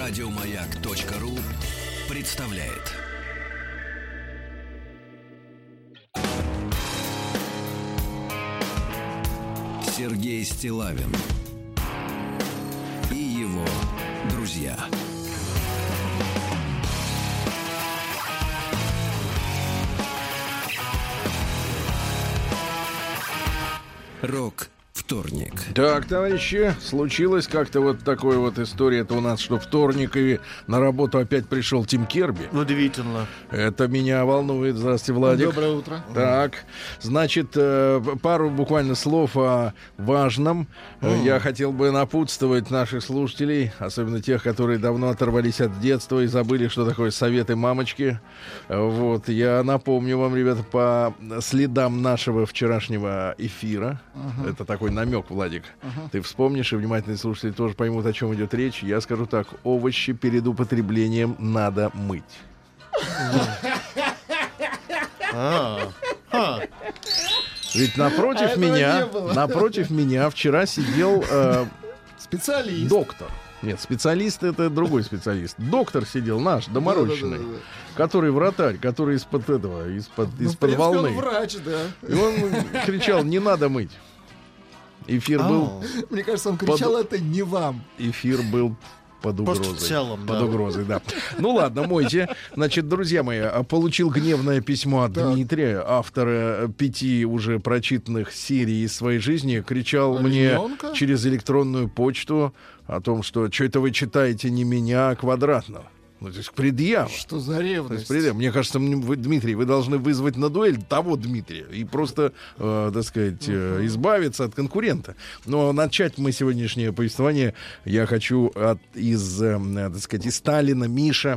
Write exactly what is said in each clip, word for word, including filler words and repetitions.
Радиомаяк.ру представляет. Сергей Стиллавин и его друзья. Рок-вторник. Так, товарищи, случилось как-то вот такая вот история. Это у нас, что вторник, и на работу опять пришел Тим Керби. Удивительно. Это меня волнует. Здравствуйте, Владик. Доброе утро. Так, значит, пару буквально слов о важном. Mm. Я хотел бы напутствовать наших слушателей, особенно тех, которые давно оторвались от детства и забыли, что такое советы мамочки. Вот, я напомню вам, ребята, по следам нашего вчерашнего эфира. Uh-huh. Это такой намек, Владик. Uh-huh. Ты вспомнишь, и внимательные слушатели тоже поймут, о чем идет речь. Я скажу так: овощи перед употреблением надо мыть. Ведь напротив меня, напротив меня вчера сидел э, специалист. Доктор. Нет, специалист — это другой специалист. Доктор сидел наш, доморощенный, да, да, да, да. который вратарь, который из-под этого, из-под, ну, из-под принципе, волны. Он врач, да. И он кричал: не надо мыть. Эфир а, был... Мне кажется, он кричал: под... это не вам. Эфир был под угрозой. Просто в целом, под да. угрозой, да. Ну ладно, мойте. Значит, друзья мои, получил гневное письмо от так. Дмитрия, автора пяти уже прочитанных серий из своей жизни. Кричал Оленёнка? Мне через электронную почту о том, что что это вы читаете не меня, а Квадратного. Ну, то есть предъява. Что за ревность? То есть, мне кажется, вы, Дмитрий, вы должны вызвать на дуэль того Дмитрия и просто, э, так сказать, э, избавиться от конкурента. Но начать мы сегодняшнее повествование я хочу от, из, э, так сказать, из Сталина. Миша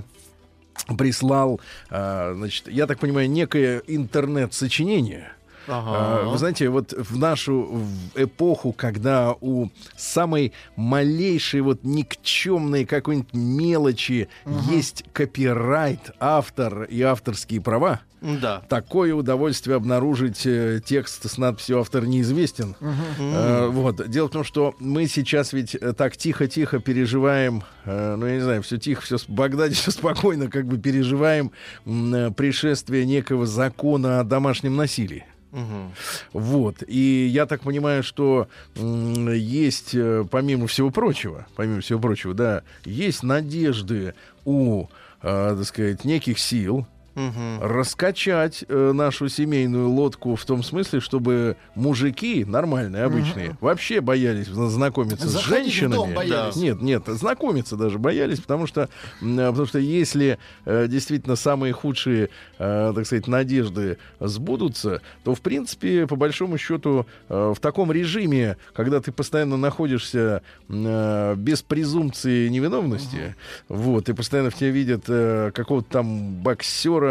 прислал, э, значит, я так понимаю, некое интернет-сочинение. Ага. Вы знаете, вот в нашу в эпоху, когда у самой малейшей вот никчемной какой-нибудь мелочи ага. есть копирайт, автор и авторские права, да. такое удовольствие обнаружить э, текст с надписью «Автор неизвестен». Uh-huh. Э, вот. Дело в том, что мы сейчас ведь так тихо-тихо переживаем, э, ну, я не знаю, все тихо, все в Багдаде, все спокойно, как бы переживаем э, пришествие некого закона о домашнем насилии. Угу. Вот. И я так понимаю, что м, есть, помимо всего прочего, помимо всего прочего, да, есть надежды у, э, так сказать, неких сил, угу. раскачать э, нашу семейную лодку в том смысле, чтобы мужики нормальные, обычные, угу. вообще боялись знакомиться Заходить с женщинами. Да. Нет, нет, знакомиться даже боялись, потому что, э, потому что если э, действительно самые худшие, э, так сказать, надежды сбудутся, то, в принципе, по большому счету, э, в таком режиме, когда ты постоянно находишься э, без презумпции невиновности, угу. вот, и постоянно в тебя видят э, какого-то там боксера,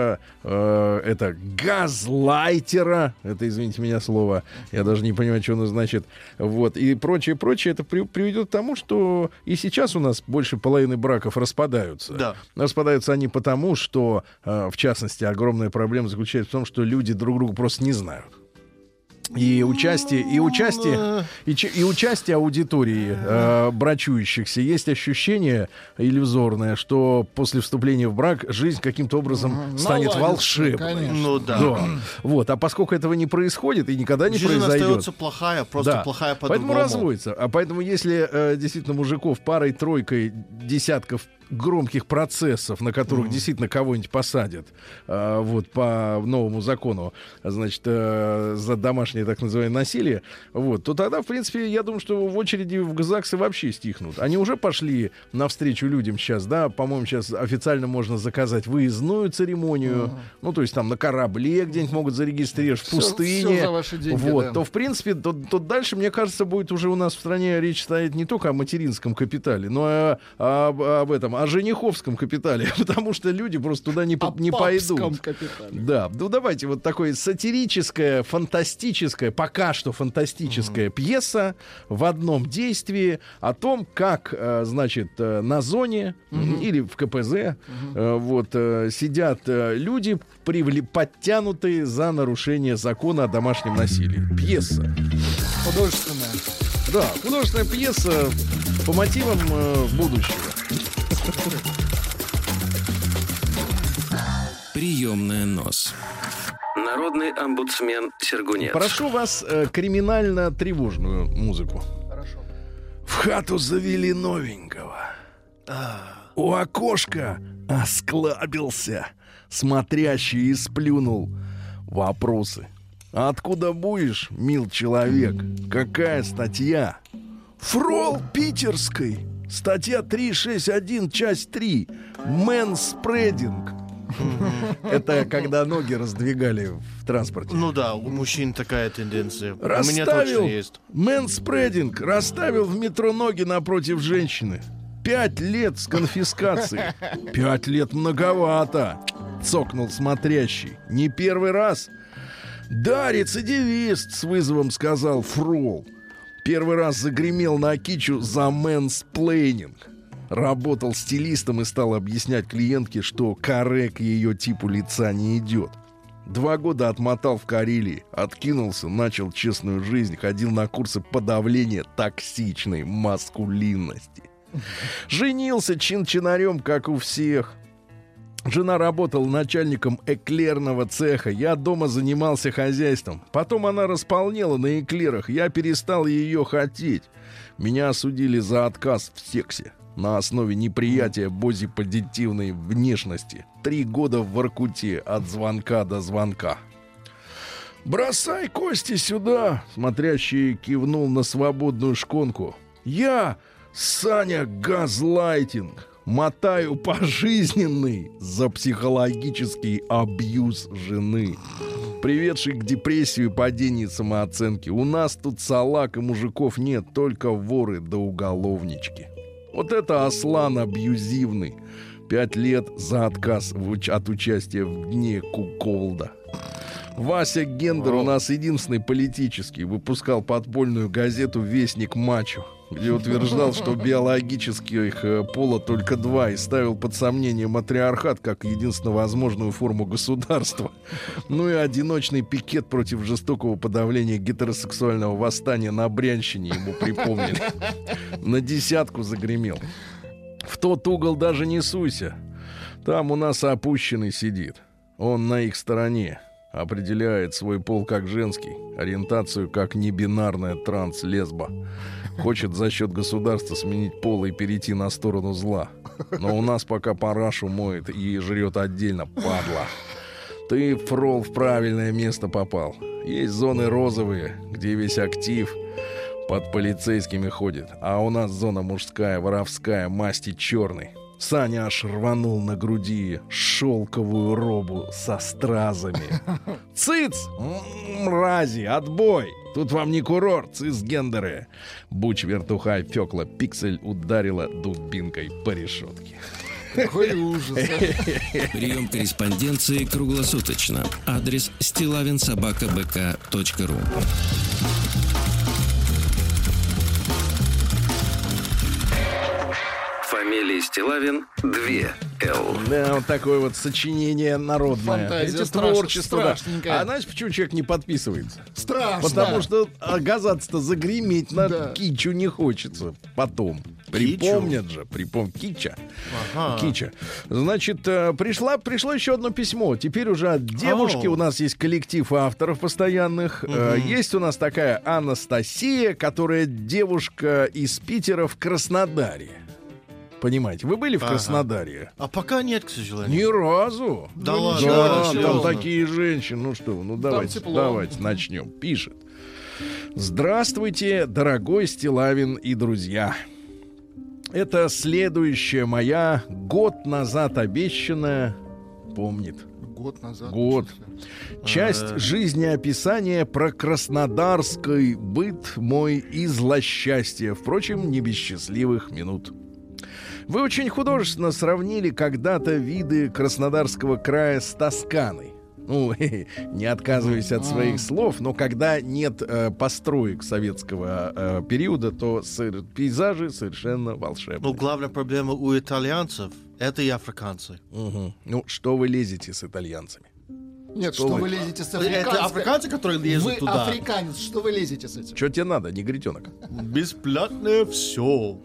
Э, это газлайтера, это, извините меня, слово, я даже не понимаю, что оно значит, вот, и прочее, прочее, это при, приведет к тому, что и сейчас у нас больше половины браков распадаются. Да. Распадаются они потому, что, э, в частности, огромная проблема заключается в том, что люди друг друга просто не знают. И участие, и участие, и, и участие аудитории э, брачующихся, есть ощущение иллюзорное, что после вступления в брак жизнь каким-то образом mm-hmm. станет Наладится, волшебной. Ну да. да. Вот. А поскольку этого не происходит и никогда не жизнь произойдет, остается плохая, просто да. плохая по-другому. Поэтому разводится. А поэтому, если э, действительно мужиков парой-тройкой десятков громких процессов, на которых mm-hmm. действительно кого-нибудь посадят, э, вот по новому закону, значит, э, за домашнее так называемое насилие, вот, то тогда, в принципе, я думаю, что в очереди в ЗАГСы вообще стихнут. Они уже пошли навстречу людям сейчас, да, по-моему, сейчас официально можно заказать выездную церемонию, mm-hmm. ну, то есть там на корабле где-нибудь могут зарегистрировать, в пустыне, все, все за ваши деньги, вот, да. то, в принципе, то, то дальше, мне кажется, будет уже у нас в стране речь стоять не только о материнском капитале, но и о, о, об этом, о жениховском капитале, потому что люди просто туда не, по, не пойдут. Капитале. Да, ну давайте вот такое сатирическое, фантастическое, пока что фантастическая mm-hmm. пьеса в одном действии о том, как, э, значит, э, на зоне mm-hmm. или в ка пэ зэ mm-hmm. э, вот, э, сидят э, люди, привли, подтянутые за нарушение закона о домашнем насилии. Пьеса. Художественная. Да, художественная пьеса по мотивам э, будущего. Приемная нос. Народный омбудсмен Сергунец. Прошу вас э, криминально-тревожную музыку. Хорошо. В хату завели новенького. У окошка осклабился смотрящий и сплюнул. Вопросы. Откуда будешь, мил человек? Какая статья? Фрол питерской. Статья триста шестьдесят один, часть три. Мэнспрединг. Это когда ноги раздвигали в транспорте. Ну да, у мужчин такая тенденция. У меня точно Расставил есть. мэнспрединг. Расставил в метро ноги напротив женщины. Пять лет с конфискацией. Пять лет многовато. Цокнул смотрящий. Не первый раз. Да, рецидивист, с вызовом сказал Фрол. Первый раз загремел на кичу за мэнсплейнинг. Работал стилистом и стал объяснять клиентке, что каре к ее типу лица не идет. Два года отмотал в Карелии, откинулся, начал честную жизнь, ходил на курсы подавления токсичной маскулинности. Женился чин-чинарем, как у всех. Жена работала начальником эклерного цеха. Я дома занимался хозяйством. Потом она располнела на эклерах. Я перестал ее хотеть. Меня осудили за отказ в сексе на основе неприятия бодипозитивной внешности. Три года в Воркуте от звонка до звонка. «Бросай кости сюда!» Смотрящий кивнул на свободную шконку. «Я, Саня Газлайтинг, мотаю пожизненный за психологический абьюз жены, приведший к депрессии и падению самооценки. У нас тут салак и мужиков нет, только воры да уголовнички». Вот это Аслан абьюзивный. Пять лет за отказ в уч- от участия в дне куколда. Вася Гендер у нас единственный политический. Выпускал подпольную газету «Вестник Мачо», где утверждал, что биологических э, пола только два, и ставил под сомнение матриархат как единственно возможную форму государства. Ну и одиночный пикет против жестокого подавления гетеросексуального восстания на Брянщине ему припомнили. На десятку загремел. В тот угол даже не суйся. Там у нас опущенный сидит. Он на их стороне. Определяет свой пол как женский, ориентацию как небинарная транс-лесба. Хочет за счет государства сменить пол и перейти на сторону зла. Но у нас пока парашу моет и жрет отдельно, падла. Ты, Фрол, в правильное место попал. Есть зоны розовые, где весь актив под полицейскими ходит. А у нас зона мужская, воровская, масти черной. Саня аж рванул на груди шелковую робу со стразами. Цыц! Мрази, отбой! Тут вам не курорт, цисгендеры. Буч, вертуха, фёкла, пиксель ударила дубинкой по решетке. Какой ужас. Прием корреспонденции круглосуточно. Адрес стилавин собака бэ ка точка ру. Фамилия Стилавин две Л. Да, вот такое вот сочинение народное. Фантазия Эти страш- творчество. Да. страшненькая. А знаешь, почему человек не подписывается? Страшно. Потому что оказаться-то загреметь на Да. кичу не хочется потом. Припомнят же, припом... Кича. Ага. Кича. Значит, э, пришла, пришло еще одно письмо. Теперь уже от девушки. Ау. У нас есть коллектив авторов постоянных. Э, есть у нас такая Анастасия, которая девушка из Питера в Краснодаре. Понимаете, вы были в Ага. Краснодаре? А пока нет, к сожалению. Ни разу. Да Ну, ладно, да, да, там серьезно. такие женщины. Ну что, вы, ну давайте, тепло. давайте начнем. Пишет. Здравствуйте, дорогой Стилавин и друзья. Это следующая моя год назад обещанная, помнит, Год назад. Год. ничего себе. часть Ага. жизнеописания про краснодарский быт мой и злосчастье, впрочем, не без счастливых минут. Вы очень художественно сравнили когда-то виды Краснодарского края с Тосканой. Ну, не отказываясь от своих слов, но когда нет э, построек советского э, периода, то сыр- пейзажи совершенно волшебные. Ну, главная проблема у итальянцев — это и африканцы. Мгм. Ну, что вы лезете с итальянцами? Нет, что вы лезете с Это африканской... африканцы, которые лезут Вы туда. африканец, что вы лезете с этим? Что тебе надо, негритенок? Бесплатное все.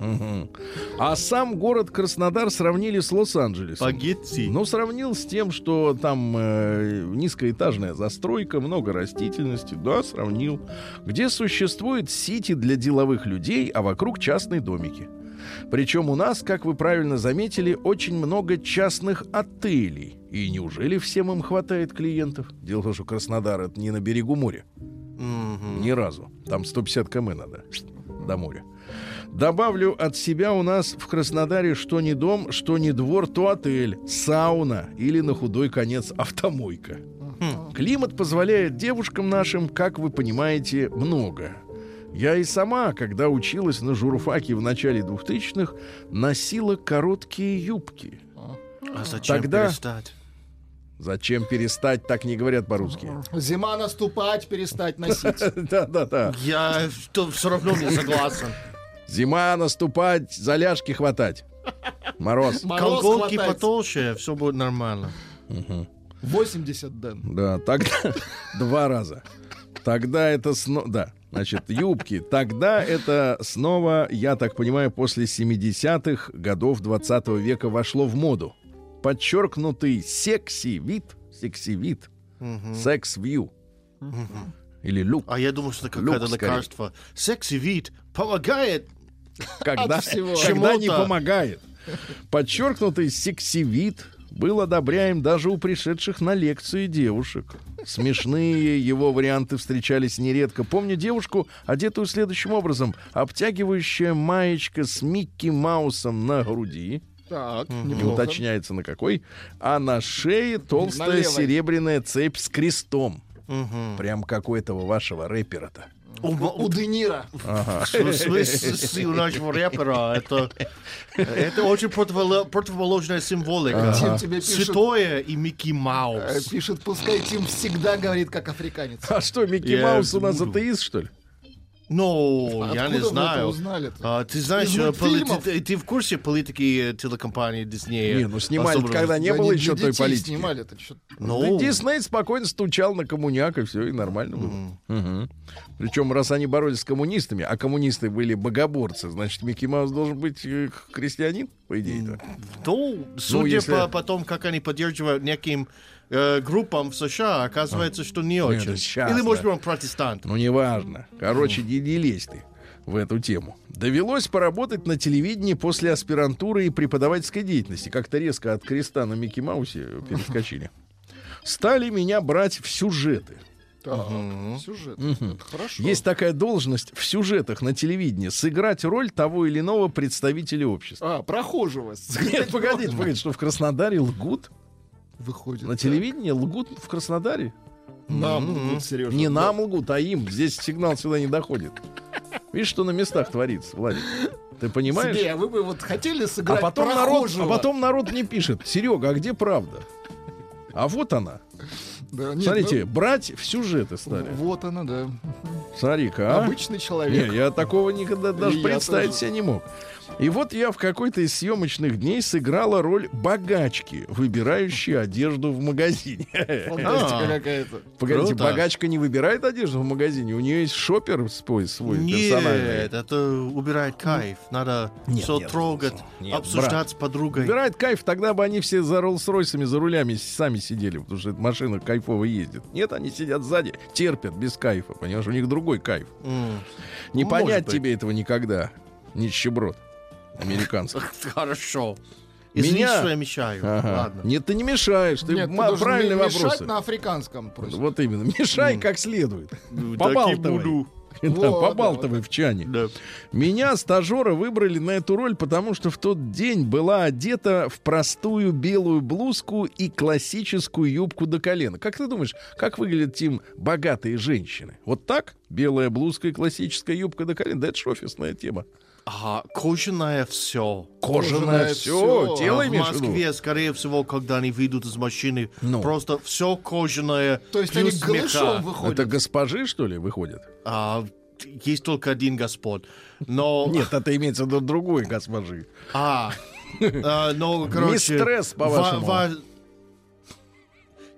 А сам город Краснодар сравнили с Лос-Анджелесом. Спагетти. Ну, сравнил с тем, что там э, низкоэтажная застройка, много растительности. Да, сравнил. Где существует сити для деловых людей, а вокруг частные домики. Причем у нас, как вы правильно заметили, очень много частных отелей. И неужели всем им хватает клиентов? Дело в том, что Краснодар — это не на берегу моря. Мгм. Ни разу. Там сто пятьдесят километров надо до моря. Добавлю от себя, у нас в Краснодаре что ни дом, что ни двор, то отель, сауна или на худой конец автомойка. Климат позволяет девушкам нашим, как вы понимаете, много. Я и сама, когда училась на журфаке в начале двухтысячных, носила короткие юбки. А зачем Тогда- перестать? Зачем перестать, так не говорят по-русски. Зима наступать, перестать носить. Да-да-да. Я все равно не согласен. Зима наступать, заляжки хватать. Мороз. Мороз Колготки хватать. потолще, все будет нормально. восемьдесят, Дэн. Да, тогда два раза. Тогда это снова... Да, значит, юбки. Тогда это снова, я так понимаю, после семидесятых годов двадцатого века вошло в моду. Подчеркнутый секси-вид, секси-вид, секс-вью. Или люк. А я думал, что это Люк, какое-то скорее. лекарство. Секси-вид помогает. Когда, От всего. когда не Чему-то. помогает. Подчеркнутый секси-вид был одобряем даже у пришедших на лекции девушек. Смешные его варианты встречались нередко. Помню девушку, одетую следующим образом. Обтягивающая маечка с Микки Маусом на груди. Так, Не неплохо. уточняется на какой. А на шее толстая На левой. серебряная цепь с крестом. Мгм. Прям как у этого вашего рэпера-то. У- У Де Ниро. В смысле, у нашего рэпера это, это очень противоло- противоположная символика. Тим тебе пишет, Святое и Микки э, Маус. пишет, пускай Тим всегда говорит как африканец. А что, Микки Я Маус у нас буду. атеист, что ли? Ну, я Откуда не вы это знаю. узнали-то? А, ты знаешь, Из э, мультфильмов? полити- ты, ты в курсе политики э, телекомпании Диснея? Не, ну снимали, Особенно- когда не Да было не еще для той детей политики. снимали это что? Ну, Дисней спокойно стучал на коммуняк, и все, и нормально было. Причем, раз они боролись с коммунистами, а коммунисты были богоборцы, значит, Микки Маус должен быть э, христианин, по идее. ну, судя если- по, по тому, как они поддерживают неким э, группам в США, оказывается, что не очень. это щас, Или, может да. быть, он протестант. Ну, неважно. Короче, не, не лезь ты в эту тему. Довелось поработать на телевидении после аспирантуры и преподавательской деятельности. Как-то резко от креста на Микки Маусе перескочили. Стали меня брать в сюжеты. Так, сюжет. Это хорошо. Есть такая должность в сюжетах на телевидении — сыграть роль того или иного представителя общества. А, прохожего. Нет, погодите, погодите, что в Краснодаре лгут? Выходит. На телевидении лгут в Краснодаре? Нам, вот, Сережа. Не да. нам лгут, а им. Здесь сигнал сюда не доходит. Видишь, что на местах творится, Владик? Ты понимаешь? Себе, а вы бы вот хотели А сыграть потом, народ, прохожего? а потом народ мне пишет: Серега, а где правда? А вот она. Да, нет, Смотрите, брать в сюжеты ну, стали. вот она, да. Смотри-ка, а? Обычный Не, человек. я такого никогда даже я представить тоже. себе не мог. И вот я в какой-то из съемочных дней сыграла роль богачки, выбирающей одежду в магазине. Фантастика А. какая-то. Погодите, Круто. богачка не выбирает одежду в магазине, у нее есть шопер свой, свой персональный. Нет, это убирает кайф. Надо Нет, все нет, трогать, нет, обсуждать брат. с подругой. Убирает кайф, тогда бы они все за Роллс-Ройсами, за рулями сами сидели, потому что эта машина кайфово ездит. Нет, они сидят сзади, терпят без кайфа, понимаешь, у них другой кайф. М. Не Может понять быть. тебе этого никогда, нищеброд американский. Хорошо. Извини, Меня- что я мешаю. Ага. Ладно. Нет, ты не мешаешь, ты Нет, ты ма- должен правильные мне мешать вопросы. на африканском просто. Вот именно, мешай как следует. Ну, Побалтывай. так и буду. Да, Вот, побалтывай да, в чане. Да. Меня, стажера, выбрали на эту роль, потому что в тот день была одета в простую белую блузку и классическую юбку до колена. Как ты думаешь, как выглядят, Тим, богатые женщины? Вот так? Белая блузка и классическая юбка до колена. Да это ж офисная тема. Ага, кожаное все. Кожаное Кожаное все, всё. тело в имеешь в виду? Москве, скорее всего, когда они выйдут из машины, Ну. просто все кожаное. То есть плюс они голышом меха. выходят. Это госпожи, что ли, выходят? А, есть только один господ. Но... Нет, это имеется в виду другой госпожи. А, а, ну, короче... Мистресс, по-вашему. ва- ва-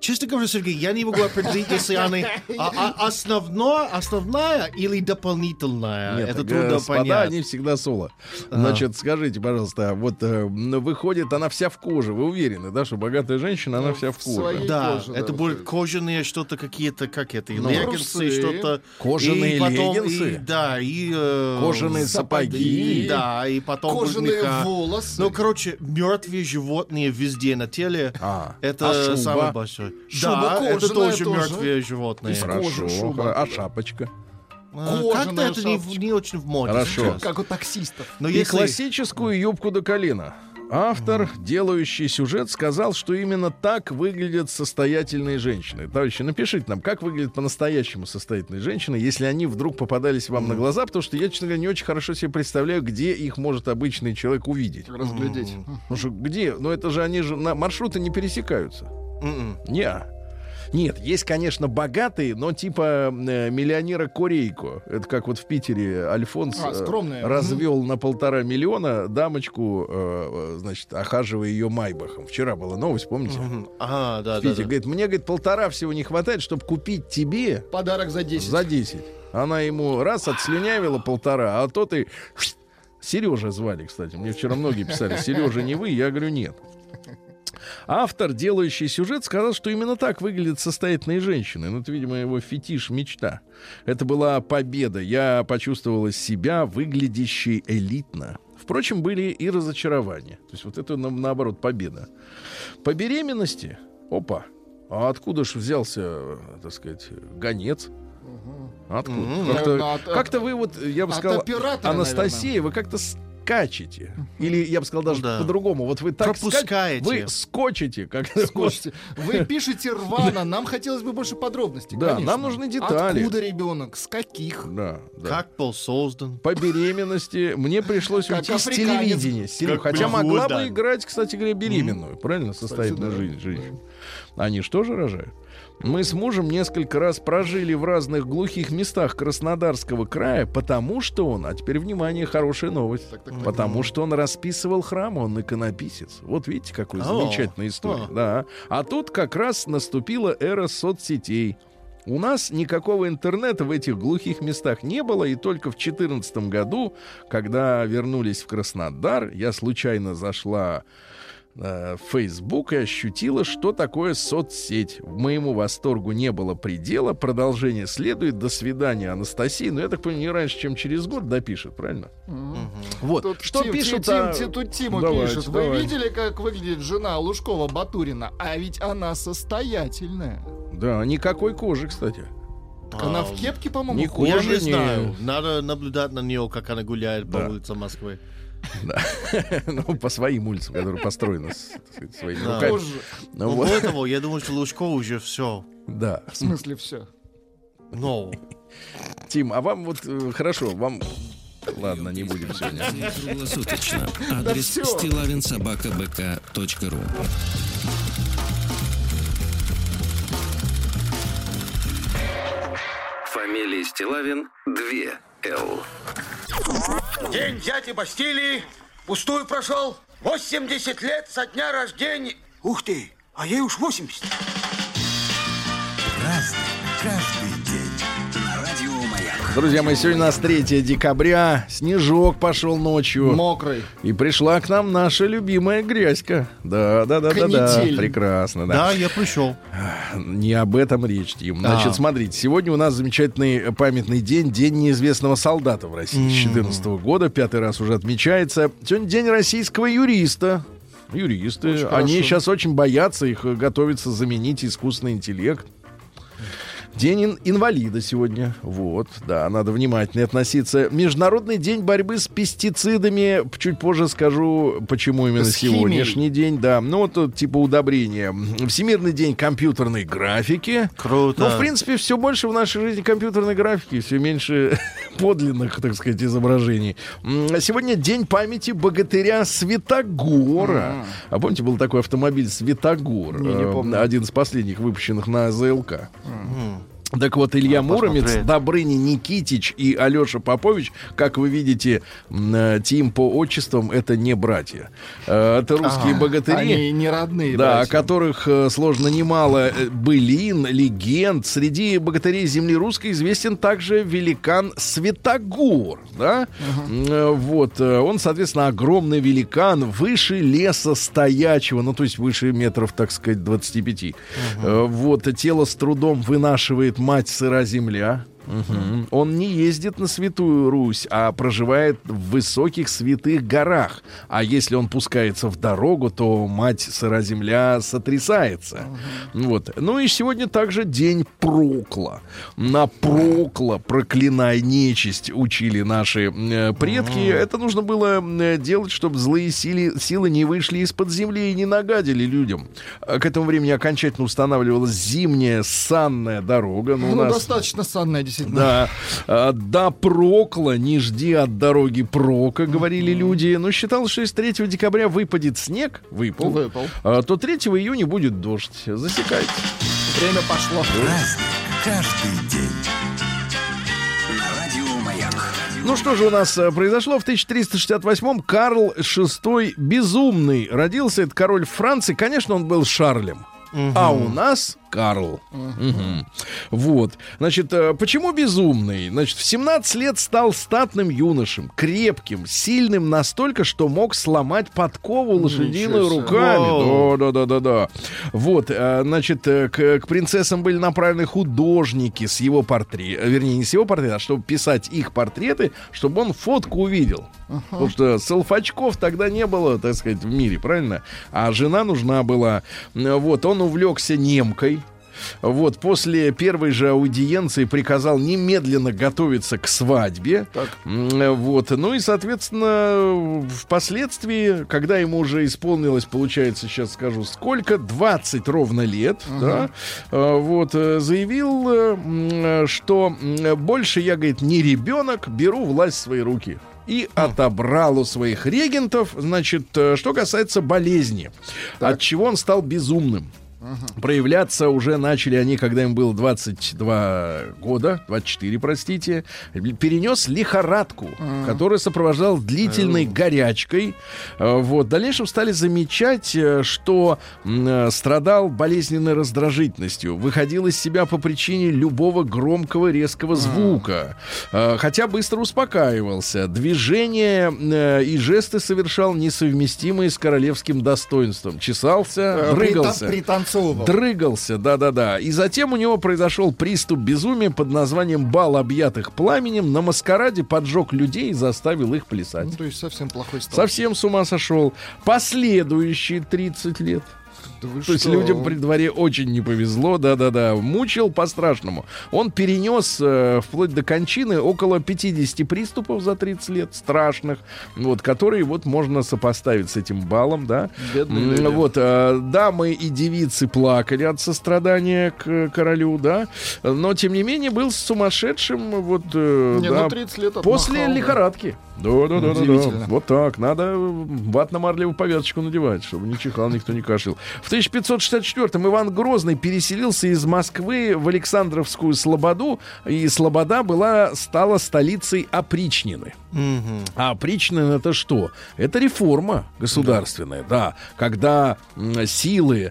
Честно говоря, Сергей, я не могу определить, если она а, а, основное, основная или дополнительная. Нет, это трудно господа, понять. они всегда соло. Значит, скажите, пожалуйста, вот э, выходит, она вся в коже. Вы уверены, да, что богатая женщина, она вся в коже? своей Да, коже, это да, будет выходит. кожаные что-то какие-то, как это, и Ну, леггинсы, трусы. что-то. Кожаные и потом, леггинсы? И, да, и... э, Кожаные сапоги. Да, и потом Кожаные будет меха. волосы. Ну, короче, мертвые животные везде на теле. А, это а шуба? самое большое. Шуба да, это кожаная тоже тоже. мертвые животные. Из Хорошо. кожи шуба. А шапочка? А, Кожаная Как-то это не, в- шапочка. не очень в моде Хорошо. сейчас. Как у таксистов. Но И если... классическую юбку до колена. Автор, делающий сюжет, сказал, что именно так выглядят состоятельные женщины. Товарищи, напишите нам, как выглядят по-настоящему состоятельные женщины, если они вдруг попадались вам на глаза, потому что я, честно говоря, не очень хорошо себе представляю, где их может обычный человек увидеть. Разглядеть. Ну что, где? Ну это же они же на маршруты не пересекаются. М-м. Не. Нет, есть, конечно, богатые, но типа э, миллионера Корейко. Это как вот в Питере Альфонс А, э, скромные. развел на полтора миллиона дамочку, э, э, значит, охаживая ее майбахом. Вчера была новость, помните? Мгм. Ага, да, В Питере. да, да. Говорит, мне, говорит, полтора всего не хватает, чтобы купить тебе Подарок за десять. за десять. Она ему раз отслюнявила полтора, а тот и... Сережа звали, кстати. Мне вчера многие писали, Сережа, не вы? Я говорю, нет. Автор, делающий сюжет, сказал, что именно так выглядят состоятельные женщины. Ну, это, видимо, его фетиш, мечта. Это была победа. Я почувствовала себя выглядящей элитно. Впрочем, были и разочарования. То есть вот это, на- наоборот, победа. По беременности, опа, а откуда ж взялся, так сказать, гонец? Откуда? Мгм. Как-то, Наверно, от- как-то вы вот, я бы от сказал, оператора, Анастасия, вы как-то скачете. Или, я бы сказал, даже Ну да. по-другому. Вот вы так Пропускаете. скач- Вы скочите. Как... Слушайте, вы пишете рвано, нам хотелось бы больше подробностей. Да, конечно. нам нужны детали. Откуда ребенок, с каких? Да, да. Как был создан? По беременности мне пришлось Как уйти с африканец. телевидения. с теле- Как Хотя был могла бы создан. играть, кстати говоря, беременную. Правильно? Состоятельную да. жизнь, женщин. Они же тоже рожают. Мы с мужем несколько раз прожили в разных глухих местах Краснодарского края, потому что он, а теперь, внимание, хорошая новость, Так, так, так. потому что он расписывал храмы, он иконописец. Вот видите, какая О, замечательная история. о. Да. А тут как раз наступила эра соцсетей. У нас никакого интернета в этих глухих местах не было, и только в две тысячи четырнадцатом году, когда вернулись в Краснодар, я случайно зашла э, в Facebook и ощутила, что такое соцсеть. Моему восторгу не было предела. Продолжение следует. До свидания, Анастасия. Но я так понимаю, не раньше, чем через год допишет, правильно? Вот. Тут Что Тим, пишут? Тим, а- Тим, тут Тима Давайте, пишет. Вы давайте. видели, как выглядит жена Лужкова-Батурина? А ведь она состоятельная. Да, никакой кожи, кстати. Так она А, в кепке, по-моему, не ходит. Я Кожа не не- знаю. Надо наблюдать на нее, как она гуляет Да. по улицам Москвы. Ну, по своим улицам, которые построены с, так сказать, своими Да. руками. Позже. Ну, Но вот. более того, я думаю, что Лужков уже все. Да. В смысле все. Но. Тим, а вам вот э, хорошо, вам... Ладно, не будем сегодня. Круглосуточно. Адрес всё. стилавин собака бэ ка точка ру. Фамилия Стилавин две Л. День дяди Бастилии пустую прошел. восемьдесят лет со дня рождения. Ух ты, а ей уж восемьдесят. Разный, каждый день. На радио Маяк. Друзья мои, сегодня у нас третьего декабря. Снежок пошел ночью. Мокрый. И пришла к нам наша любимая грязька. Да, да, да, да, да. Канитель. Прекрасно, да. Да, я пришел. Не об этом речь, Тим. Значит, А. смотрите, сегодня у нас замечательный памятный день, День неизвестного солдата в России. С две тысячи четырнадцатого года, пятый раз уже отмечается. Сегодня День российского юриста. Юристы, Очень они хорошо. сейчас очень боятся, их готовится заменить искусственный интеллект. День ин- инвалида сегодня. Вот, да, надо внимательно относиться. Международный день борьбы с пестицидами. Чуть позже скажу, почему именно С химией. сегодняшний день. Да, ну вот тут типа удобрения. Всемирный день компьютерной графики. Круто. Ну, в принципе, все больше в нашей жизни компьютерной графики, все меньше подлинных, так сказать, изображений. М, Сегодня день памяти богатыря Святогора. А помните, был такой автомобиль Святогор? Не, не Э, помню. Один из последних выпущенных на ЗЛК. Так вот, Илья А, Муромец, посмотреть. Добрыня Никитич и Алеша Попович, как вы видите, м, э, Тим по отчествам, это не братья. Э, Это русские А, богатыри. Они не родные. Да, о братья. которых э, сложно немало э, былин, легенд. Среди богатырей земли русской известен также великан Святогор. Да? Э, Вот, э, он, соответственно, огромный великан, выше леса стоячего, ну, то есть выше метров, так сказать, двадцати пяти. Э, Вот, тело с трудом вынашивает мать сыра земля. Мгм. Он не ездит на Святую Русь, а проживает в высоких святых горах. А если он пускается в дорогу, то мать сыра земля сотрясается. Вот. Ну и сегодня также день Прокла. На Прокла, проклинай нечисть, учили наши э, предки. Это нужно было э, делать, чтобы злые силы, силы не вышли из-под земли и не нагадили людям. А к этому времени окончательно устанавливалась зимняя санная дорога. Ну, у Ну, нас- достаточно санная, действительно. да, а, да Прокла, не жди от дороги прока, говорили люди. Но считалось, что если третьего декабря выпадет снег, выпал, Выпал. а, то третьего июня будет дождь. Засекайте. Время пошло. Праздник каждый день. На радио «Маяк». Ну что же у нас а, произошло? В тысяча триста шестьдесят восьмом Карл шестой Безумный родился. Это король Франции. Конечно, он был Шарлем. А у нас Карл. Мгм. Вот. Значит, э, почему безумный? Значит, в семнадцать лет стал статным юношем, крепким, сильным настолько, что мог сломать подкову лошадиную себе. руками. Да, да, да, да, да. Вот, э, значит, э, к, к принцессам были направлены художники с его портрета, вернее, не с его портрета, а чтобы писать их портреты, чтобы он фотку увидел. Потому что салфачков тогда не было, так сказать, в мире, правильно? А жена нужна была. Вот, он увлекся немкой. Вот, после первой же аудиенции приказал немедленно готовиться к свадьбе. М, Вот, ну и, соответственно, впоследствии, когда ему уже исполнилось, получается, сейчас скажу, сколько, двадцать ровно лет, да, э, вот, э, заявил, э, м, что м, больше я, говорит, не ребенок, беру власть в свои руки. И отобрал у своих регентов, значит, э, что касается болезни, от чего он стал безумным. Проявляться уже начали они, когда им было двадцать два года, двадцать четыре, простите. Перенес лихорадку, которая сопровождалась длительной горячкой. Э, Вот. В дальнейшем стали замечать, э, что м, э, страдал болезненной раздражительностью, выходил из себя по причине любого громкого резкого звука. Э, Хотя быстро успокаивался. Движения э, и жесты совершал несовместимые с королевским достоинством. Чесался, Э, дрыгался. прита- Пританцовывал. Дрыгался, да-да-да. И затем у него произошел приступ безумия под названием «Бал объятых пламенем». На маскараде поджег людей и заставил их плясать. Ну, то есть совсем плохой стал. Совсем с ума сошел. Последующие тридцать лет. Да вы То есть что? людям при дворе очень не повезло, да-да-да, мучил по-страшному. Он перенес э, вплоть до кончины около пятидесяти приступов за тридцать лет, страшных, вот, которые вот можно сопоставить с этим балом, да. Бедные М, люди. Вот, э, дамы и девицы плакали от сострадания к королю, да, но, тем не менее, был сумасшедшим, вот, э, Не, да, ну тридцать лет после отмахал, да. лихорадки. Да-да-да-да. Удивительно. Вот так. Надо ватно-марлевую повязочку надевать, чтобы не чихал, никто не кашлял. В тысяча пятьсот шестьдесят четвёртом Иван Грозный переселился из Москвы в Александровскую Слободу, и Слобода была, стала столицей опричнины. А опричнина — это что? Это реформа государственная, да. Когда м, силы,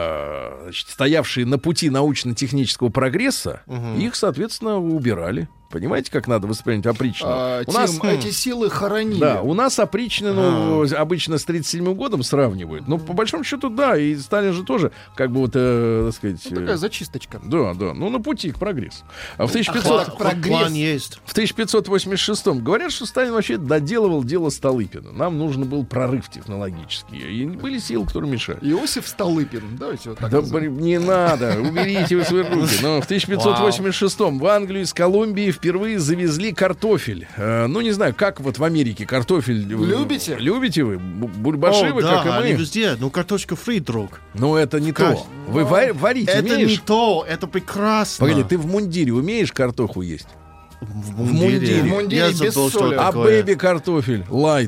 э, значит, стоявшие на пути научно-технического прогресса, их, соответственно, убирали. Понимаете, как надо воспринять опричнину? А, У Тим, нас- эти силы хоронили. Да, у нас опричнину обычно с тридцать седьмым годом сравнивают. Но по большому счету, да, и Сталин же тоже, как бы вот, э, так сказать... Ну, э, такая зачисточка. да, да, ну на пути к прогрессу. А в План, пятьсот прогресс. план есть. в тысяча пятьсот восемьдесят шестом говорят, что Сталин вообще доделывал дело Столыпина. Нам нужен был прорыв технологический. И были силы, которые мешали. Иосиф Столыпин. Давайте вот так Да назовем. блин, не надо, уберите вы свои руки. Но в тысяча пятьсот восемьдесят шестом в Англию из Колумбии впервые завезли картофель. Э, ну, не знаю, как вот в Америке картофель... э, Любите? Любите вы? Бу- Бульбаши О, вы, да, как и они мы? везде. Ну, картошка фри, друг. Но это не Как? то. Вы ва- варить Это умеешь? не то, это прекрасно. Погоди, ты в мундире умеешь картоху есть? в мундире. В мундире Я без забыл, что соли. это А такое. бэби-картофель, лайт.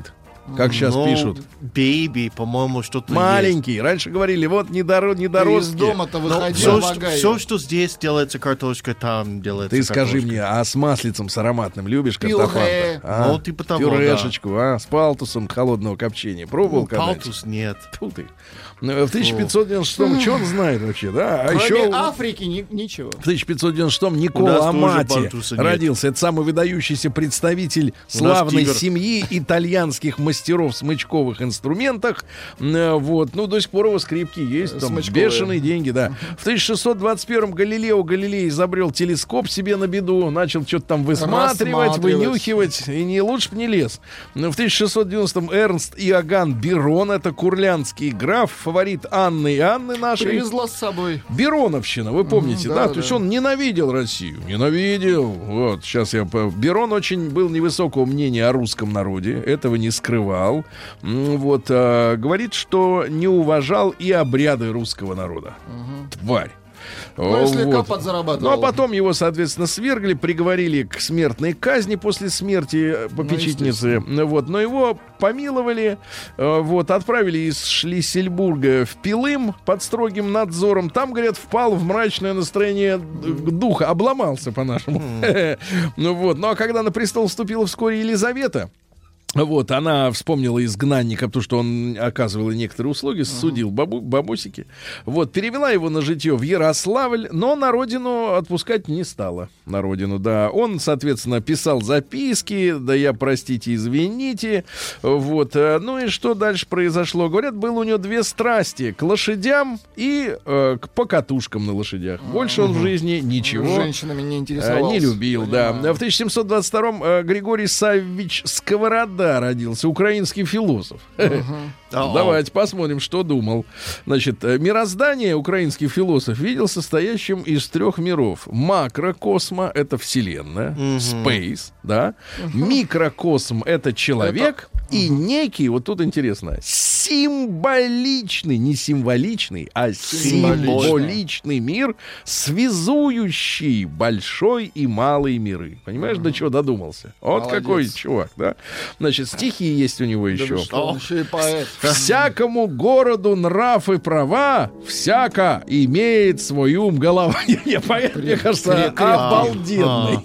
Как сейчас Ну, пишут. Бейби, по-моему, что-то Маленький. Раньше говорили, вот недоро- Ты из недоростки. дома-то есть. выходил, Все, что, Вагаев. все, что здесь делается картошкой, там делается Ты скажи картошкой. мне, а с маслицем, с ароматным любишь Пюре. картофан? А? Ну, типа того, Пюрешечку, а? С палтусом холодного копчения. Пробовал Ну, когда-нибудь? палтус нет. Тьфу ты. Ну, В тысяча пятьсот девяносто шестом, что он знает вообще, да? А Кроме еще Африки ни- ничего. в тысяча пятьсот девяносто шестом У нас Никола тоже Амати палтуса нет. родился. Это самый выдающийся представитель славной тигр. семьи итальянских мастеров в смычковых инструментах. Э, Вот. Ну, до сих пор его скрипки есть. Там Смычковые. бешеные деньги, да. В тысяча шестьсот двадцать первом Галилео Галилей изобрел телескоп себе на беду. Начал что-то там высматривать, Рассматривать. вынюхивать. И не лучше б не лез. Но в тысяча шестьсот девяностом Эрнст Иоганн Берон, это курляндский граф, фаворит Анны и Анны нашей. Привезла с собой. Бероновщина, вы помните, Мгм, да? да, То есть да. он ненавидел Россию. Ненавидел. Вот, сейчас я... по- Берон очень был невысокого мнения о русском народе. Этого не скрывал. М, Вот. а, говорит, что не уважал и обряды русского народа. Тварь. Ну, и слегка Вот. подзарабатывал. Ну, а потом его, соответственно, свергли, приговорили к смертной казни после смерти э, попечительницы. Вот. Но его помиловали, э, вот, отправили из Шлиссельбурга в Пилым под строгим надзором. Там, говорят, впал в мрачное настроение д- духа, обломался по-нашему. Ну вот. Ну, а когда на престол вступила вскоре Елизавета, вот, она вспомнила изгнанника, потому что он оказывал ей некоторые услуги, судил бабу, бабусики. Вот, перевела его на житье в Ярославль, но на родину отпускать не стала. На родину, да. Он, соответственно, писал записки, да я, простите, извините. Вот, э, ну и что дальше произошло? Говорят, было у него две страсти: к лошадям и э, к покатушкам на лошадях. Больше он в жизни ничего Женщинами не э, интересовался. не любил, да. Понимаю. В тысяча семьсот двадцать втором э, Григорий Саввич Сковорода родился, украинский философ. Давайте посмотрим, что думал. Значит, э, мироздание украинский философ видел состоящим из трех миров. Макрокосма — это вселенная, space, да. Микрокосм — это человек. И некий, вот тут интересно, символичный, не символичный, а Символичный. символичный мир, связующий большой и малый миры. Понимаешь, до чего додумался? Вот Молодец. какой чувак, да? Значит, стихи есть у него Да еще. вы что, он еще и поэт. Всякому городу нрав и права, всяко имеет свой ум голова. Не, поэт, мне кажется, обалденный.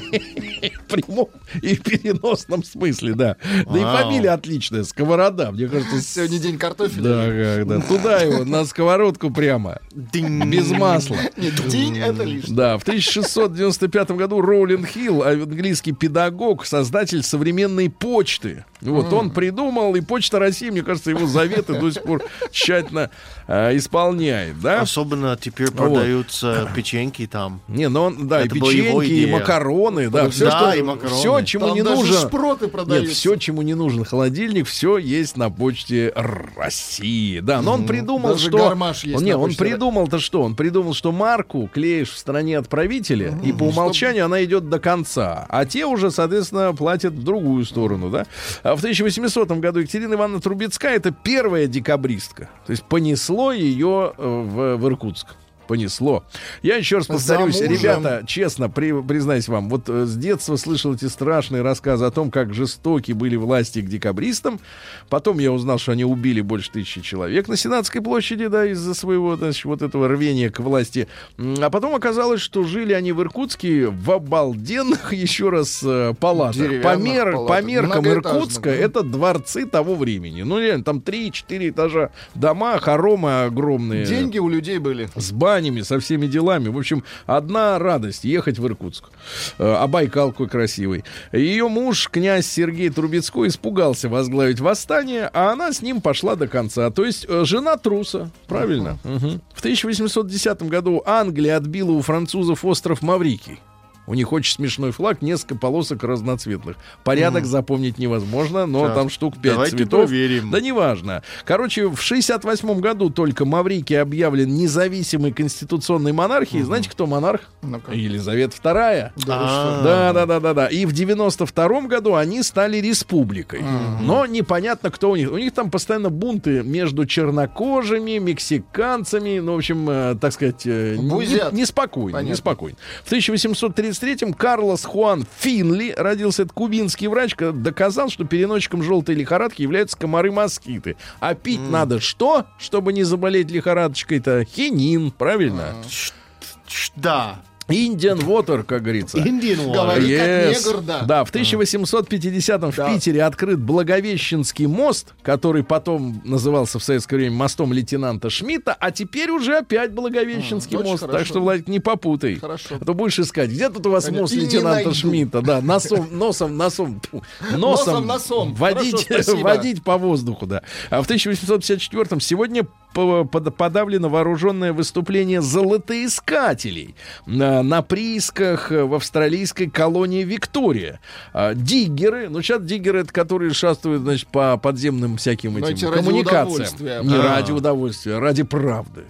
В прямом и в переносном смысле, да. Да и Вау. фамилия отличная, Сковорода. Мне кажется, с- Сегодня день картофеля. да, как, да. Туда его, на сковородку прямо. Без масла. Нет, день это лишнее. Да, в тысяча шестьсот девяносто пятом году Роулинг Хилл, английский педагог, создатель современной почты. Вот он придумал, и Почта России, мне кажется, его заветы до сих пор тщательно а, исполняет, да? Особенно теперь продаются печеньки там. Не, ну он, да, Это и была его печеньки, и идея. макароны, да, все, Да, что, и макароны. все, чему Там не даже нужно. шпроты Нет, продаются. все, чему не нужен холодильник, все есть на почте России. Да, но он придумал, Даже что... гармаш есть Он- не, на он почте. придумал-то что? Он придумал, что марку клеишь в стране отправителя, и по умолчанию она идет до конца. А те уже, соответственно, платят в другую сторону, да? А в тысяча восьмисотом году Екатерина Ивановна Трубецкая — это первая декабристка. То есть понесло ее э, в, в Иркутск. Понесло. Я еще раз повторюсь, Замужем. ребята, честно, при, признаюсь вам, вот э, с детства слышал эти страшные рассказы о том, как жестоки были власти к декабристам. Потом я узнал, что они убили больше тысячи человек на Сенатской площади, да, из-за своего, значит, вот этого рвения к власти. М, А потом оказалось, что жили они в Иркутске в обалденных, еще раз, э, палатах. По, Деревянных мер- палатах. по меркам Многоэтажных, Иркутска да. это дворцы того времени. Ну, реально, там три-четыре этажа дома, хоромы огромные. Деньги у людей были. С банями, со всеми делами. В общем, одна радость — ехать в Иркутск. Э, А Байкал какой красивый. Ее муж, князь Сергей Трубецкой, испугался возглавить восстание, а она с ним пошла до конца. То есть э, жена труса. Правильно? Мгм. В тысяча восемьсот десятом году Англия отбила у французов остров Маврикий. У них очень смешной флаг, несколько полосок разноцветных. Порядок запомнить невозможно, но Так, там штук пять давайте цветов. проверим. Да неважно. Короче, в шестьдесят восьмом году только Маврикий объявлен независимой конституционной монархией. Знаете, кто монарх? Ну-ка. Елизавета вторая. Да вы что? Да, да, да, да, да. И в девяносто втором году они стали республикой. Но непонятно, кто у них. У них там постоянно бунты между чернокожими, мексиканцами. Ну, в общем, э, так сказать, э, не- Бузят. неспокойно. Понятно. Неспокойно. В тысяча восемьсот тридцать третьем Карлос Хуан Финли родился. Это кубинский врач, доказал, что переносчиком желтой лихорадки являются комары-москиты. А пить mm. надо что, чтобы не заболеть лихорадочкой-то? Хинин, правильно? Uh, да. Indian Water, как говорится. Indian Water. Говори Yes. как негр, да. Да, в тысяча восемьсот пятидесятом Да. в Питере открыт Благовещенский мост, который потом назывался в советское время мостом лейтенанта Шмидта, а теперь уже опять Благовещенский М, очень мост. хорошо. Так что, Владик, не попутай. Хорошо. А то будешь искать. Где тут у вас Конечно. мост И не лейтенанта найду. Шмидта? Да, носом, носом, носом, тьфу, носом, Носом, носом. водить, Хорошо, спасибо. водить по воздуху, да. А в тысяча восемьсот пятьдесят четвёртом сегодня по- под- подавлено вооруженное выступление золотоискателей на, на приисках в австралийской колонии Виктория. А, диггеры, ну сейчас диггеры, это которые шастают, значит, по подземным всяким этим Знаете, ради коммуникациям. удовольствия. Не А. ради удовольствия, а ради правды.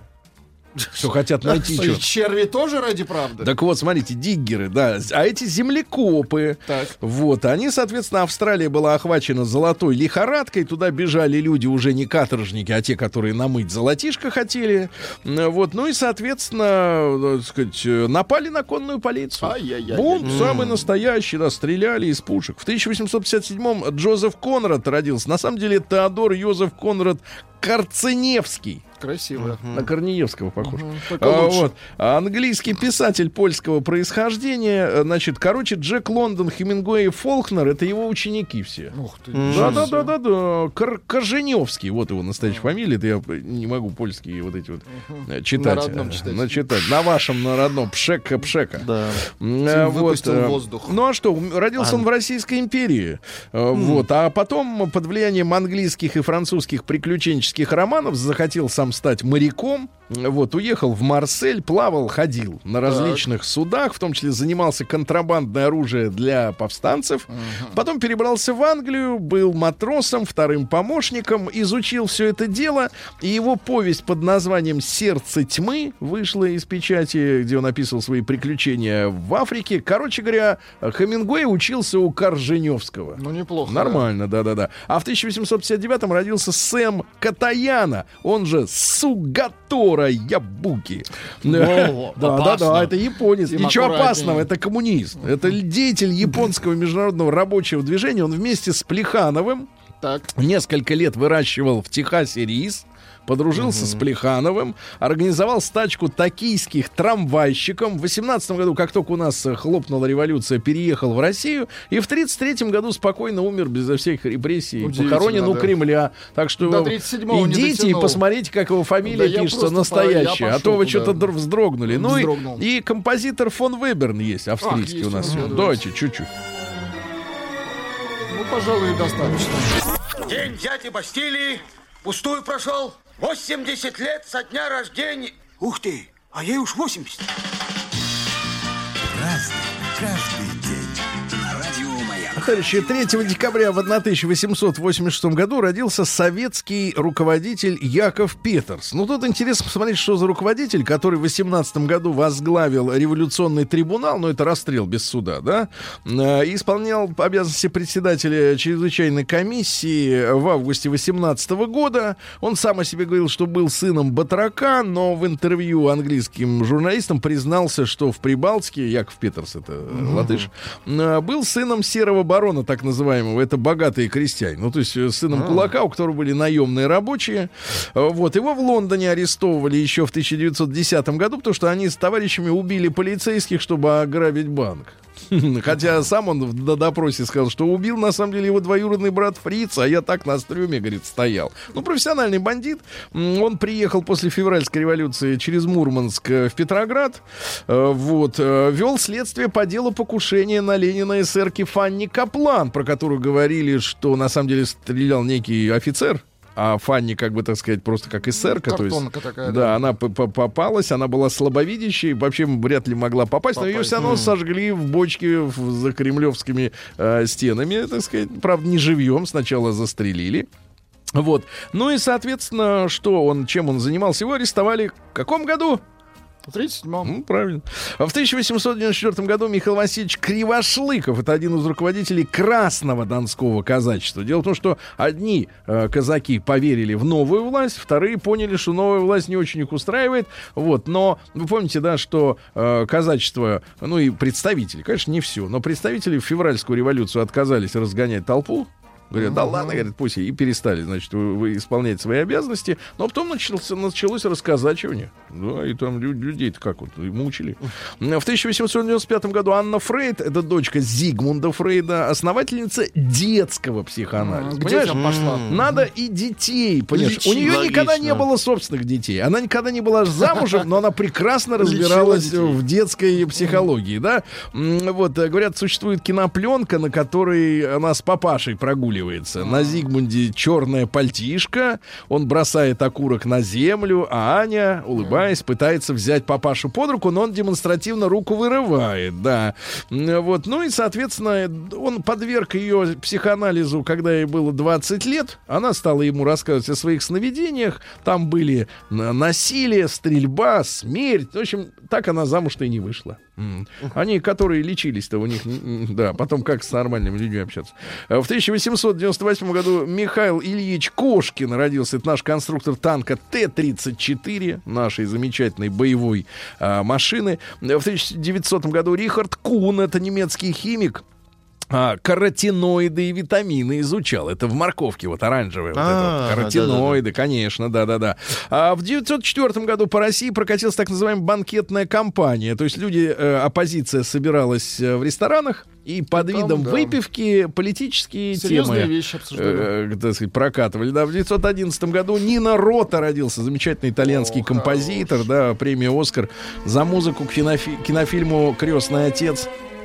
Что хотят найти, И что. черви тоже ради правды? Так вот, смотрите, диггеры, да, а эти землекопы, Так. вот, они, соответственно, Австралия была охвачена золотой лихорадкой, туда бежали люди уже не каторжники, а те, которые намыть золотишко хотели, вот, ну и, соответственно, так сказать, напали на конную полицию. Ай-яй-яй. Бунт самый настоящий, да, стреляли из пушек. В тысяча восемьсот пятьдесят седьмом Джозеф Конрад родился, на самом деле Теодор Йозеф Конрад Карценевский. Красиво. На Корнеевского похож. только А, лучше. вот. А английский писатель польского происхождения. Значит, короче, Джек Лондон, Хемингуэй и Фолкнер — это его ученики все. Ух ты. Да-да-да-да-да. Корженевский. Вот его настоящая фамилия. Это я не могу польские вот эти вот э, читать. На родном читать. На, читать. На вашем, на родном. Пшека-пшека. Да. М, Тим а, вот, выпустил э, воздух. Ну а что, родился он в Российской империи. Э, Вот, а потом под влиянием английских и французских приключенческих романов захотел сам стать моряком. Вот, уехал в Марсель, плавал, ходил на различных судах, в том числе занимался контрабандное оружие для повстанцев. Потом перебрался в Англию, был матросом, вторым помощником, изучил все это дело, и его повесть под названием «Сердце тьмы» вышла из печати, где он описывал свои приключения в Африке. Короче говоря, Хемингуэй учился у Корженевского. Ну, неплохо. Нормально, да-да-да. А в тысяча восемьсот пятьдесят девятом родился Сэм Катаяна, он же Сугатора Ябуки. О, Да-да-да, опасно. это японец. Им Ничего аккуратнее. опасного, это коммунист. Это деятель японского международного рабочего движения. Он вместе с Плехановым Так. несколько лет выращивал в Техасе рис. Подружился с Плехановым, организовал стачку токийских трамвайщиков. В восемнадцатом году, как только у нас э, хлопнула революция, переехал в Россию. И в тридцать третьем году спокойно умер безо всех репрессий. Удивительно, Похоронен у да. Кремля. Так что До вы тридцать седьмого не идите и дотянул. посмотрите, как его фамилия Да я пишется просто настоящая. по- я А то вы пошел что-то туда. др- вздрогнули. Ну и, Вздрогнул. и композитор фон Веберн есть, австрийский есть у нас. у нас, да, Давайте чуть-чуть. Ну, пожалуй, достаточно. День дяди Бастилии пустую прошел. восемьдесят лет со дня рождения. Ух ты, а ей уж восемьдесят. Разный, каждый день. На радио Маяк. Товарищи, третьего декабря в тысяча восемьсот восемьдесят шестом году родился советский руководитель Яков Петерс. Ну, тут интересно посмотреть, что за руководитель, который в восемнадцатом году возглавил революционный трибунал, ну, это расстрел без суда, да, э, и исполнял обязанности председателя чрезвычайной комиссии в августе восемнадцатого года. Он сам о себе говорил, что был сыном батрака, но в интервью английским журналистам признался, что в Прибалтике, Яков Петерс, это mm-hmm. латыш, э, был сыном серого барона, так называемого, это богатые крестьяне. Ну, то есть э, сыном кулака, у которого были наемные рабочие. Э, Вот, его в Лондоне арестовывали еще в тысяча девятьсот десятом году, потому что они с товарищами убили полицейских, чтобы ограбить банк. Хотя сам он на допросе сказал, что убил на самом деле его двоюродный брат Фриц, а я так на стреме, говорит, стоял. Ну, профессиональный бандит. М, Он приехал после февральской революции через Мурманск э, в Петроград. Э, Вот. э, Вел следствие по делу покушения на Ленина эсерки Фанни Каплан, про которую говорили, что на самом деле стрелял некий офицер. А Фанни, как бы, так сказать, просто как эсерка. То есть, Картонка такая, да, да. она п- п- попалась, она была слабовидящей, вообще вряд ли могла попасть, но ее Попасть. все равно сожгли в бочке в- за кремлевскими э, стенами, так сказать. Правда, не живьем, сначала застрелили. Вот. Ну и, соответственно, что он, чем он занимался? Его арестовали в каком году? В тридцать седьмом. Ну, правильно. А в тысяча восемьсот девяносто четвёртом году Михаил Васильевич Кривошлыков, это один из руководителей Красного Донского казачества. Дело в том, что одни э, казаки поверили в новую власть, вторые поняли, что новая власть не очень их устраивает. Вот. Но вы помните, да, что э, казачество, ну и представители, конечно, не все, но представители в февральскую революцию отказались разгонять толпу. Говорят, да ладно, говорят, пусть и перестали, значит, вы, вы исполнять свои обязанности. Но потом начался, началось расказачивание. Да, и там лю- людей-то как вот, и мучили. В тысяча восемьсот девяносто пятом году Анна Фрейд, это дочка Зигмунда Фрейда, основательница детского психоанализа. Где Понимаешь? там пошла? Надо и детей, понимаешь? Лечи, У нее логично. никогда не было собственных детей. Она никогда не была замужем, но она прекрасно разбиралась детей. в детской психологии, да? М, Вот, э, говорят, существует кинопленка, на которой она с папашей прогуливается. На Зигмунде черная пальтишко, он бросает окурок на землю, а Аня, улыбаясь, пытается взять папашу под руку, но он демонстративно руку вырывает, да. М, Вот, ну и, соответственно, он подверг ее психоанализу, когда ей было двадцать лет. Она стала ему рассказывать о своих сновидениях. Там были н- насилие, стрельба, смерть. В общем, так она замуж-то и не вышла. М. Они, которые лечились-то у них, м, м, да, потом как с нормальными людьми общаться. А В тысяча восемьсот девяносто восьмом году Михаил Ильич Кошкин родился. Это наш конструктор танка Т тридцать четыре, нашей замечательной боевой а, машины. В тысяча девятисотом году Рихард Кун, это немецкий химик, а, каротиноиды и витамины изучал. Это в морковке, вот оранжевые. Вот это А, вот. Каротиноиды, конечно, да-да-да. А в девятьсот четвёртом году по России прокатилась так называемая банкетная кампания. То есть люди, э, оппозиция собиралась э, в ресторанах, и под там, видом да. выпивки политические Серьезные темы вещи обсуждали. э, так сказать, прокатывали. Да, в девятьсот одиннадцатом году Нино Рота родился, замечательный итальянский О, композитор, хорош. да, премия «Оскар» за музыку к кинофи- кинофильму «Крестный отец».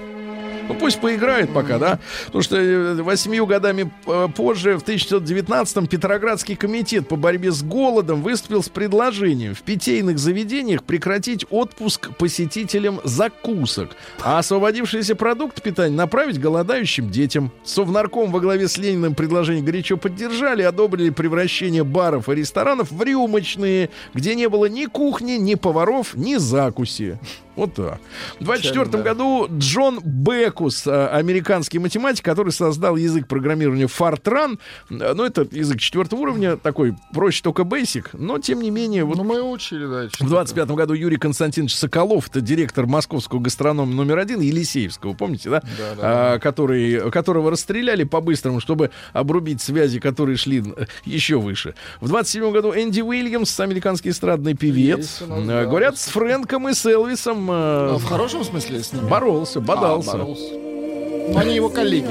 Ну, пусть поиграет пока, да? Потому что э, восьмью годами э, позже, в тысяча девятьсот девятнадцатом, Петроградский комитет по борьбе с голодом выступил с предложением в питейных заведениях прекратить отпуск посетителям закусок, а освободившиеся продукты питания направить голодающим детям. Совнарком во главе с Лениным предложение горячо поддержали, одобрили превращение баров и ресторанов в рюмочные, где не было ни кухни, ни поваров, ни закуси. Вот так. В двадцать четвёртом году Джон Бекус, э, американский математик, который создал язык программирования Fortran. Э, Ну, это язык четвертого уровня, такой проще только Basic, но тем не менее... Вот Ну, мы учили, да. в двадцать пятом году Юрий Константинович Соколов, это директор московского гастронома номер один, Елисеевского, помните, да? Да, да, А, который, которого расстреляли по-быстрому, чтобы обрубить связи, которые шли э, еще выше. В двадцать седьмом году Энди Уильямс, американский эстрадный певец. Есть у нас, Э, да, Говорят, с Фрэнком и с Элвисом э, А в хорошем смысле с ними? боролся, бодался. А, боролся. Ну, они его коллеги.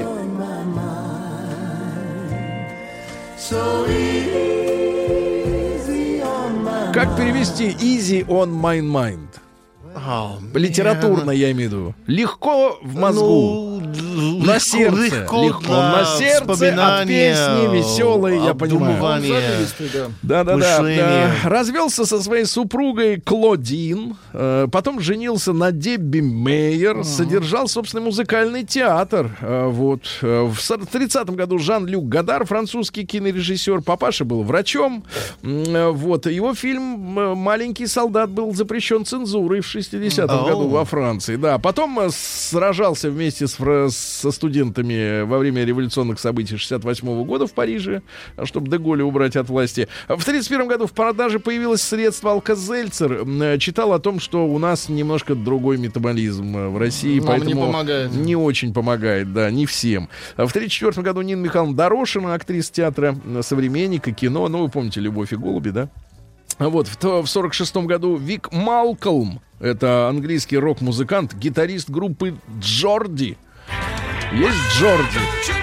Как перевести easy on my mind? Литературно, я имею в виду. Легко в мозгу. Ну, На легко- сердце. легко Легко для на сердце от вспоминания, песни веселой, я понимаю. обдумывания. Заливистый, да. Да-да-да. Мышление. да. Развелся со своей супругой Клодин, э, потом женился на Дебби Мейер, содержал собственный музыкальный театр. Э, вот. Э, В сор- тридцатом году Жан-Люк Годар, французский кинорежиссер, папаша был врачом. М, э, Вот. Его фильм э, «Маленький солдат» был запрещен цензурой в шестидесятом Ау. году во Франции. Да. Потом э, сражался вместе с, фра- со студентами во время революционных событий шестьдесят восьмого года в Париже, чтобы де Голля убрать от власти. В тридцать первом году в продаже появилось средство Алка-Зельцер. М, Читал о том, что у нас немножко другой метаболизм э, в России, Нам поэтому не помогает. не очень помогает, да, не всем. В тридцать четвёртом году Нина Михайловна Дорошина, актриса театра э, «Современника», кино, ну, вы помните «Любовь и голуби», да? Вот, в, то- в сорок шестом году Вик Малкольм, это английский рок-музыкант, гитарист группы Джорди. Есть Джорди?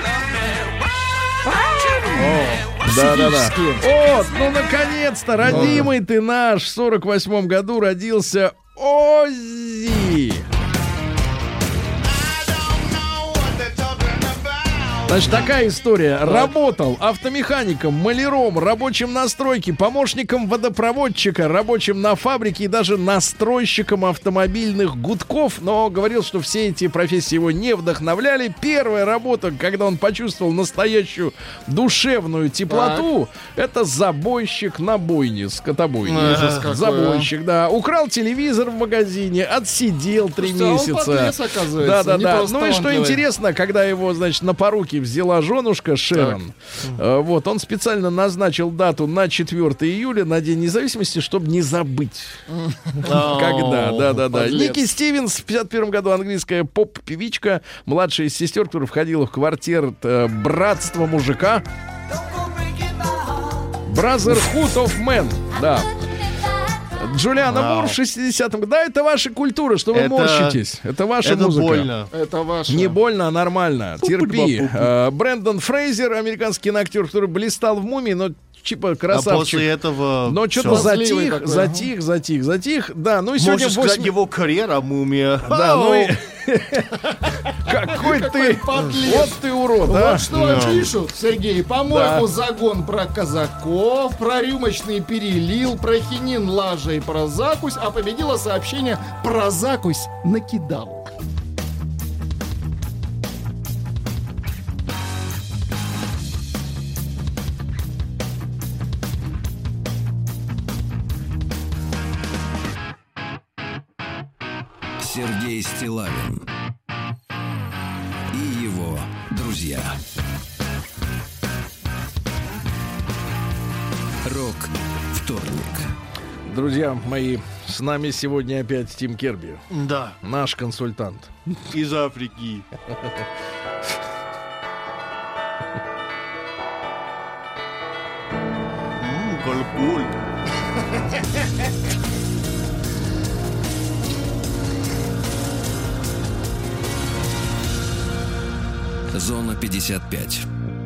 Да-да-да. Вот, ну, наконец-то, родимый ты наш. В сорок восьмом году родился Оззи. Значит, такая история. Работал автомехаником, маляром, рабочим на стройке, помощником водопроводчика, рабочим на фабрике и даже настройщиком автомобильных гудков. Но говорил, что все эти профессии его не вдохновляли. Первая работа, когда он почувствовал настоящую душевную теплоту, так. это забойщик на бойне, скотобойне. А, забойщик, да. Украл телевизор в магазине, отсидел три месяца. Да-да-да. Ну и что интересно, когда его, значит, на поруки взяла женушка Шерон. Uh, вот, он специально назначил дату на четвёртое июля, на День независимости, чтобы не забыть. Когда, да-да-да. Ники Стивенс в пятьдесят первом году, английская поп-певичка, младшая из сестер, которая входила в квартет «Братство мужика». Brotherhood of Men, да. Джулиана Вау. Мур в шестидесятом году. Да, это ваша культура, что вы это... морщитесь. Это ваша это музыка. Больно. Это ваша. Не больно, а нормально. Терпи. Uh, Брэндон Фрейзер, американский киноактер, который блистал в «Мумии», но типа красавчик. А после этого... Но что-то затих, такой, затих, затих, затих. Да, ну и сегодня... Можешь сказать, его карьера «Мумия». Да, ну и... Какой ты... Вот ты урод, а? Вот что пишут, Сергей. По-моему, загон про казаков, про рюмочный перелил, про хинин, лажа и про закусь, а победило сообщение про закусь накидал. Сергей Стиллавин и его друзья. Рок-вторник. Друзья мои, с нами сегодня опять Тим Керби. Да. Наш консультант. Из Африки. Ммм, колоколь. Зона пятьдесят пять.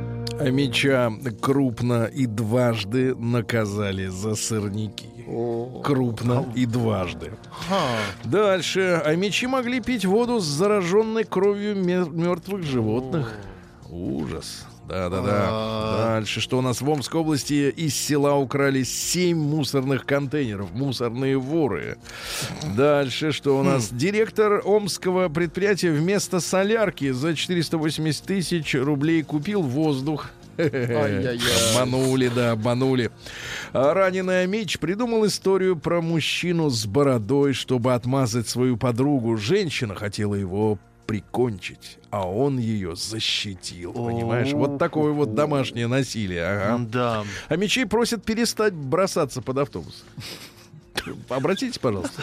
Амича крупно и дважды наказали за сорняки. О, крупно и дважды. Ха. Дальше. Амичи могли пить воду с зараженной кровью мертвых животных. О. Ужас. Да-да-да. А-а-а. Дальше, что у нас в Омской области из села украли семь мусорных контейнеров. Мусорные воры. Дальше, что у нас директор омского предприятия вместо солярки за четыреста восемьдесят тысяч рублей купил воздух. Обманули, да, обманули. А раненый Амич придумал историю про мужчину с бородой, чтобы отмазать свою подругу. Женщина хотела его прикончить, а он ее защитил, понимаешь? Вот такое вот домашнее насилие. Ага. Да. А Мечей просят перестать бросаться под автобус. Обратитесь, пожалуйста.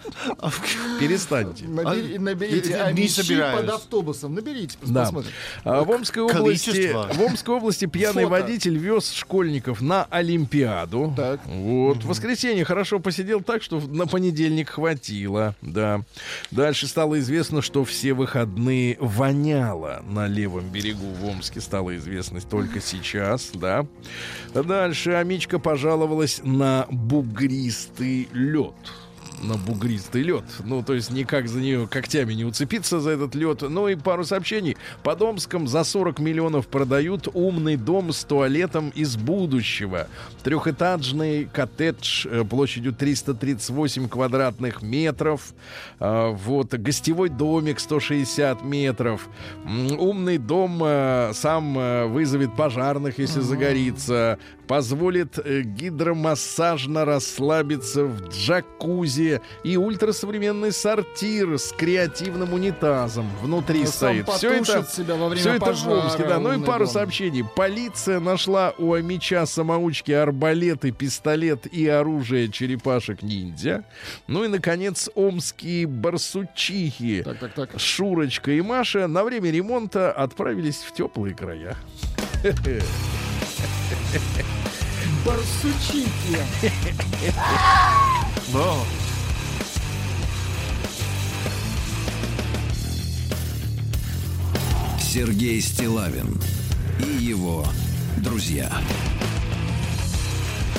Перестаньте. Набери, наберите а, Амичи под автобусом. Наберите, да. посмотрим. А в Омской области, в Омской области пьяный Фото. водитель вез школьников на Олимпиаду. Так. Вот. В воскресенье хорошо посидел так, что на понедельник хватило. Да. Дальше стало известно, что все выходные воняло на левом берегу в Омске. Стало известно только сейчас. Да. Дальше Амичка пожаловалась на бугристый лед. На бугристый лед. Ну, то есть никак за нее когтями не уцепиться за этот лед. Ну и пару сообщений. Под Омском за сорок миллионов продают умный дом с туалетом из будущего. Трехэтажный коттедж площадью триста тридцать восемь квадратных метров. А, вот. Гостевой домик сто шестьдесят метров. Умный дом а, сам а, вызовет пожарных, если mm-hmm. загорится. Позволит э, гидромассажно расслабиться в джакузи. И ультрасовременный сортир с креативным унитазом внутри Но стоит. Все это, себя во время все это пожара, в Омске, да. Ну и пару дом. сообщений. Полиция нашла у Амича-самоучки арбалеты, пистолет и оружие черепашек-ниндзя. Ну и, наконец, омские барсучихи так, так, так. Шурочка и Маша на время ремонта отправились в теплые края. Барсучихи. Сергей Стиллавин и его друзья.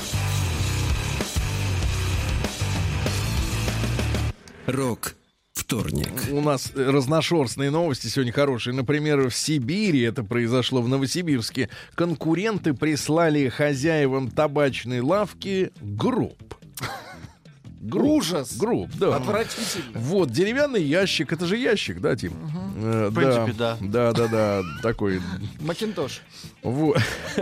Рок-вторник. вторник. У нас разношерстные новости сегодня хорошие. Например, в Сибири, это произошло в Новосибирске, конкуренты прислали хозяевам табачной лавки гроб. Гроб. Ужас. Гроб, да. Отвратительно. Вот, деревянный ящик. Это же ящик, да, Тим? Э, В принципе, да. Да, да, да. Такой. Макинтош. Вот.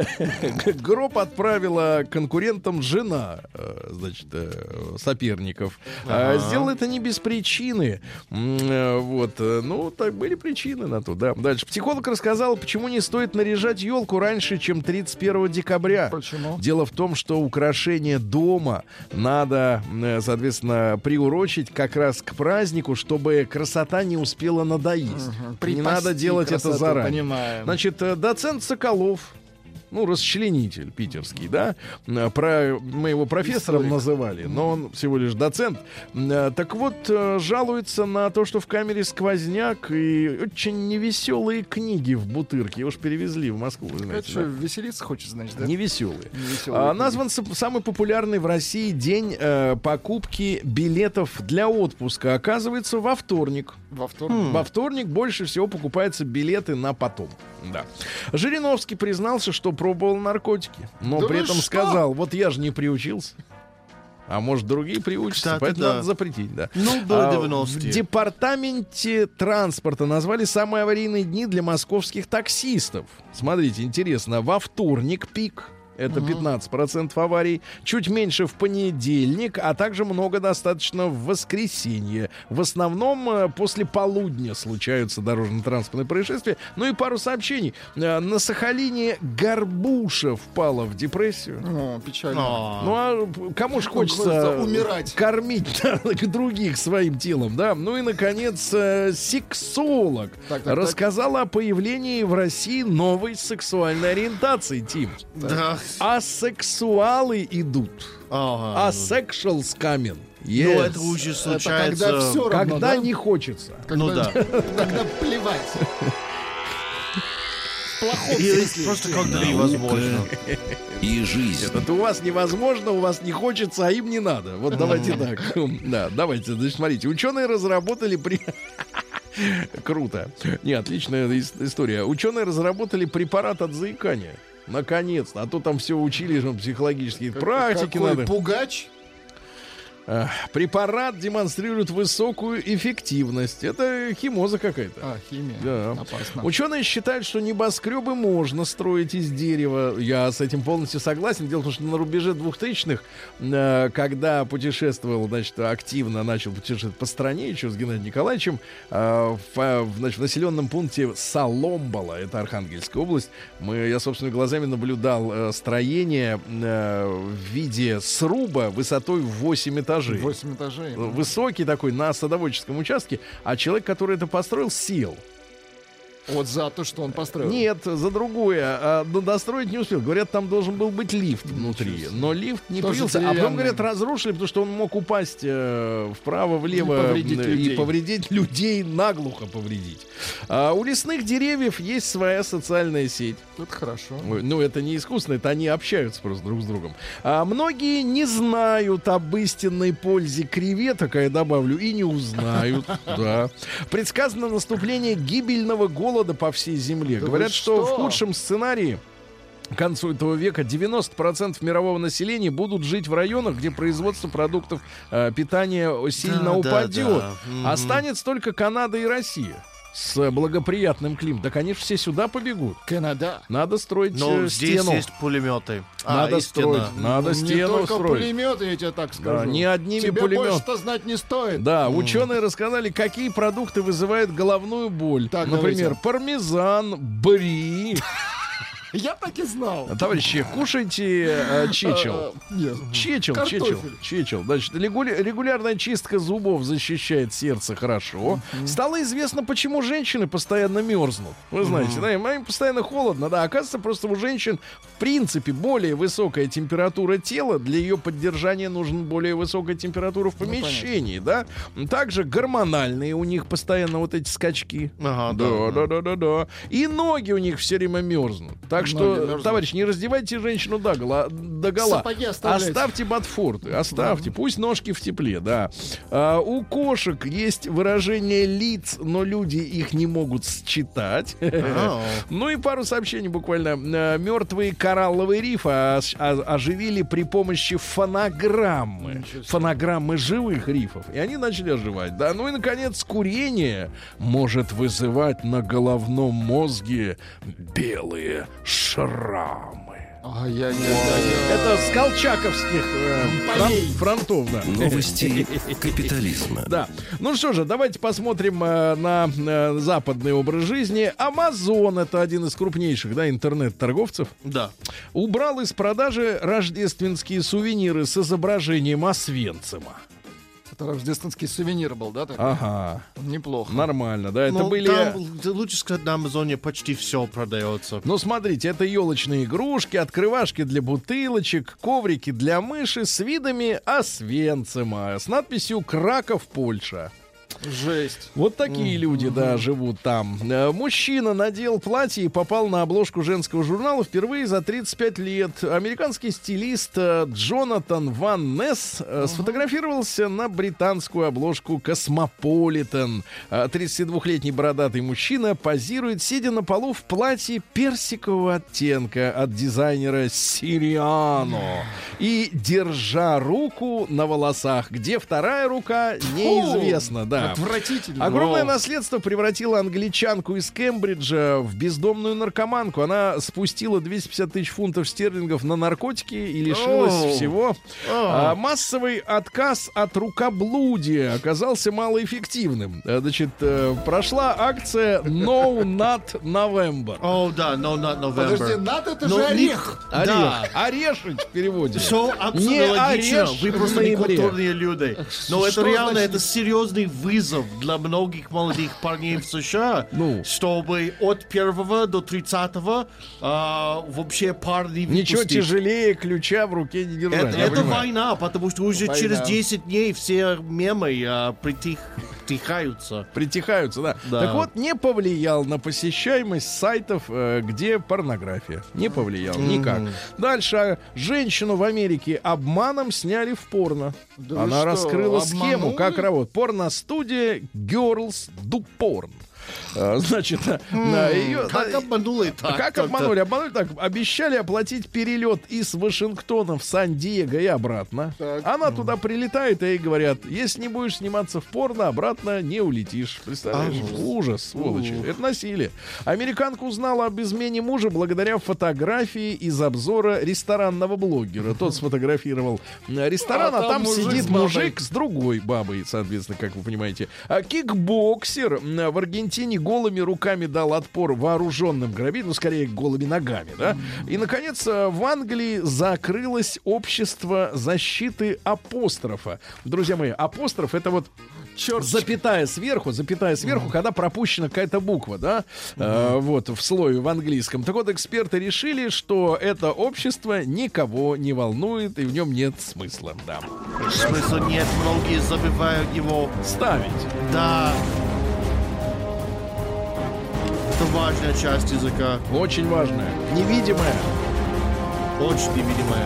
Гроб отправила конкурентам жена, э, значит, э, соперников. А сделала это не без причины. М, э, Вот. э, Ну, так были причины на то, да. Дальше. Психолог рассказал, почему не стоит наряжать елку раньше, чем тридцать первого декабря. Почему? Дело в том, что украшение дома надо, э, соответственно, приурочить как раз к празднику, чтобы красота не успела надоесть. Не Припасти надо делать это красоту, заранее. Понимаем. Значит, э, доцент Соколов, ну, расчленитель питерский, да, э, про, мы его профессором Историк. называли, но он всего лишь доцент. Э, Так вот, э, жалуется на то, что в камере сквозняк и очень невеселые книги в бутырке. Его ж перевезли в Москву, вы Это знаете, что, да? веселиться хочешь, значит, да? Невеселые. Невесёлые А, книги. назван с- самый популярный в России день э, покупки билетов для отпуска. Оказывается, во вторник. Во вторник. Во вторник больше всего покупаются билеты на потом. Да. Жириновский признался, что пробовал наркотики, но Да при вы этом что? сказал: вот я же не приучился. А может, другие приучатся, Кстати, поэтому да. надо запретить, да. Ну, были А, в девяностые. департаменте транспорта назвали самые аварийные дни для московских таксистов. Смотрите, интересно, во вторник пик. Это пятнадцать процентов аварий. Чуть меньше в понедельник, а также много достаточно в воскресенье. В основном э, после полудня случаются дорожно-транспортные происшествия. Ну и пару сообщений. Э, На Сахалине горбуша впала в депрессию. О, печально. А. Ну а кому ж хочется Хочется умирать. кормить да, других своим телом, да? Ну и, наконец, э, сексолог Так, так, так. рассказала о появлении в России новой сексуальной ориентации, Тим. Да. Асексуалы идут. Ага. Asexuals coming. Ну, Yes. это уже Это случается... когда все равно, Когда да? не хочется. Когда, Ну да. Когда плевать. В плохом Или смысле. просто как-то невозможно. И жизнь. Это у вас невозможно, у вас не хочется, а им не надо. Вот давайте так. Да, давайте. Значит, смотрите, ученые разработали при... Круто. Не, отличная ис- история. Ученые разработали препарат от заикания. Наконец-то. А то там все учили, что психологические практики Какой надо. пугач. Эх, Препарат демонстрирует высокую эффективность. Это химоза какая-то. А, химия. Да. Опасно. Ученые считают, что небоскребы можно строить из дерева. Я с этим полностью согласен. Дело в том, что на рубеже двухтысячных, э, когда путешествовал, значит, активно начал путешествовать по стране еще с Геннадием Николаевичем, э, в, в, значит, в населенном пункте Соломбала, это Архангельская область, мы, я собственными глазами наблюдал э, строение э, в виде сруба высотой в восемь этажей. Восемь этажей. Высокий такой на садоводческом участке, а человек, который это построил, сел. Вот за то, что он построил. Нет, за другое. А, но достроить не успел. Говорят, там должен был быть лифт внутри. Но лифт не Тоже появился. А потом, деревянный. говорят, разрушили, потому что он мог упасть э, вправо, влево И повредить м, людей. и повредить людей, наглухо повредить. А у лесных деревьев есть своя социальная сеть. Тут хорошо. Ой, ну, это не искусственно, это они общаются просто друг с другом. А многие не знают об истинной пользе креветок, а я добавлю, и не узнают. Да. Предсказано наступление гибельного голода по всей земле. Да Говорят, вы что что? в худшем сценарии к концу этого века девяносто процентов мирового населения будут жить в районах, где производство продуктов э, питания сильно Да, да, упадет. да. Мгм. Останется только Канада и Россия с благоприятным климатом. Да, конечно, все сюда побегут. Канада. Надо строить Но э, здесь стену. есть пулеметы. Надо а, строить. истина. Надо Не стену только строить. пулеметы, я тебе так скажу. Да, не одними Тебе пулемет- больше-то знать не стоит. Да, ученые рассказали, какие продукты вызывают головную боль. Так, Например, давайте. пармезан, бри. Я так и знал. Товарищи, кушайте э, чечил. А, нет. Чечил, чечил, Картофель. чечил. Значит, регуля- регулярная чистка зубов защищает сердце хорошо. Стало известно, почему женщины постоянно мерзнут. Вы знаете, да, им им постоянно холодно. Да, оказывается, просто у женщин в принципе более высокая температура тела. Для ее поддержания нужна более высокая температура в помещении, да. Также гормональные у них постоянно вот эти скачки. Ага, Да, да, да, да, да, да. И ноги у них все время мерзнут. Так Так что, мерзнут. товарищ, не раздевайте женщину догола. догола. Сапоги оставляйте. Оставьте ботфорты, оставьте. Да. Пусть ножки в тепле, да. А, у кошек есть выражение лиц, но люди их не могут считать. Ну и пару сообщений буквально. Мертвые коралловые рифы оживили при помощи фонограммы. Фонограммы живых рифов. И они начали оживать. Да, ну и, наконец, курение может вызывать на головном мозге белые шрамы. Это с колчаковских э, фрон, фронтов, да. Новости капитализма. Да. Ну что же, давайте посмотрим э, на э, западный образ жизни. Amazon, это один из крупнейших, да, интернет-торговцев. Да. Убрал из продажи рождественские сувениры с изображением Освенцима. Это рождественский сувенир был, да? Такой? Ага. Неплохо. Нормально, да. Это Ну, были... там, лучше сказать, на Амазоне почти все продается. Ну, смотрите, это елочные игрушки, открывашки для бутылочек, коврики для мыши с видами Освенцима, с надписью «Краков, Польша». Жесть. Вот такие люди, да, живут там. Э, Мужчина надел платье и попал на обложку женского журнала впервые за тридцать пять лет. Американский стилист э, Джонатан Ван Несс э, сфотографировался на британскую обложку «Космополитен». Э, тридцатидвухлетний бородатый мужчина позирует, сидя на полу в платье персикового оттенка от дизайнера Сириано и держа руку на волосах. Где вторая рука, неизвестно, да. Отвратительно. Огромное О. наследство превратило англичанку из Кембриджа в бездомную наркоманку. Она спустила двести пятьдесят тысяч фунтов стерлингов на наркотики и лишилась О. всего. А, массовый отказ от рукоблудия оказался малоэффективным. А, Значит, э, прошла акция No Not November. О, да, no, not November. Подожди, над это Но же не- орех. Орех. Да. Орешить в переводе. Все абсолютно Не логично. орешь Вы в просто ноябре. некультурные люди. Но Что это реально значит? это серьезный вызов для многих молодых парней в США, Ну. чтобы от первого до тридцатого а, вообще парни Ничего выпустить. тяжелее ключа в руке не держать. Это, я это понимаю. война, потому что уже Война. через десять дней все мемы а, притих, притихаются. Притихаются, да. Да. Так вот, не повлиял на посещаемость сайтов, э, где порнография. Не повлиял никак. Дальше. а, Женщину в Америке обманом сняли в порно. Да Она вы раскрыла что, схему, обманули? как работает. Порностудия Girls Do Porn. А, Значит, на ее... Как обманули так? Как как-то? обманули? Обманули так. Обещали оплатить перелет из Вашингтона в Сан-Диего и обратно. Так. Она туда прилетает, и ей говорят: если не будешь сниматься в порно, обратно не улетишь. Представляешь? Ужас. Ужас, сволочи. Это насилие. Американка узнала об измене мужа благодаря фотографии из обзора ресторанного блогера. Тот сфотографировал э, ресторан, А а там там мужик сидит с бабой. мужик с другой бабой, соответственно, как вы понимаете. А кикбоксер м, в Аргентине голыми руками дал отпор вооруженным грабителям, ну, скорее, голыми ногами, да. И, наконец, э, в Англии закрылось общество защиты апострофа. Друзья мои, апостроф — это вот Черт. запятая сверху, запятая сверху, когда пропущена какая-то буква, да, э, вот, в слое в английском. Так вот, эксперты решили, что это общество никого не волнует, и в нем нет смысла, да. Смысла нет, многие забивают его. Ставить. Да. Это важная часть языка. Очень важное. Невидимое. Очень невидимая.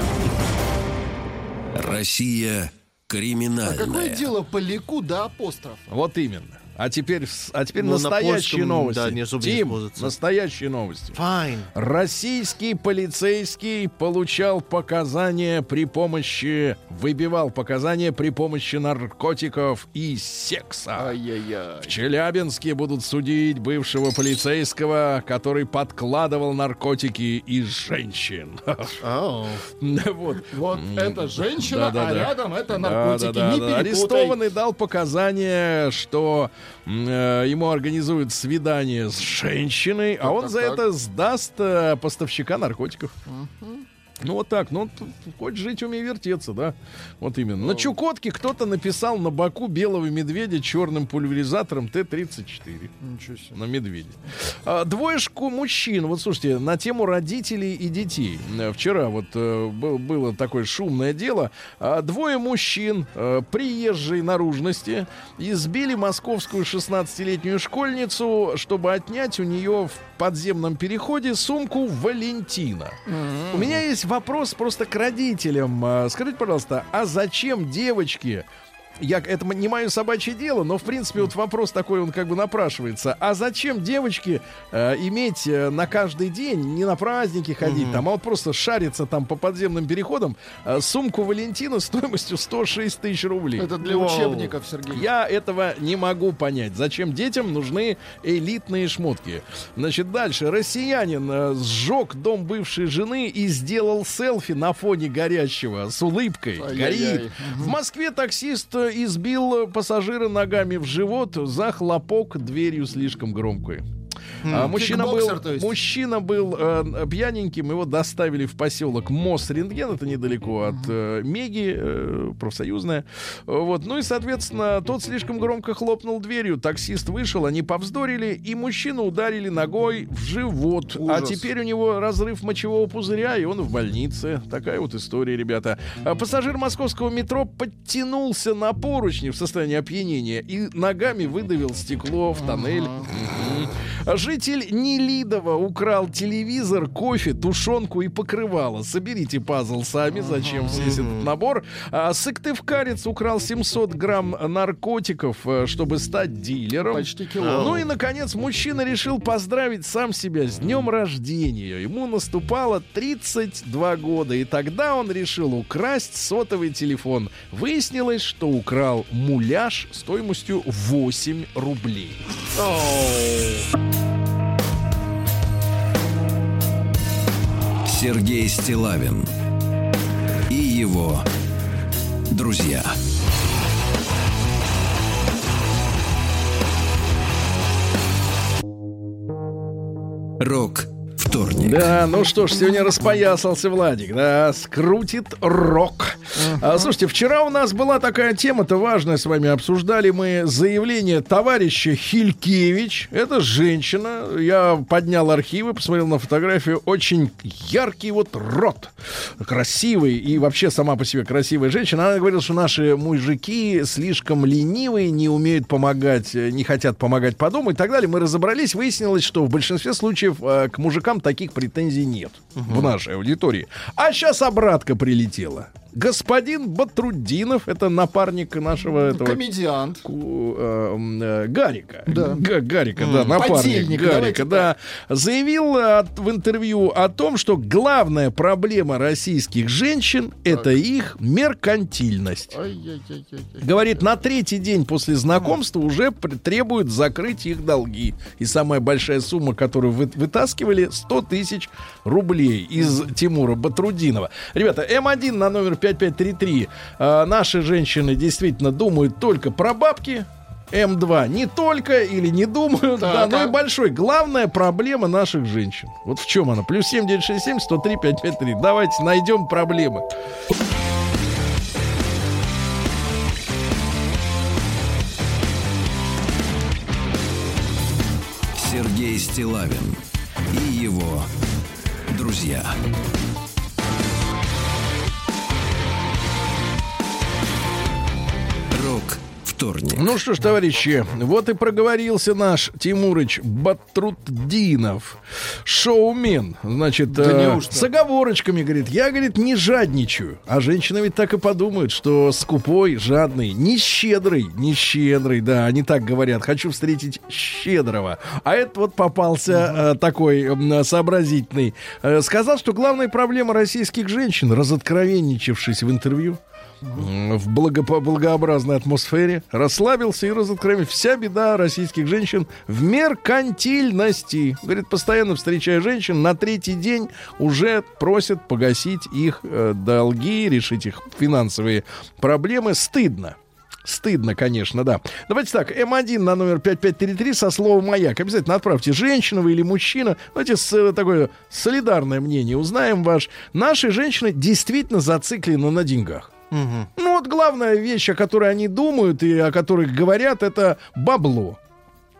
Россия криминальная. Какое дело поляку до апостроф? Вот именно. А теперь, а теперь Ну, на настоящие польском, новости. да, не особо не Тим, используется. настоящие новости. Fine. Российский полицейский получал показания при помощи, выбивал показания при помощи наркотиков и секса. Ай-яй-яй. В Челябинске будут судить бывшего полицейского, который подкладывал наркотики и женщин. Oh. Вот. Вот это женщина, Да-да-да. а рядом это наркотики. Да-да-да. Не перепутай. Арестованный дал показания, что м, э, ему организуют свидание с женщиной, а он так, за так. это сдаст э, поставщика наркотиков. Ну вот так, ну т- хочешь жить, умей вертеться, да? Вот именно. На Чукотке кто-то написал на боку белого медведя черным пульверизатором Т тридцать четыре. Ничего себе. На медведя. А, двоечку мужчин. Вот слушайте, на тему родителей и детей. Э, Вчера вот э, был- было такое шумное дело. А, двое мужчин э, приезжей наружности избили московскую шестнадцатилетнюю школьницу, чтобы отнять у нее в подземном переходе сумку Валентина. Mm-hmm. У меня есть вопрос просто к родителям. Скажите, пожалуйста, а зачем девочки... Я, это не мое собачье дело, но, в принципе, вот вопрос такой, он как бы напрашивается. А зачем девочке э, иметь э, на каждый день, не на праздники ходить, mm-hmm. там, а вот просто шариться там по подземным переходам, э, сумку Валентина стоимостью сто шесть тысяч рублей? Это для Вау. учебников, Сергей. Я этого не могу понять. Зачем детям нужны элитные шмотки? Значит, дальше. Россиянин э, сжег дом бывшей жены и сделал селфи на фоне горящего с улыбкой. Ай-яй-яй. Горит. В Москве таксист избил пассажира ногами в живот за хлопок дверью слишком громкой. А, мужчина, был, мужчина был э, пьяненьким, его доставили в поселок Мосрентген, это недалеко от э, Меги, э, профсоюзная. Вот. Ну и, соответственно, тот слишком громко хлопнул дверью, таксист вышел, они повздорили, и мужчину ударили ногой в живот. Ужас. А теперь у него разрыв мочевого пузыря, и он в больнице. Такая вот история, ребята. А пассажир московского метро подтянулся на поручни в состоянии опьянения и ногами выдавил стекло в тоннель. Житель Нелидова украл телевизор, кофе, тушенку и покрывало. Соберите пазл сами, зачем весь этот набор. А сыктывкарец украл семьсот грамм наркотиков, чтобы стать дилером. Почти кило. Ну и, наконец, мужчина решил поздравить сам себя с днем рождения. Ему наступало тридцать два года, и тогда он решил украсть сотовый телефон. Выяснилось, что украл муляж стоимостью восемь рублей. Сергей Стиллавин и его друзья. Рок-вторник. Да, ну что ж, сегодня распоясался Владик, да, скрутит рок. Uh-huh. А, слушайте, вчера у нас была такая тема-то важная, с вами обсуждали мы заявление товарища Хилькевич. Это женщина, я поднял архивы, посмотрел на фотографию, очень яркий вот рот, красивый и вообще сама по себе красивая женщина. Она говорила, что наши мужики слишком ленивые, не умеют помогать, не хотят помогать по дому и так далее. Мы разобрались, выяснилось, что в большинстве случаев э, к мужикам таких претензий нет uh-huh. в нашей аудитории. А сейчас обратка прилетела. Господин Батрутдинов, это напарник нашего этого... Комедиант. Ку, э, э, Гарика. Да. Г- Гарика, mm. да, напарник Подельник, Гарика, да. Заявил от, в интервью о том, что главная проблема российских женщин — это их меркантильность. Ай-яй-яй-яй-яй. Говорит, на третий день после знакомства mm. уже требуют закрыть их долги. И самая большая сумма, которую вы, вытаскивали, сто тысяч рублей из mm. Тимура Батрутдинова. Ребята, эм один на номер пять пять три три. А, наши женщины действительно думают только про бабки. эм два не только или не думают, так, да, но и большой. Главная проблема наших женщин. Вот в чем она? Плюс семь девять шесть семь сто три пять пять три. Давайте найдем проблемы. Сергей Стиллавин и его друзья. Рок-вторник. Ну что ж, товарищи, вот и проговорился наш Тимурыч Батрутдинов, шоумен. Значит, да э, с оговорочками, говорит, я, говорит, не жадничаю. А женщины ведь так и подумают, что скупой, жадный, не щедрый, не щедрый, да, они так говорят, хочу встретить щедрого. А это вот попался э, такой э, сообразительный. Э, сказал, что главная проблема российских женщин, разоткровенничавшись в интервью, в благо- благообразной атмосфере, расслабился и разоткровенился. Вся беда российских женщин в меркантильности. Говорит, постоянно встречая женщин, на третий день уже просят погасить их э, долги, решить их финансовые проблемы. Стыдно. Стыдно, конечно, да. Давайте так, эм один на номер пять пять три три со словом «Маяк». Обязательно отправьте, женщина вы или мужчина. Давайте с, такое солидарное мнение узнаем ваш. Наши женщины действительно зациклены на деньгах. Угу. Ну вот главная вещь, о которой они думают и о которых говорят, это бабло.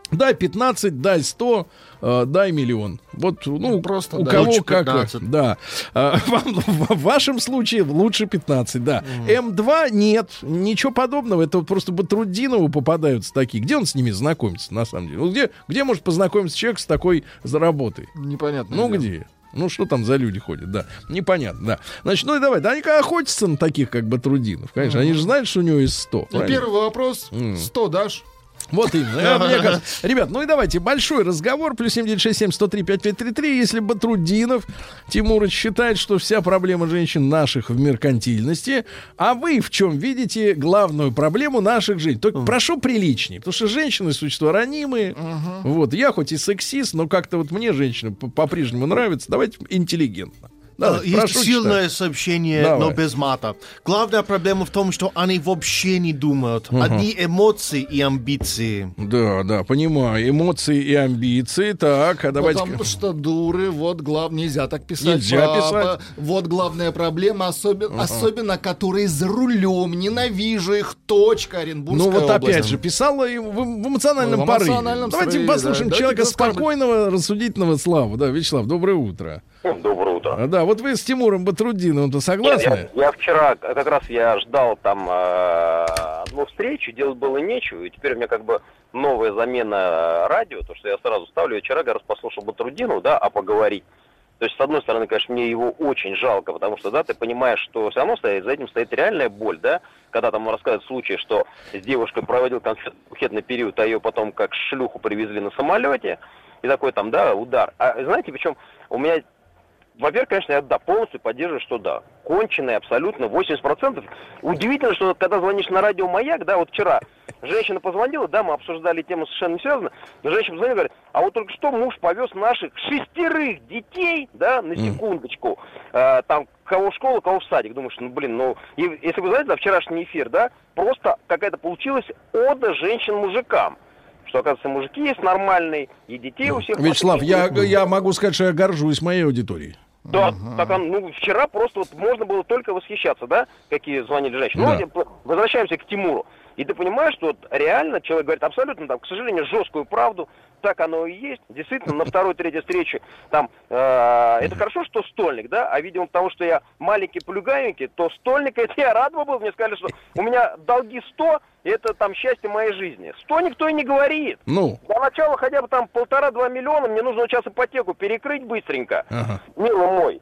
Дай пятнадцать, дай сто, э, дай миллион. Вот, ну, просто у да. кого Лучше как. пятнадцать. Да. А, вам, в вашем случае лучше пятнадцать, да. эм два нет, ничего подобного. Это вот просто Батрутдинову попадаются такие. Где он с ними знакомится, на самом деле? Ну, где, где может познакомиться человек с такой заработой? Непонятно. Ну, где? Ну, что там за люди ходят, да. Непонятно, да. Значит, ну и давай. Да они как охотятся на таких, как Батрутдинов. Конечно, они же знают, что у него есть сто. И первый вопрос. сто дашь? Вот именно. Я, мне кажется. Ребят, ну и давайте большой разговор. Плюс семь девять шесть семь сто три пять пять три три. Если Батрутдинов Тимурыч считает, что вся проблема женщин наших в меркантильности, а вы в чем видите главную проблему наших женщин? Только прошу приличнее, потому что женщины существа ранимые. Uh-huh. Вот, я хоть и сексист, но как-то вот мне женщины по-прежнему нравятся. Давайте интеллигентно. Давай, Есть прошу сильное читать. сообщение, Давай. но без мата. Главная проблема в том, что они вообще не думают. Угу. Одни эмоции и амбиции. Да, да, понимаю. Эмоции и амбиции. Так, а давайте... Потому что дуры, вот главное, нельзя так писать. Нельзя папа. писать. Вот главная проблема, особенно, uh-huh. особенно которые за рулем. Ненавижу их, точка, Оренбургская Ну вот область. опять же, писала и в, в эмоциональном В порыве. эмоциональном Давайте порыве, послушаем да. человека Давайте спокойного, рассудительного Славу. Да, Вячеслав, доброе утро. Доброе утро. А, да, вот вы с Тимуром Батрутдиновым-то согласны? Нет, я, я вчера как раз я ждал там э, одну встречу, делать было нечего, и теперь у меня как бы новая замена радио, то что я сразу ставлю, я вчера как раз послушал Батрутдинова, да, а поговорить. То есть, с одной стороны, конечно, мне его очень жалко, потому что, да, ты понимаешь, что все равно стоит, за этим стоит реальная боль, да, когда там рассказывают случай, что с девушкой проводил конфетный период, а ее потом как шлюху привезли на самолете, и такой там, да, удар. А знаете, причем у меня... Во-первых, конечно, я да, полностью поддерживаю, что да, конченые абсолютно, восемьдесят процентов. Удивительно, что когда звонишь на радио «Маяк», да, вот вчера женщина позвонила, да, мы обсуждали тему совершенно не связанную, женщина позвонила и говорит, а вот только что муж повез наших шестерых детей, да, на секундочку, э, там, кого в школу, кого в садик. Думаешь, ну, блин, ну, и, если вы знаете, да, вчерашний эфир, да, просто какая-то получилась ода женщин мужикам. Что, оказывается, мужики есть нормальные, и детей у всех... Вячеслав, я, я могу сказать, что я горжусь моей аудиторией. Да, uh-huh. так, ну, вчера просто вот можно было только восхищаться, да, какие звонили женщины. Да. Ну, возвращаемся к Тимуру. И ты понимаешь, что вот реально человек говорит абсолютно, там, к сожалению, жесткую правду. Так оно и есть. Действительно, на второй, третьей встрече там, э, это хорошо, что стольник, да, а видимо, потому что я маленький, плюгаенький, то стольник, это я рад был, мне сказали, что у меня долги сто, и это там счастье моей жизни. сто никто и не говорит. Ну. До начала хотя бы там полтора-два миллиона, мне нужно сейчас ипотеку перекрыть быстренько. Ага. Милый мой.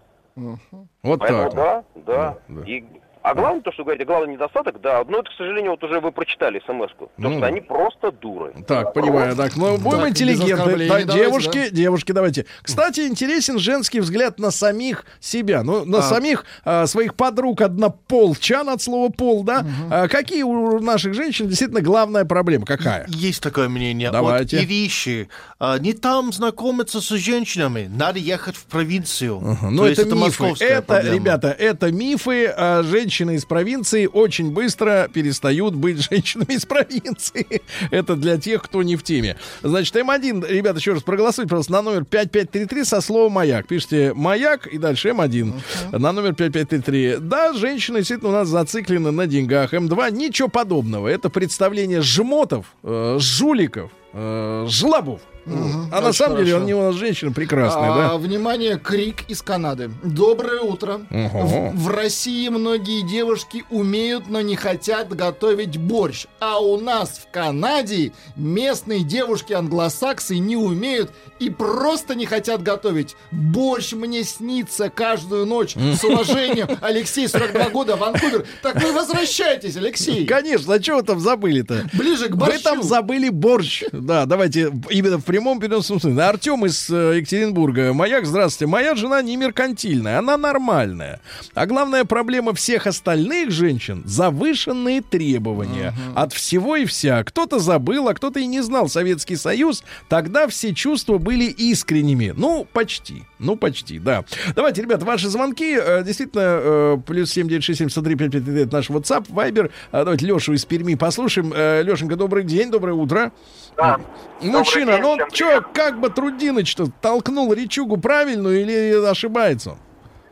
Вот Поэтому, так. да, да. Да, да. И, а главное, то, что говорите, главный недостаток, да, ну это, к сожалению, вот уже вы прочитали смс-ку, то, Ну. что они просто дуры. Так, понимаю, так, ну будем Так, без интеллигентны. оскорблений Да, давайте, девушки, да. девушки, давайте. Кстати, интересен женский взгляд на самих себя, ну, на самих а, своих подруг однополчан от слова пол, да? А, какие у наших женщин действительно главная проблема? Какая? Есть такое мнение. Давайте. Вот Ириши. А, не там знакомиться с женщинами. Надо ехать в провинцию. Ага, То ну, есть это мифы. московская Это, проблема. ребята, это мифы. А женщины из провинции очень быстро перестают быть женщинами из провинции. Это для тех, кто не в теме. Значит, эм один, ребята, еще раз проголосуйте, пожалуйста, на номер пять пять три три со словом «Маяк». Пишите «Маяк» и дальше эм один. Uh-huh. На номер пять пять три три. Да, женщины действительно у нас зациклены на деньгах. эм два ничего подобного. Это представление жмотов, э, жуликов, э, жлобов. Угу, а на самом деле они у нас женщины прекрасные, а, да? Внимание, крик из Канады. Доброе утро. Угу. В, в России многие девушки умеют, но не хотят готовить борщ. А у нас в Канаде местные девушки-англосаксы не умеют и просто не хотят готовить. Борщ мне снится каждую ночь. С уважением, Алексей, сорок два года, Ванкувер. Так вы возвращайтесь, Алексей. Конечно, а что вы там забыли-то? Ближе к борщу. Вы там забыли борщ. Да, давайте именно в прямом переносном смысле. Артем из э, Екатеринбурга. Маяк, здравствуйте. Моя жена не меркантильная, она нормальная. А главная проблема всех остальных женщин — завышенные требования. Uh-huh. От всего и вся. Кто-то забыл, а кто-то и не знал Советский Союз. Тогда все чувства были искренними. Ну, почти. Ну, почти, да. Давайте, ребят, ваши звонки. Э, действительно, э, плюс семь девять шесть семь сто три пять пять три, это наш WhatsApp, Viber. Э, давайте Лешу из Перми послушаем. Э, Лешенька, добрый день, доброе утро. Да. Мужчина, день, ну всем чё, привет. как бы Трудиныч-то толкнул речугу правильную или ошибается он?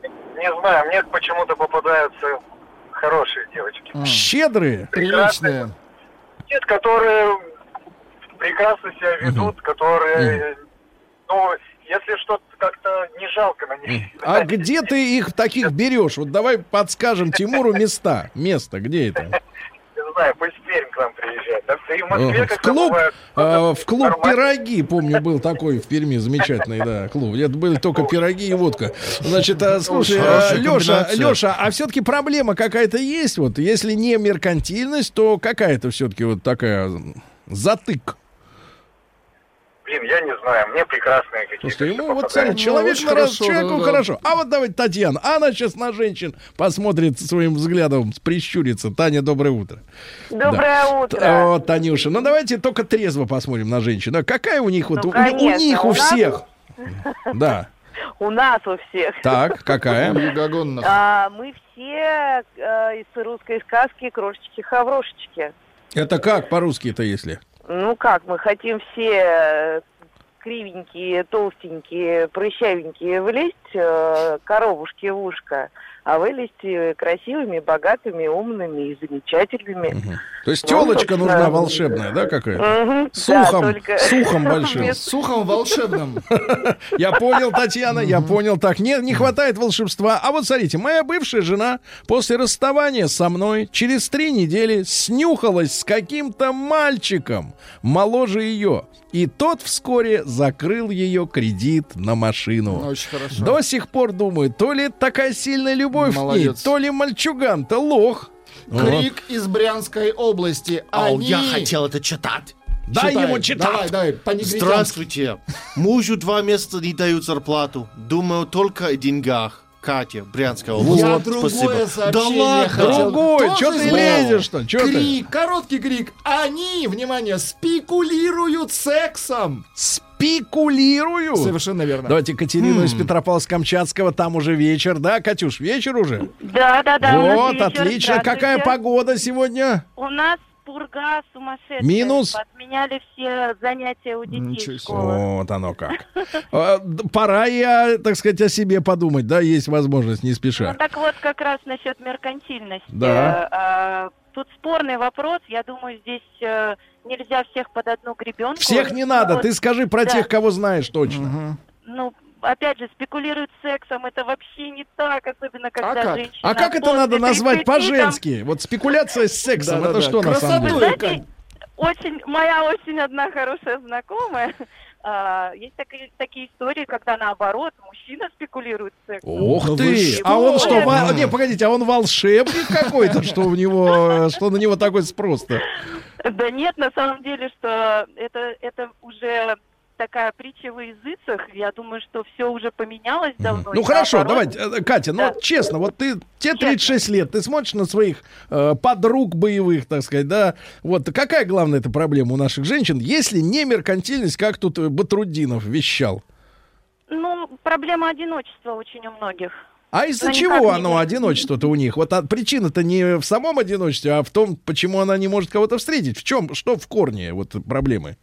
Не знаю, мне почему-то попадаются хорошие девочки. Щедрые. Приличные. Нет, которые, в прекрасно себя ведут, которые, ну, если что-то как-то не жалко на них. А где ты их таких берешь? Вот давай подскажем Тимуру места. Место, где это? Не знаю, пусть Пермь к нам приезжает. Да, и в Москве, В как клуб, бывает, а, в клуб нормально. «Пироги», помню, был такой в Перми, замечательный, да, клуб. Это были только пироги и водка. Значит, а, слушай, а, Хорошая Леша, комбинация. Леша, а все-таки проблема какая-то есть? Вот, если не меркантильность, то какая-то все-таки вот такая затык. Блин, я не знаю, мне прекрасные какие-то. Слушайте, все ему вот, попадают. смотри, человек очень на раз, хорошо, человеку да, да. хорошо. А вот давайте Татьяна, она сейчас на женщин посмотрит своим взглядом, прищурится. Таня, доброе утро. Доброе Да. утро. Т- О, Танюша, ну давайте только трезво посмотрим на женщин. А какая у них вот, Ну, у- у, конечно, них у, у нас- всех? Да. У нас у всех. Так, какая? Многогонных. А, мы все э, из русской сказки крошечки-хаврошечки. Это как по-русски-то, если? Ну как, мы хотим все э, кривенькие, толстенькие, прыщавенькие влезть э, коровушки в ушко, а вылезти красивыми, богатыми, умными и замечательными. Мгм. То есть Ну, телочка собственно, нужна волшебная, да, какая-то? Мгм, С да, ухом, только- с ухом большим. Без- С ухом волшебным. Я понял, Татьяна, я понял. Так, не, не хватает волшебства. А вот смотрите, моя бывшая жена после расставания со мной через три недели снюхалась с каким-то мальчиком моложе ее. И тот вскоре закрыл ее кредит на машину. Очень хорошо. До сих пор думаю, то ли это такая сильная любовь Молодец. к ней, то ли мальчуган-то лох. Крик из Брянской области. А Они... я хотел это читать. Дай Читай, ему читать. Давай, давай, по-негритянски. Здравствуйте. Мужу два месяца не дают зарплату. Думаю только о деньгах. Катя, Брянская область. Я Спасибо. другое Да сообщение ладно. хотел. Другой, Тоже чё ты из- лезешь-то? Чё ты? Крик, короткий крик. Они, внимание, спекулируют сексом. Спекулирую. Совершенно верно. Давайте Катерину из Петропавловска-Камчатского, там уже вечер, да, Катюш, вечер уже? Да, да, да. у нас Вот, вечер. отлично. Здравствуйте. Какая погода сегодня? У нас пурга сумасшедшая. Минус? Отменяли все занятия у детей Ничего в себе. школах. Вот оно как. А, д- Пора и, так сказать, о себе подумать, да, есть возможность, не Ну спеша. так вот, как раз насчет меркантильности. Да. А, тут спорный вопрос. Я думаю, здесь э, нельзя всех под одну гребенку. Всех не надо, Вот, ты скажи про да. тех, кого знаешь точно. Ну, опять же, спекулируют сексом. Это вообще не так, особенно когда как? женщина... А как это после надо назвать тридцати там- по-женски? Вот спекуляция с сексом, это Да-да-да. что на самом Красотой. деле? Знаете, очень, моя очень одна хорошая знакомая, а, есть такие, такие истории, когда наоборот, мужчина спекулирует сексом. Ох Да ты! вы что? А он что, во- Ой. не, погодите, а он волшебник какой-то, что у него, что на него такой спрос-то? Да нет, на самом деле, что это, это уже такая притча во языцах. Я думаю, что все уже поменялось давно. Ну и хорошо, наоборот. давайте, э, Катя, ну Да. вот честно, вот ты, тебе тридцать шесть лет, ты смотришь на своих э, подруг боевых, так сказать, да, вот какая главная эта проблема у наших женщин, если не меркантильность, как тут э, Батрутдинов вещал? Ну, проблема одиночества очень у многих. А из-за Ну, чего никак не оно, может. одиночество-то у них? Вот а, причина-то не в самом одиночестве, а в том, почему она не может кого-то встретить. В чем, что в корне вот проблемы?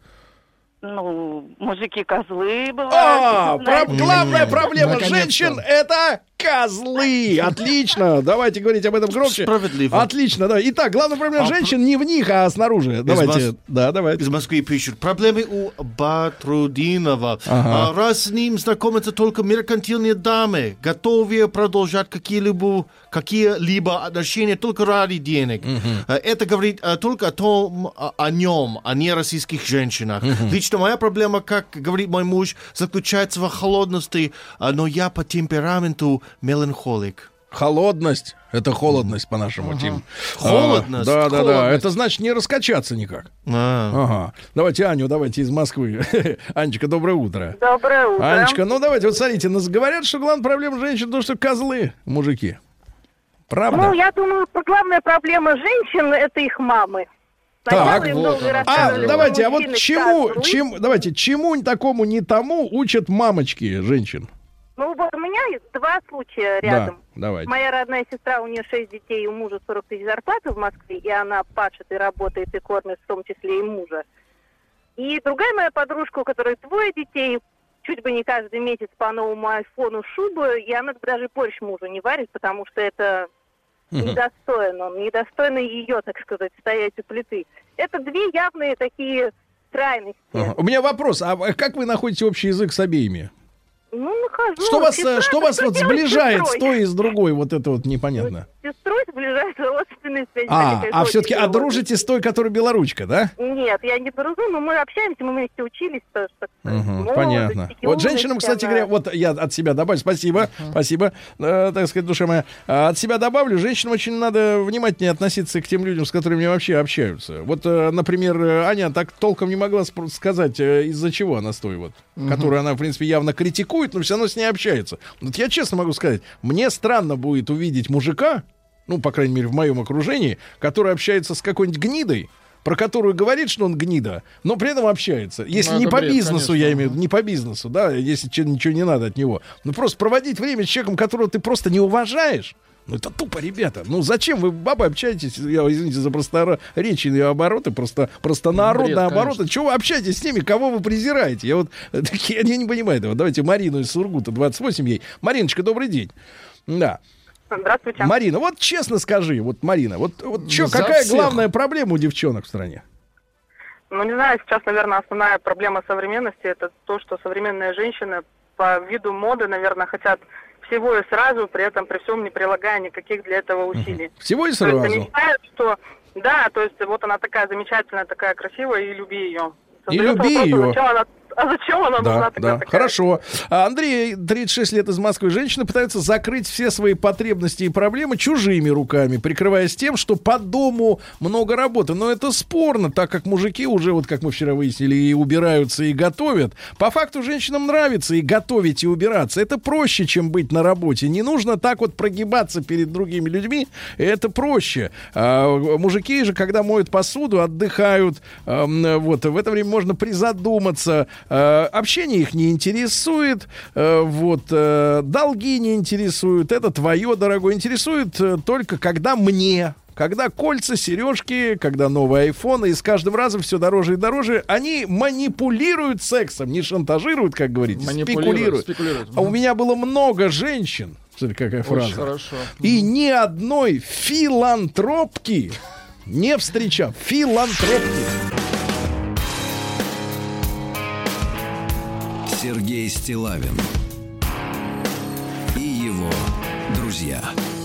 Ну, мужики-козлы бывают. А, знаете. про- главная проблема Наконец-то. женщин — это козлы. Отлично. Давайте говорить об этом громче. Справедливо. Отлично, да. Итак, главная проблема А женщин не в них, а снаружи. Давайте. вас- Да, давайте. Из Москвы пишут. Проблемы у Батрудинова. Ага. А, раз с ним знакомятся только меркантильные дамы, готовые продолжать какие-либо, какие-либо отношения только ради денег. А, это говорит а, только о том, о, о нем, а не о российских женщинах. Лично моя проблема, как говорит мой муж, заключается в холодности, а, но я по темпераменту меланхолик. Холодность. Это холодность по-нашему, Тим. Холодность? А, да, да, да. Холодность. Это значит не раскачаться никак. А. Ага. Давайте Аню, давайте из Москвы. Анечка, доброе утро. Доброе утро. Анечка, ну давайте, вот смотрите, нас говорят, что главная проблема женщин то, что козлы, мужики. Правда? Ну, я думаю, главная проблема женщин — это их мамы. Так, Сначала им вот долго оно. А, рассказывали, что давайте, а вот мужчины чему, козлы. чему, давайте, чему такому не тому учат мамочки женщин? Ну, вот у меня есть два случая рядом. Да, давайте. Моя родная сестра, у нее шесть детей, у мужа сорок тысяч зарплаты в Москве, и она пашет и работает, и кормит в том числе и мужа. И другая моя подружка, у которой двое детей, чуть бы не каждый месяц по новому айфону шубы, и она даже борщ мужу не варит, потому что это недостойно, он недостойно ее, так сказать, стоять у плиты. Это две явные такие нейтральных тем. Ага. У меня вопрос, а как вы находите общий язык с обеими? Ну, нахожу. Что вас, Сестра, что вас вот делать сближает с сестрой? той и с другой? Вот это вот непонятно. С сестрой сближаются родственные связи. А, такая а очень все-таки, а серьезная. дружите с той, которая белоручка, да? Нет, я не дружу, но мы общаемся, мы вместе учились тоже. так сказать. Угу, Молодость, понятно. Вот юность, женщинам, кстати она- говоря, вот я от себя добавлю, спасибо, uh-huh. спасибо, э, так сказать, душа моя. А от себя добавлю, женщинам очень надо внимательнее относиться к тем людям, с которыми вообще общаются. Вот, э, например, Аня так толком не могла спро- сказать, э, из-за чего она с той вот, uh-huh. которую она, в принципе, явно критикует, но все равно с ней общается. Вот я честно могу сказать, мне странно будет увидеть мужика, ну, по крайней мере, в моем окружении, который общается с какой-нибудь гнидой, про которую говорит, что он гнида, но при этом общается. Если Ну, не это по бред, бизнесу, конечно. я имею в виду, не по бизнесу, да, если че- ничего не надо от него. Ну, просто проводить время с человеком, которого ты просто не уважаешь, ну, это тупо, ребята. Ну, зачем вы, бабы, общаетесь, я, извините за просто речи и обороты, просто, просто народные Бред, обороты. конечно. Чего вы общаетесь с теми, кого вы презираете? Я вот я не понимаю этого. Давайте Марину из Сургута, двадцать восемь ей. Мариночка, добрый день. Да. Здравствуйте. Марина, вот честно скажи, вот, Марина, вот, вот чё, За какая всех. главная проблема у девчонок в стране? Ну, не знаю, сейчас, наверное, основная проблема современности — это то, что современные женщины по виду моды, наверное, хотят всего и сразу, при этом при всем не прилагая никаких для этого усилий. Всего и То есть сразу. они считают, что да, то есть вот она такая замечательная, такая красивая, и люби ее. И люби ее. Зачем она, а зачем она Да, нужна тогда да, такая? хорошо. А Андрей, тридцать шесть лет, из Москвы. Женщина пытается закрыть все свои потребности и проблемы чужими руками, прикрываясь тем, что по дому много работы. Но это спорно, так как мужики уже, вот как мы вчера выяснили, и убираются, и готовят. По факту женщинам нравится и готовить, и убираться. Это проще, чем быть на работе. Не нужно так вот прогибаться перед другими людьми. Это проще. А мужики же, когда моют посуду, отдыхают. А, вот, в это время можно призадуматься. А, общение их не интересует. А, вот, а, долги не интересуют. Это твое, дорогое. Интересует а, только когда мне... Когда кольца, сережки, когда новые айфоны, и с каждым разом все дороже и дороже, они манипулируют сексом, не шантажируют, как говорите, спекулируют. спекулируют. А у меня было много женщин, смотри, какая фраза, Очень хорошо. и ни одной филантропки не встречал. Филантропки. Сергей Стиллавин и его друзья.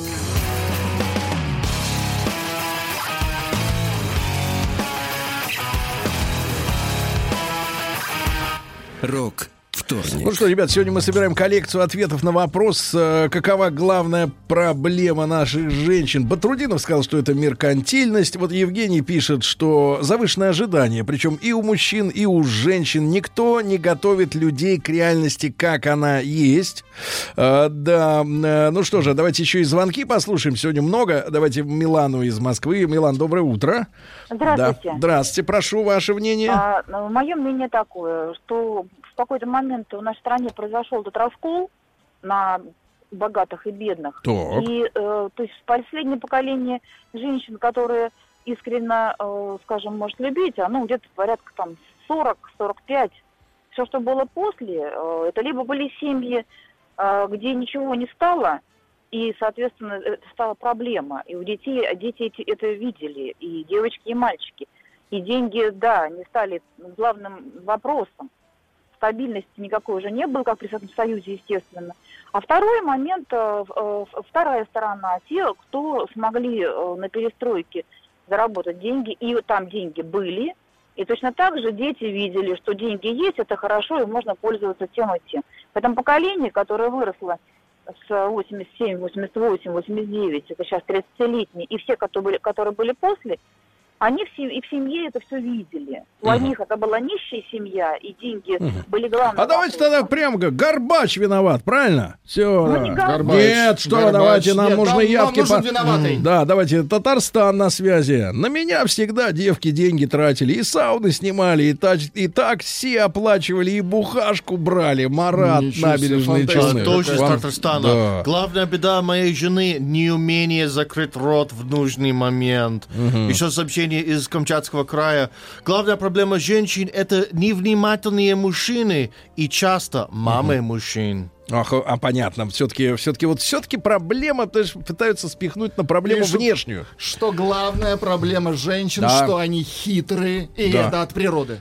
Рок вторник. Ну что, ребят, сегодня мы собираем коллекцию ответов на вопрос, э, какова главная проблема наших женщин. Батрудинов сказал, что это меркантильность. Вот Евгений пишет, что завышенное ожидание, причем и у мужчин, и у женщин. Никто не готовит людей к реальности, как она есть. Э, да, э, ну что же, давайте еще и звонки послушаем. Сегодня много. Давайте Милану из Москвы. Милан, доброе утро. Здравствуйте. Да. Здравствуйте, прошу ваше мнение. А, мое мнение такое, что в какой-то момент в нашей стране произошел этот раскол на богатых и бедных. Так. И э, то есть последнее поколение женщин, которые искренне, э, скажем, может любить, оно где-то порядка там сорок - сорок пять. Все, что было после, э, это либо были семьи, э, где ничего не стало, и, соответственно, это стала проблема. И у детей, дети эти, это видели, и девочки, и мальчики. И деньги, да, не стали главным вопросом. Стабильности никакой уже не было, как при Советском Союзе, естественно. А второй момент, э, э, вторая сторона, те, кто смогли э, на перестройке заработать деньги, и там деньги были, и точно так же дети видели, что деньги есть, это хорошо, и можно пользоваться тем и тем. Поэтому поколение, которое выросло с восемьдесят семь, восемьдесят восемь, восемьдесят девять, это сейчас тридцатилетние, и все, которые были, которые были после, они в семье, и в семье это все видели. У Uh-huh. них это была нищая семья, и деньги Uh-huh. были главным. А давайте тогда прямо как Горбач виноват, правильно? Все. Ну, не Горбач. Нет, что, Горбач. давайте, нам Нет, нужны нам- явки. нам нужен виноватый. Да, давайте, Татарстан на связи. На меня всегда девки деньги тратили, и сауны снимали, и, тач, и такси оплачивали, и бухашку брали. Марат, Ничего набережные себе, Челны. Тоже из Вам- Татарстана. Да. Главная беда моей жены — неумение закрыть рот в нужный момент. Мгм. Еще сообщение из Камчатского края. Главная проблема женщин — это невнимательные мужчины и часто мамы мужчин. Ах, а понятно, все-таки, все-таки, вот все-таки проблема, то есть пытаются спихнуть на проблему Пишут, внешнюю. Что главная проблема женщин, Да. что они хитрые, и Да. это от природы.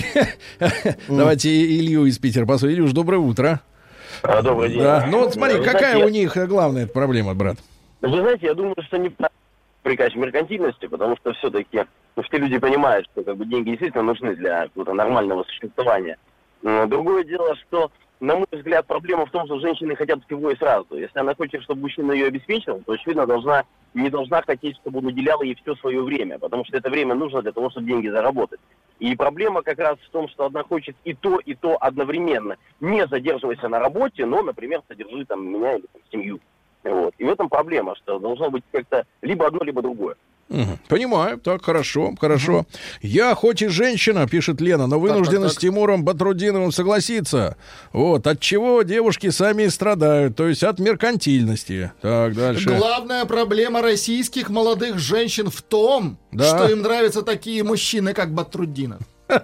Давайте Илью из Питера послушаем. Илюш, доброе утро. А, добрый день. Да. Ну вот смотри, Вы какая знаете, у них главная проблема, брат? Вы знаете, я думаю, что не приказ меркантильности, потому что все-таки ну, все люди понимают, что как бы деньги действительно нужны для какого-то нормального существования. Но другое дело, что, на мой взгляд, проблема в том, что женщины хотят всего и сразу. Если она хочет, чтобы мужчина ее обеспечил, то, очевидно, должна, не должна хотеть, чтобы он уделял ей все свое время, потому что это время нужно для того, чтобы деньги заработать. И проблема как раз в том, что одна хочет и то, и то одновременно. Не задерживайся на работе, но, например, содержи там меня или там, семью. Вот. И в этом проблема, что должно быть как-то либо одно, либо другое. Угу. Понимаю, так, хорошо, хорошо. Угу. Я хоть и женщина, пишет Лена, но вынуждена так, так, так. с Тимуром Батрудиновым согласиться. Вот, от чего девушки сами и страдают, то есть от меркантильности. Так, дальше. Главная проблема российских молодых женщин в том, да. что им нравятся такие мужчины, как Батрудинов.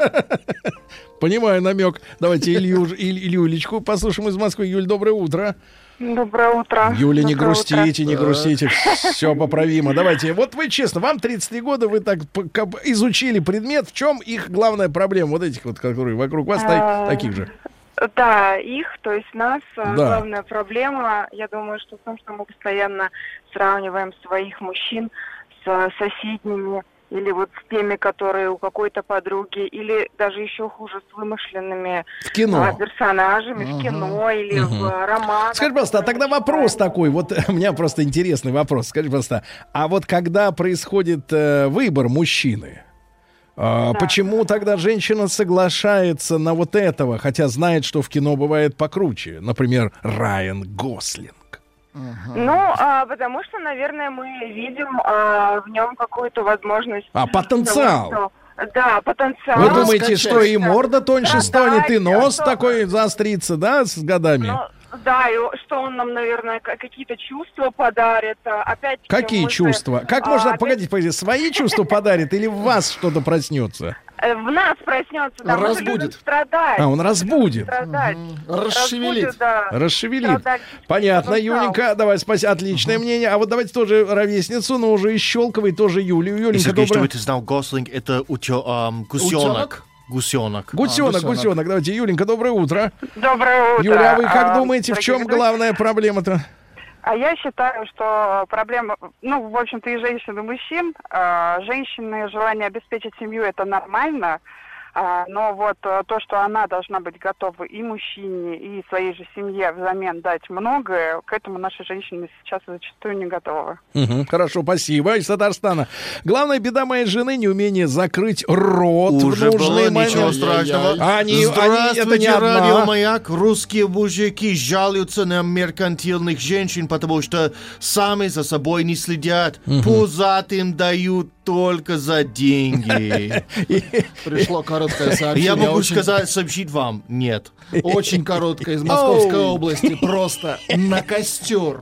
Понимаю намек. Давайте Илью, Илью Ильичку послушаем из Москвы. Юль, доброе утро. Доброе утро. Юля, не Доброе грустите, утро. не грустите, все поправимо. Давайте, вот вы честно, вам тридцать три года, вы так изучили предмет, в чем их главная проблема, вот этих вот, которые вокруг вас, А, таких же? Да, их, то есть нас, Да. главная проблема, я думаю, что в том, что мы постоянно сравниваем своих мужчин с соседними, или вот с теми, которые у какой-то подруги, или даже еще хуже, с вымышленными в кино. а, персонажами uh-huh. в кино или uh-huh. в романах. Скажи, пожалуйста, а тогда вопрос такой, вот у меня просто интересный вопрос. Скажи, пожалуйста, а вот когда происходит э, выбор мужчины, э, да. почему тогда женщина соглашается на вот этого, хотя знает, что в кино бывает покруче? Например, Райан Гослинг. Uh-huh. Ну, а, потому что, наверное, мы видим а, в нем какую-то возможность. А, потенциал. Того, что, да, потенциал. Вы думаете, что и морда тоньше да, станет, да, и нос что... такой заострится, да, с годами? Ну, да, и что он нам, наверное, какие-то чувства подарит. Опять Какие чувства? Же... Как можно, а, погодите, погодите, свои чувства подарит или в вас что-то проснется? В нас проснется, да, мы же любим страдать. А, он разбудит. Угу. Расшевелит. Разбудит, да. Расшевелит. Страдать. Понятно, Юленька, давай, спасибо, отличное угу. мнение. А вот давайте тоже ровесницу, но уже из Щелковой, тоже Юлию. Юленька, Сергей, доброе... чтобы ты знал, Гослинг — это утё, эм, гусенок. Гусенок. Гусенок, а, гусенок. Давайте, Юленька, доброе утро. Доброе утро. Юля, а вы как а, думаете, в чем главная проблема-то? А я считаю, что проблема, ну, в общем-то, и женщин, и мужчин. Э, женщины, желание обеспечить семью — это нормально. А, но вот а, то, что она должна быть готова и мужчине, и своей же семье взамен дать многое, к этому наши женщины сейчас зачастую не готовы. Угу, хорошо, спасибо. Из Татарстана. Главная беда моей жены — неумение закрыть рот Уже в нужный было, момент. ничего страшного. Они, Здравствуйте, они, это не Радио одна. Маяк. Русские мужики жалуются на меркантильных женщин, потому что сами за собой не следят. Угу. Пузатым дают только за деньги. Пришло короткое сообщение. Я могу очень... сказать, сообщить вам, нет. Очень короткое из Московской области. Просто на костер.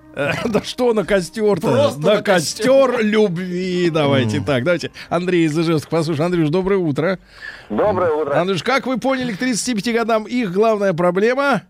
Да что на костер-то? Просто на, на костер, костер любви. Давайте mm. так, давайте. Андрей из Ижевска, послушай. Андрюш, доброе утро. Доброе утро. Андрюш, как вы поняли, к тридцати пяти годам их главная проблема?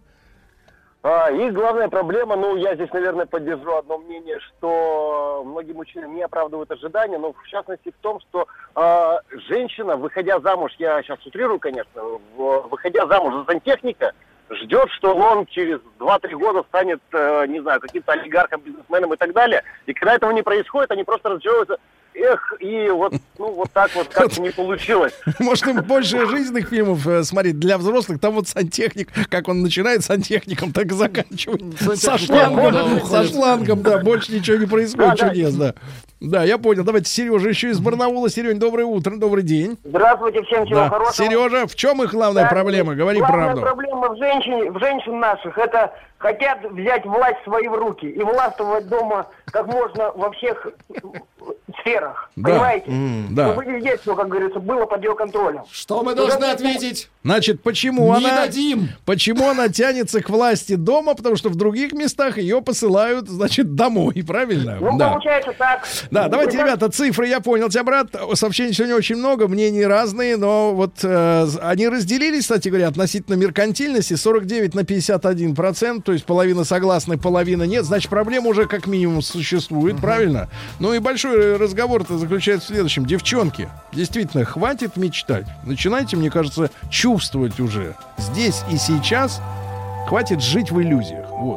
А, их главная проблема, ну, я здесь, наверное, поддержу одно мнение, что многие мужчины не оправдывают ожидания, но в частности в том, что э, женщина, выходя замуж, я сейчас утрирую, конечно, в, выходя замуж за сантехника, ждет, что он через два-три года станет, э, не знаю, каким-то олигархом, бизнесменом и так далее. И когда этого не происходит, они просто разочаровываются. Эх, и вот, ну, вот так вот как-то не получилось. Может, им больше жизненных фильмов э, смотреть для взрослых. Там вот сантехник, как он начинает сантехником, так и заканчивает. Со шлангом, со шлангом, да, больше ничего не происходит, чудес, да. Да, я понял. Давайте Сережа еще из Барнаула. Серёнь, доброе утро, добрый день. Здравствуйте, всем всего да. хорошего. Сережа, в чем их главная да, проблема? Говори главная правду. Главная проблема в женщин, в женщин наших, это хотят взять власть в свои в руки и властвовать дома как можно во всех сферах. Да. Понимаете? Mm, да. Чтобы везде все, как говорится, было под ее контролем. Что мы должны ответить? Значит, почему Не она... дадим. Почему она тянется к власти дома? Потому что в других местах ее посылают, значит, домой, правильно? Ну, да. получается так. Да, Ну, давайте, прекрасно. ребята, цифры, я понял тебя, брат. Сообщений сегодня очень много, мнений разные, но вот э, они разделились, кстати говоря, относительно меркантильности. сорок девять на пятьдесят один процент, то есть половина согласны, половина нет. Значит, проблема уже как минимум существует, uh-huh. правильно? Ну и большой разговор-то заключается в следующем. Девчонки, действительно, хватит мечтать. Начинайте, мне кажется, чувствовать уже. Здесь и сейчас хватит жить в иллюзиях. Вот.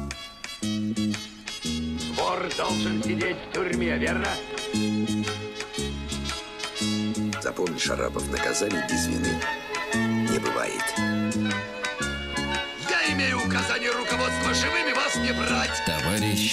Вор должен сидеть в тюрьме, верно? Запомни, Шарапов, наказание без вины не бывает. Я имею указание руководства живыми вас не брать. Товарищ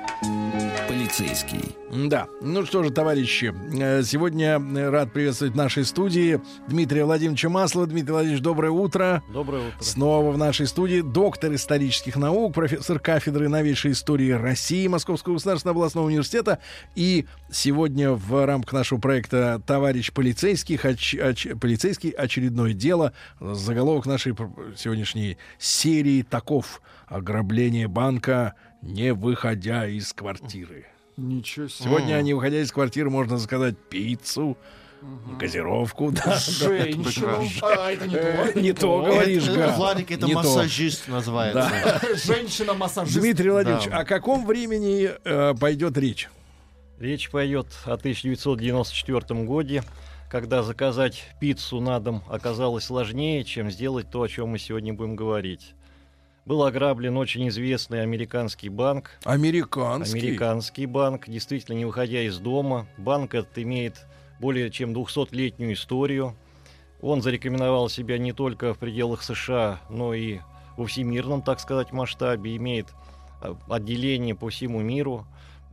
полицейский. Да, ну что же, товарищи, сегодня рад приветствовать в нашей студии Дмитрия Владимировича Маслова. Дмитрий Владимирович, доброе утро. Доброе утро. Снова в нашей студии доктор исторических наук, профессор кафедры новейшей истории России Московского государственного областного университета. И сегодня в рамках нашего проекта «Товарищ полицейский», оч, оч, полицейский очередное дело. Заголовок нашей сегодняшней серии таков: ограбление банка, не выходя из квартиры. Ничего себе. Сегодня, не выходя из квартиры, можно заказать пиццу, угу. газировку. Да, женщину. А, это не то. Не то, говоришь, Га. Владик, это массажист называется. Женщина-массажист. Дмитрий Владимирович, о каком времени пойдет речь? Речь пойдет о тысяча девятьсот девяносто четвёртом годе, когда заказать пиццу на дом оказалось сложнее, чем сделать то, о чем мы сегодня будем говорить. Был ограблен очень известный американский банк. Американский? Американский банк, действительно, не выходя из дома. Банк этот имеет более чем двухсотлетнюю историю. Он зарекомендовал себя не только в пределах США, но и во всемирном, так сказать, масштабе. Имеет отделение по всему миру.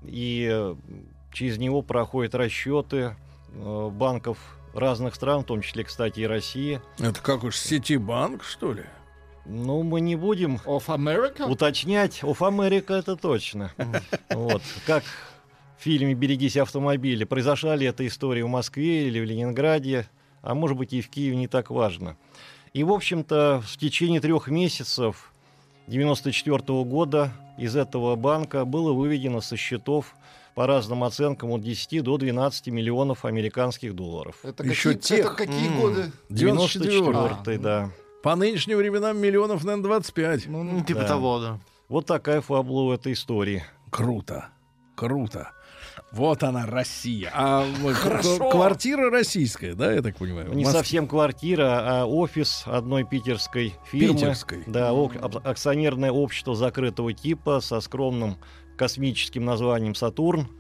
И через него проходят расчеты банков разных стран, в том числе, кстати, и России. Это как уж Ситибанк, что ли? Ну, мы не будем of America? уточнять. Of America это точно. Вот. Как в фильме «Берегись автомобиля». Произошла ли эта история в Москве или в Ленинграде, а может быть и в Киеве, не так важно. И, в общем-то, в течение трех месяцев девяносто четвёртого года из этого банка было выведено со счетов, по разным оценкам, от десяти до двенадцати миллионов американских долларов. Это Еще какие, тех? Это какие mm. годы? девяносто четвёртый, а, да. По нынешним временам миллионов, наверное, двадцать пять. Ну, ну типа да. того, да. Вот такая фабула в этой истории. Круто, круто. Вот она, Россия. А Хорошо. Квартира российская, да, я так понимаю? Не совсем квартира, а офис одной питерской фирмы. Питерской. Да, акционерное общество закрытого типа со скромным космическим названием «Сатурн».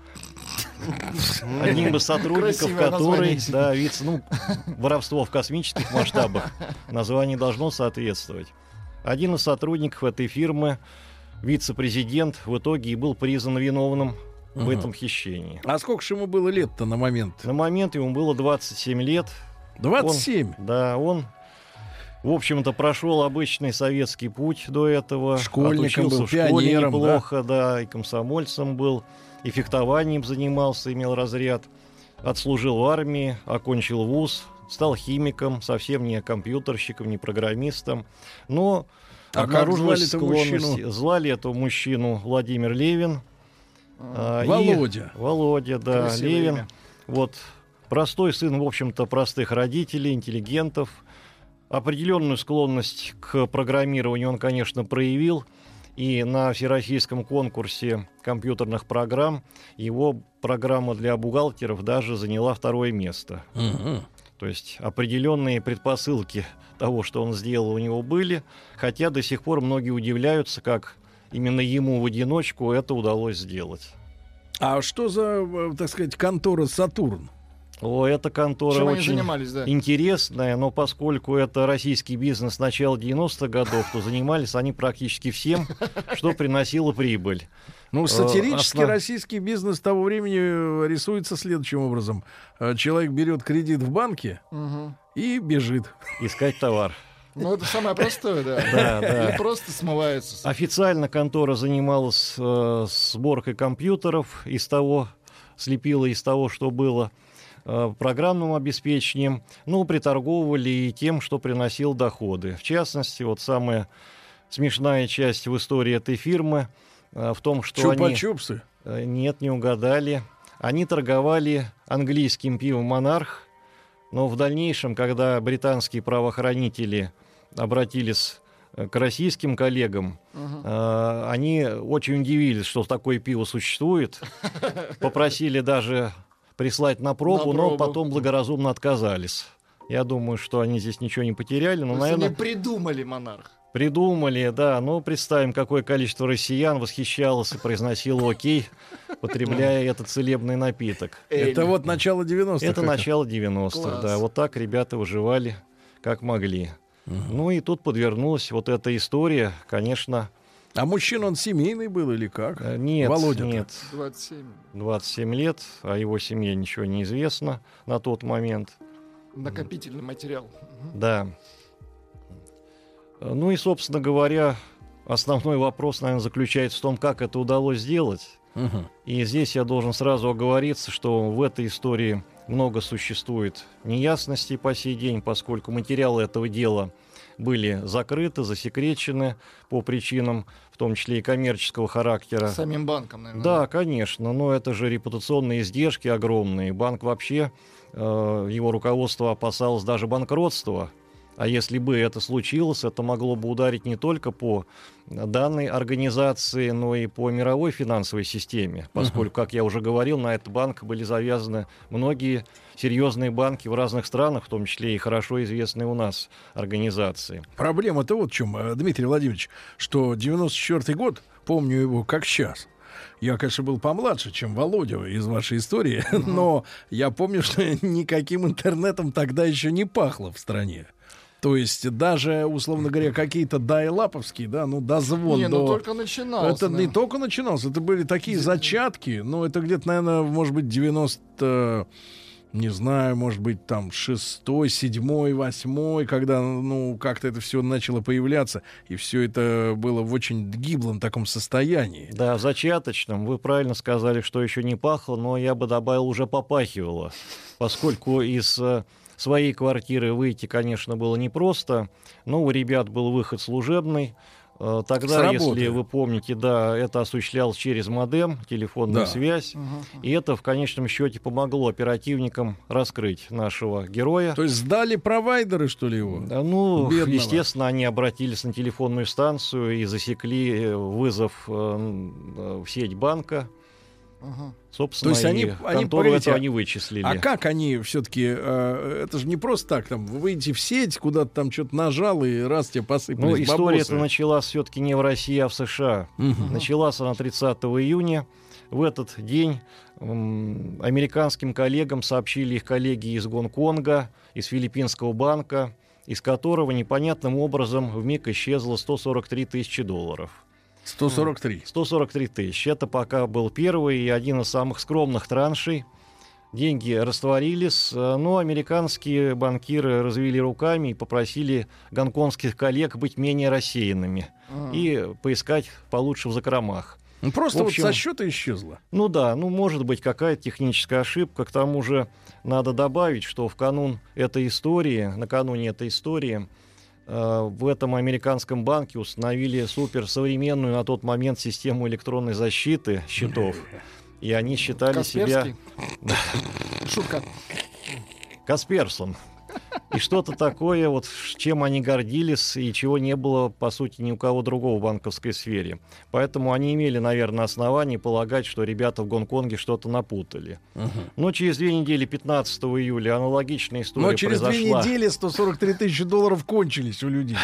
Одним из сотрудников, который, да, видится, ну, воровство в космических масштабах, название должно соответствовать. Один из сотрудников этой фирмы, вице-президент, в итоге и был признан виновным uh-huh. в этом хищении. А сколько же ему было лет-то на момент? На момент ему было двадцать семь лет. двадцать семь? Он, да, он, в общем-то, прошел обычный советский путь до этого. Школьником отучился был, в школе пионером, неплохо, да? да, и комсомольцем был. И фехтованием занимался, имел разряд. Отслужил в армии, окончил вуз, стал химиком, совсем не компьютерщиком, не программистом. Но а обнаружилась склонность. Звали этого мужчину Владимир Левин. А, Володя. И, Володя, да, Красивое Левин. Имя. Вот, простой сын, в общем-то, простых родителей, интеллигентов. Определенную склонность к программированию он, конечно, проявил. И на всероссийском конкурсе компьютерных программ его программа для бухгалтеров даже заняла второе место. Угу. То есть определенные предпосылки того, что он сделал, у него были. Хотя до сих пор многие удивляются, как именно ему в одиночку это удалось сделать. А что за, так сказать, контора «Сатурн»? О, эта контора Чем очень да? интересная, но поскольку это российский бизнес начала девяностых годов, то занимались они практически всем, что приносило прибыль. Ну, сатирический Основ... российский бизнес того времени рисуется следующим образом. Человек берет кредит в банке угу. и бежит. Искать товар. Ну, это самое простое, да. Да, да. Или просто смывается. Официально контора занималась э, сборкой компьютеров из того слепила из того, что было, э, программным обеспечением, ну, приторговывали и тем, что приносил доходы. В частности, вот самая смешная часть в истории этой фирмы э, в том, что Чупа-чупсы? они... Э, нет, не угадали. Они торговали английским пивом «Монарх», но в дальнейшем, когда британские правоохранители обратились к российским коллегам, uh-huh. э, они очень удивились, что такое пиво существует, попросили даже прислать на пробу, на пробу, но потом благоразумно отказались. Я думаю, что они здесь ничего не потеряли. Но, то наверное, есть они придумали «Монарх». Придумали, да. Но представим, какое количество россиян восхищалось и произносило «окей», потребляя этот целебный напиток. Это вот начало девяностых. Это начало девяностых, да. Вот так ребята выживали, как могли. Угу. Ну и тут подвернулась вот эта история, конечно. А мужчина, он семейный был или как? Нет, Володя-то? нет. двадцать семь. двадцать семь лет, о его семье ничего не известно на тот момент. Накопительный материал. Да. Ну и, собственно говоря, основной вопрос, наверное, заключается в том, как это удалось сделать. Угу. И здесь я должен сразу оговориться, что в этой истории много существует неясностей по сей день, поскольку материалы этого дела были закрыты, засекречены по причинам, в том числе и коммерческого характера. Самим банком, наверное. Да, конечно, но это же репутационные издержки огромные. Банк вообще, э, его руководство опасалось даже банкротства. А если бы это случилось, это могло бы ударить не только по данной организации, но и по мировой финансовой системе. Поскольку, как я уже говорил, на этот банк были завязаны многие серьезные банки в разных странах, в том числе и хорошо известные у нас организации. Проблема-то вот в чем, Дмитрий Владимирович, что девяносто четвёртый год, помню его как сейчас. Я, конечно, был помладше, чем Володя из вашей истории, uh-huh. но я помню, что никаким интернетом тогда еще не пахло в стране. То есть даже, условно говоря, какие-то дайлаповские, да, ну, дозвон не, до... ну, только начинался. Это да. не только начинался, это были такие зачатки, ну, это где-то, наверное, может быть, девяносто... Не знаю, может быть, там шестой, седьмой, восьмой, когда, ну, как-то это все начало появляться, и все это было в очень гиблом таком состоянии. Да, зачаточном. Вы правильно сказали, что еще не пахло, но я бы добавил, уже попахивало, поскольку из своей квартиры выйти, конечно, было непросто, но у ребят был выход служебный. Тогда, если вы помните, да, это осуществлялось через модем, телефонную да. связь, угу. и это в конечном счете помогло оперативникам раскрыть нашего героя. То есть сдали провайдеры, что ли, его? Ну, Бедного. Естественно, они обратились на телефонную станцию и засекли вызов в сеть банка. Ага. Собственно, то есть они, они, погодите, этого они вычислили. А как они все-таки, э, это же не просто так, там, выйти в сеть, куда-то там что-то нажал, и раз тебе посыпались Ну, история бабосы. эта началась все-таки не в России, а в США. Угу. Началась она тридцатого июня. В этот день м, американским коллегам сообщили их коллеги из Гонконга, из Филиппинского банка, из которого непонятным образом вмиг исчезло сто сорок три тысячи долларов. сто сорок три. сто сорок три тысячи. Это пока был первый и один из самых скромных траншей. Деньги растворились, но американские банкиры развели руками и попросили гонконгских коллег быть менее рассеянными а. и поискать получше в закромах. Ну, просто в общем, вот со счета исчезло. Ну да, ну может быть какая-то техническая ошибка. К тому же надо добавить, что в канун этой истории, накануне этой истории, в этом американском банке установили суперсовременную на тот момент систему электронной защиты счетов. И они считали Касперский? себя... Шутка. Касперсон. И что-то такое, вот, чем они гордились, и чего не было, по сути, ни у кого другого в банковской сфере. Поэтому они имели, наверное, основания полагать, что ребята в Гонконге что-то напутали. Uh-huh. Но через две недели, пятнадцатого июля, аналогичная история произошла. Но через произошла. две недели сто сорок три тысячи долларов кончились у людей.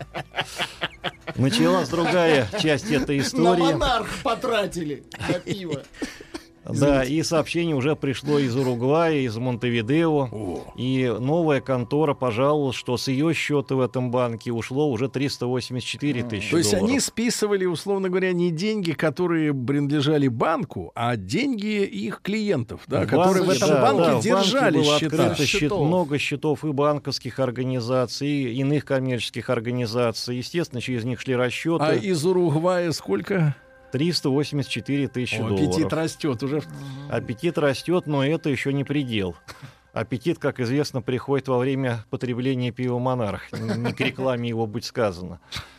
Началась другая часть этой истории. На «Монарх» потратили, на пиво. Да, и сообщение уже пришло из Уругвая, из Монтевидео. О. И новая контора пожаловалась, что с ее счета в этом банке ушло уже триста восемьдесят четыре тысячи долларов. То есть они списывали, условно говоря, не деньги, которые принадлежали банку, а деньги их клиентов, да, в которые банке, в этом да, банке да, держали в банке счета. было открыто счет, много счетов и банковских организаций, и иных коммерческих организаций. Естественно, через них шли расчеты. А из Уругвая сколько? триста восемьдесят четыре тысячи О, долларов. аппетит растет уже. Аппетит растет, но это еще не предел. Аппетит, как известно, приходит во время потребления пива «Монарх». Не к рекламе его быть сказано.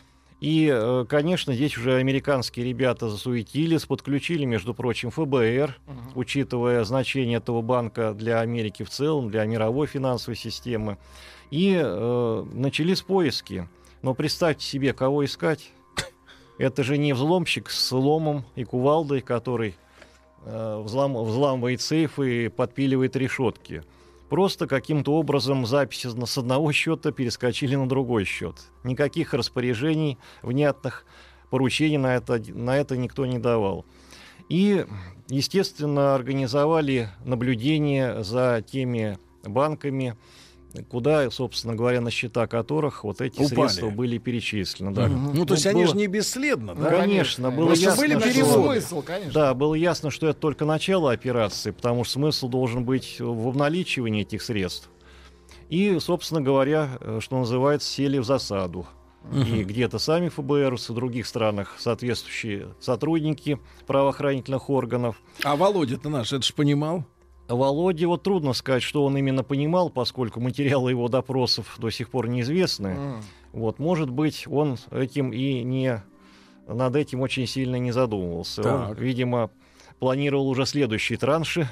И, конечно, здесь уже американские ребята засуетились, подключили, между прочим, эф бэ эр, uh-huh. учитывая значение этого банка для Америки в целом, для мировой финансовой системы. И э, начались поиски. Но представьте себе, кого искать. Это же не взломщик с ломом и кувалдой, который э, взлам, взламывает сейфы и подпиливает решетки. Просто каким-то образом записи с одного счета перескочили на другой счет. Никаких распоряжений, внятных поручений на это, на это никто не давал. И, естественно, организовали наблюдение за теми банками, куда, собственно говоря, на счета которых вот эти Упали. Средства были перечислены. Да. Угу. Ну, то есть было... они же не бесследно, да? Конечно, было Просто ясно, были что... смысл, конечно. Да, было ясно, что это только начало операции, потому что смысл должен быть в обналичивании этих средств. И, собственно говоря, что называется, сели в засаду. Угу. И где-то сами эф бэ эр, в других странах соответствующие сотрудники правоохранительных органов. А Володя-то наш, это ж понимал? Володе вот трудно сказать, что он именно понимал, поскольку материалы его допросов до сих пор неизвестны. Mm. Вот, может быть, он этим и не над этим очень сильно не задумывался. Так. Он, видимо, планировал уже следующие транши.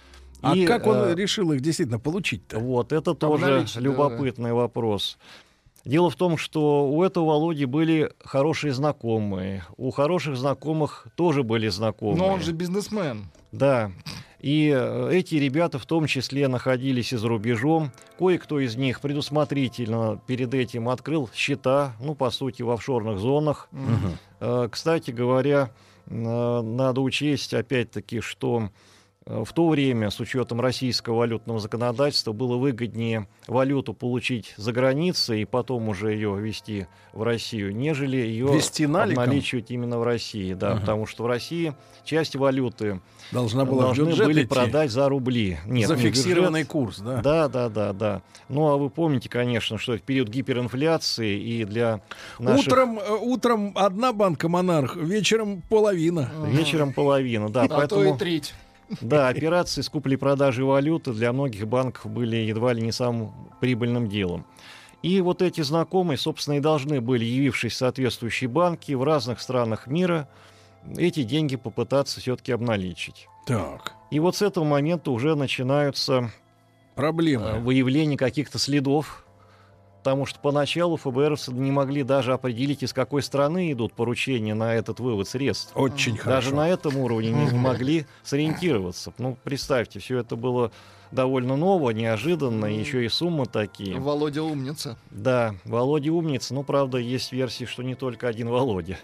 А и, как он э, решил их действительно получить-то? Вот, это тоже любопытный да. вопрос. Дело в том, что у этого Володи были хорошие знакомые. У хороших знакомых тоже были знакомые. Но он же бизнесмен. Да. И эти ребята в том числе находились и за рубежом. Кое-кто из них предусмотрительно перед этим открыл счета, ну, по сути, в офшорных зонах. Угу. Кстати говоря, надо учесть, опять-таки, что в то время, с учетом российского валютного законодательства, было выгоднее валюту получить за границей и потом уже ее везти в Россию, нежели ее обналичивать именно в России. Да, uh-huh. Потому что в России часть валюты должна была должны были идти. Продать за рубли. Нет, за фиксированный курс, да? Да, да, да, да. Ну, а вы помните, конечно, что это период гиперинфляции, и для наших... Утром, утром одна банка «Монарх», вечером половина. Вечером половина, да. А поэтому... то и треть. Да, операции с куплей-продажей валюты для многих банков были едва ли не самым прибыльным делом. И вот эти знакомые, собственно, и должны были, явившись в соответствующие банки в разных странах мира, эти деньги попытаться все-таки обналичить. Так. И вот с этого момента уже начинаются проблемы, выявление каких-то следов, потому что поначалу эф бэ эровцы не могли даже определить, из какой страны идут поручения на этот вывод средств. Очень даже хорошо. Даже на этом уровне не, не могли сориентироваться. Ну, представьте, все это было довольно ново, неожиданно, еще и суммы такие. Володя умница. Да, Володя умница. Ну, правда, есть версии, что не только один Володя.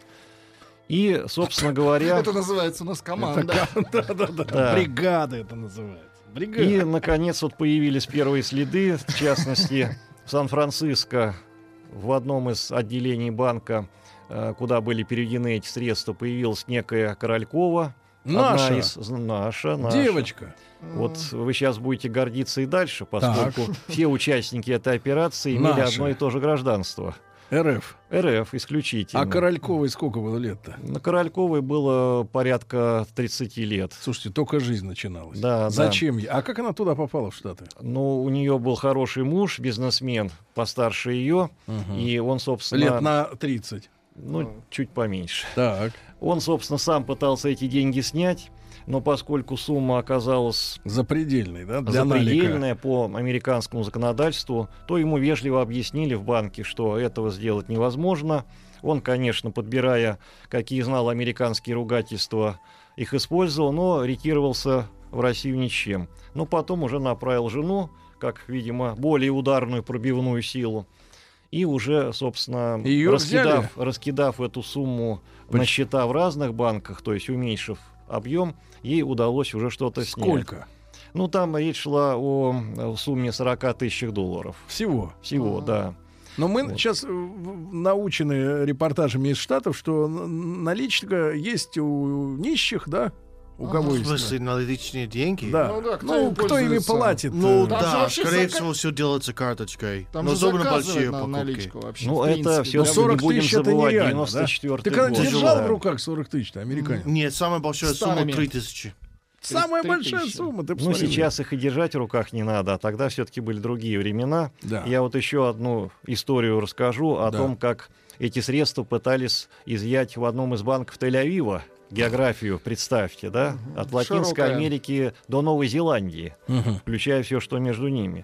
И, собственно говоря... Это называется у нас команда. Да-да-да, бригада это называется. И, наконец, вот появились первые следы, в частности... В Сан-Франциско в одном из отделений банка, куда были переведены эти средства, появилась некая Королькова. Наша. Одна из... Наша, наша. Девочка. Вот вы сейчас будете гордиться и дальше, поскольку так. все участники этой операции имели Наша. одно и то же гражданство. эр эф. эр эф исключительно. А Корольковой сколько было лет-то? На Корольковой было порядка тридцать лет. Слушайте, только жизнь начиналась. Да, Зачем? Да. А как она туда попала, в Штаты? Ну, у нее был хороший муж, бизнесмен, постарше ее, угу. и он, собственно... Лет на тридцать. Ну, ну, чуть поменьше. Так. Он, собственно, сам пытался эти деньги снять, но поскольку сумма оказалась запредельной, да, для запредельная по американскому законодательству, то ему вежливо объяснили в банке, что этого сделать невозможно. Он, конечно, подбирая, какие знал американские ругательства, их использовал, но ретировался в Россию ни с чем. Но потом уже направил жену, как, видимо, более ударную пробивную силу, и уже, собственно, раскидав, раскидав эту сумму Почему? на счета в разных банках, то есть уменьшив объем, ей удалось уже что-то снять. Сколько? Ну, там речь шла о сумме сорок тысяч долларов. Всего? Всего, А-а-а. да. Но мы вот. сейчас научены репортажами из Штатов, что наличка есть у нищих, да, У кого В есть? смысле, наличные деньги? Да. Ну да, кто Ну, им кто ими пользуется? платит? Ну Там же да, вообще скорее зака- всего, все делается карточкой. Там Но же особенно заказывают большие на покупки. наличку вообще, Ну, в это принципе, все да? не сорок будем тысяч это забывать, нереально, девяносто четвёртый Ты когда год. держал Тяжело. в руках сорок тысяч-то, американец? Нет, самая большая Старыми. сумма три тысячи. Самая три большая тысячи. сумма, ты Ну, посмотри. сейчас их и держать в руках не надо, а тогда все-таки были другие времена. Да. Я вот еще одну историю расскажу о Да. том, как эти средства пытались изъять в одном из банков Тель-Авива. Географию представьте, да? От Латинской Широкая. Америки до Новой Зеландии, Мгм. включая все, что между ними.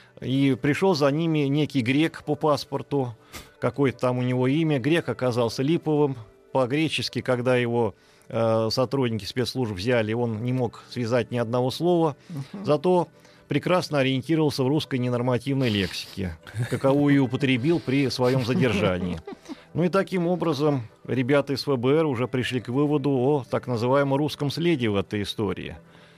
И пришел за ними некий грек по паспорту, какое-то там у него имя. Грек оказался липовым. По-гречески, когда его э, сотрудники спецслужб взяли, он не мог связать ни одного слова. Зато прекрасно ориентировался в русской ненормативной лексике, каковую и употребил при своем задержании. Ну и таким образом ребята из ФБР уже пришли к выводу о так называемом русском следе в этой истории.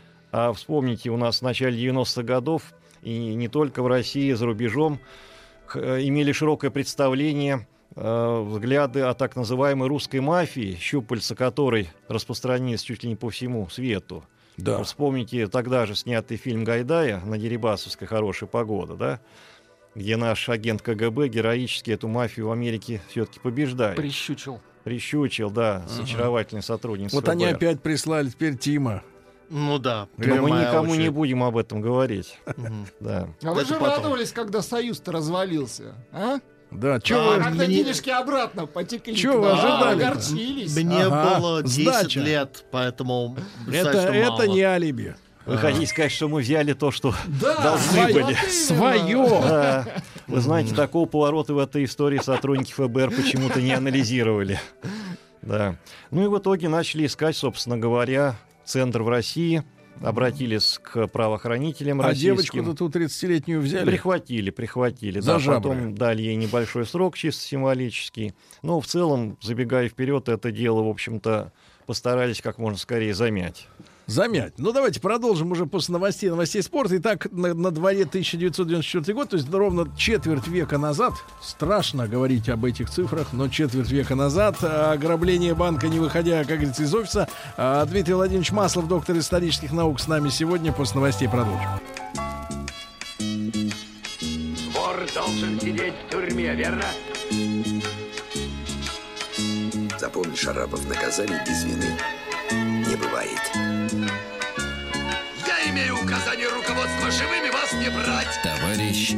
А вспомните, у нас в начале девяностых годов и не только в России, за рубежом х- э, имели широкое представление э, взгляды о так называемой русской мафии, щупальца которой распространились чуть ли не по всему свету. Да. Вот вспомните тогда же снятый фильм Гайдая на Дерибасовской «Хорошая погода», да? Где наш агент КГБ героически эту мафию в Америке все-таки побеждает. Прищучил. Прищучил, да, с Ага. очаровательной сотрудницей Вот ФБР. они опять прислали теперь Тима. Ну да. Но мы прямая никому не очередь. будем об этом говорить. Мгм. Да. А вы Это же потом. радовались, когда Союз-то развалился, а? Да, А чё вы... когда мне- денежки обратно потекли. Чё к вы нам, ожидали-то? огорчились. Мне Ага, было десять сдача. лет, поэтому... Это, представь, что это мало. не алиби. Вы хотите сказать, что мы взяли то, что Да, должны свое. были? Вот именно. Свое. Да. Вы знаете, такого поворота в этой истории сотрудники ФБР почему-то не анализировали. Да. Ну и в итоге начали искать, собственно говоря, центр в России, обратились к правоохранителям А российским. девочку-то ту тридцатилетнюю взяли? Прихватили, прихватили. За Да, жабры. потом дали ей небольшой срок, чисто символический. Но в целом, забегая вперед, это дело, в общем-то, постарались как можно скорее замять. Замять. Ну, давайте продолжим уже после новостей, новостей спорта. Итак, на, на дворе тысяча девятьсот девяносто четвёртый год, то есть ровно четверть века назад, страшно говорить об этих цифрах, но четверть века назад, а, ограбление банка, не выходя, как говорится, из офиса. А, Дмитрий Владимирович Маслов, доктор исторических наук, с нами сегодня. После новостей продолжим. Вор должен сидеть в тюрьме, верно? Запомни, Шарапов, наказаний без вины не бывает. Я имею указание руководства живыми вас не брать. Товарищ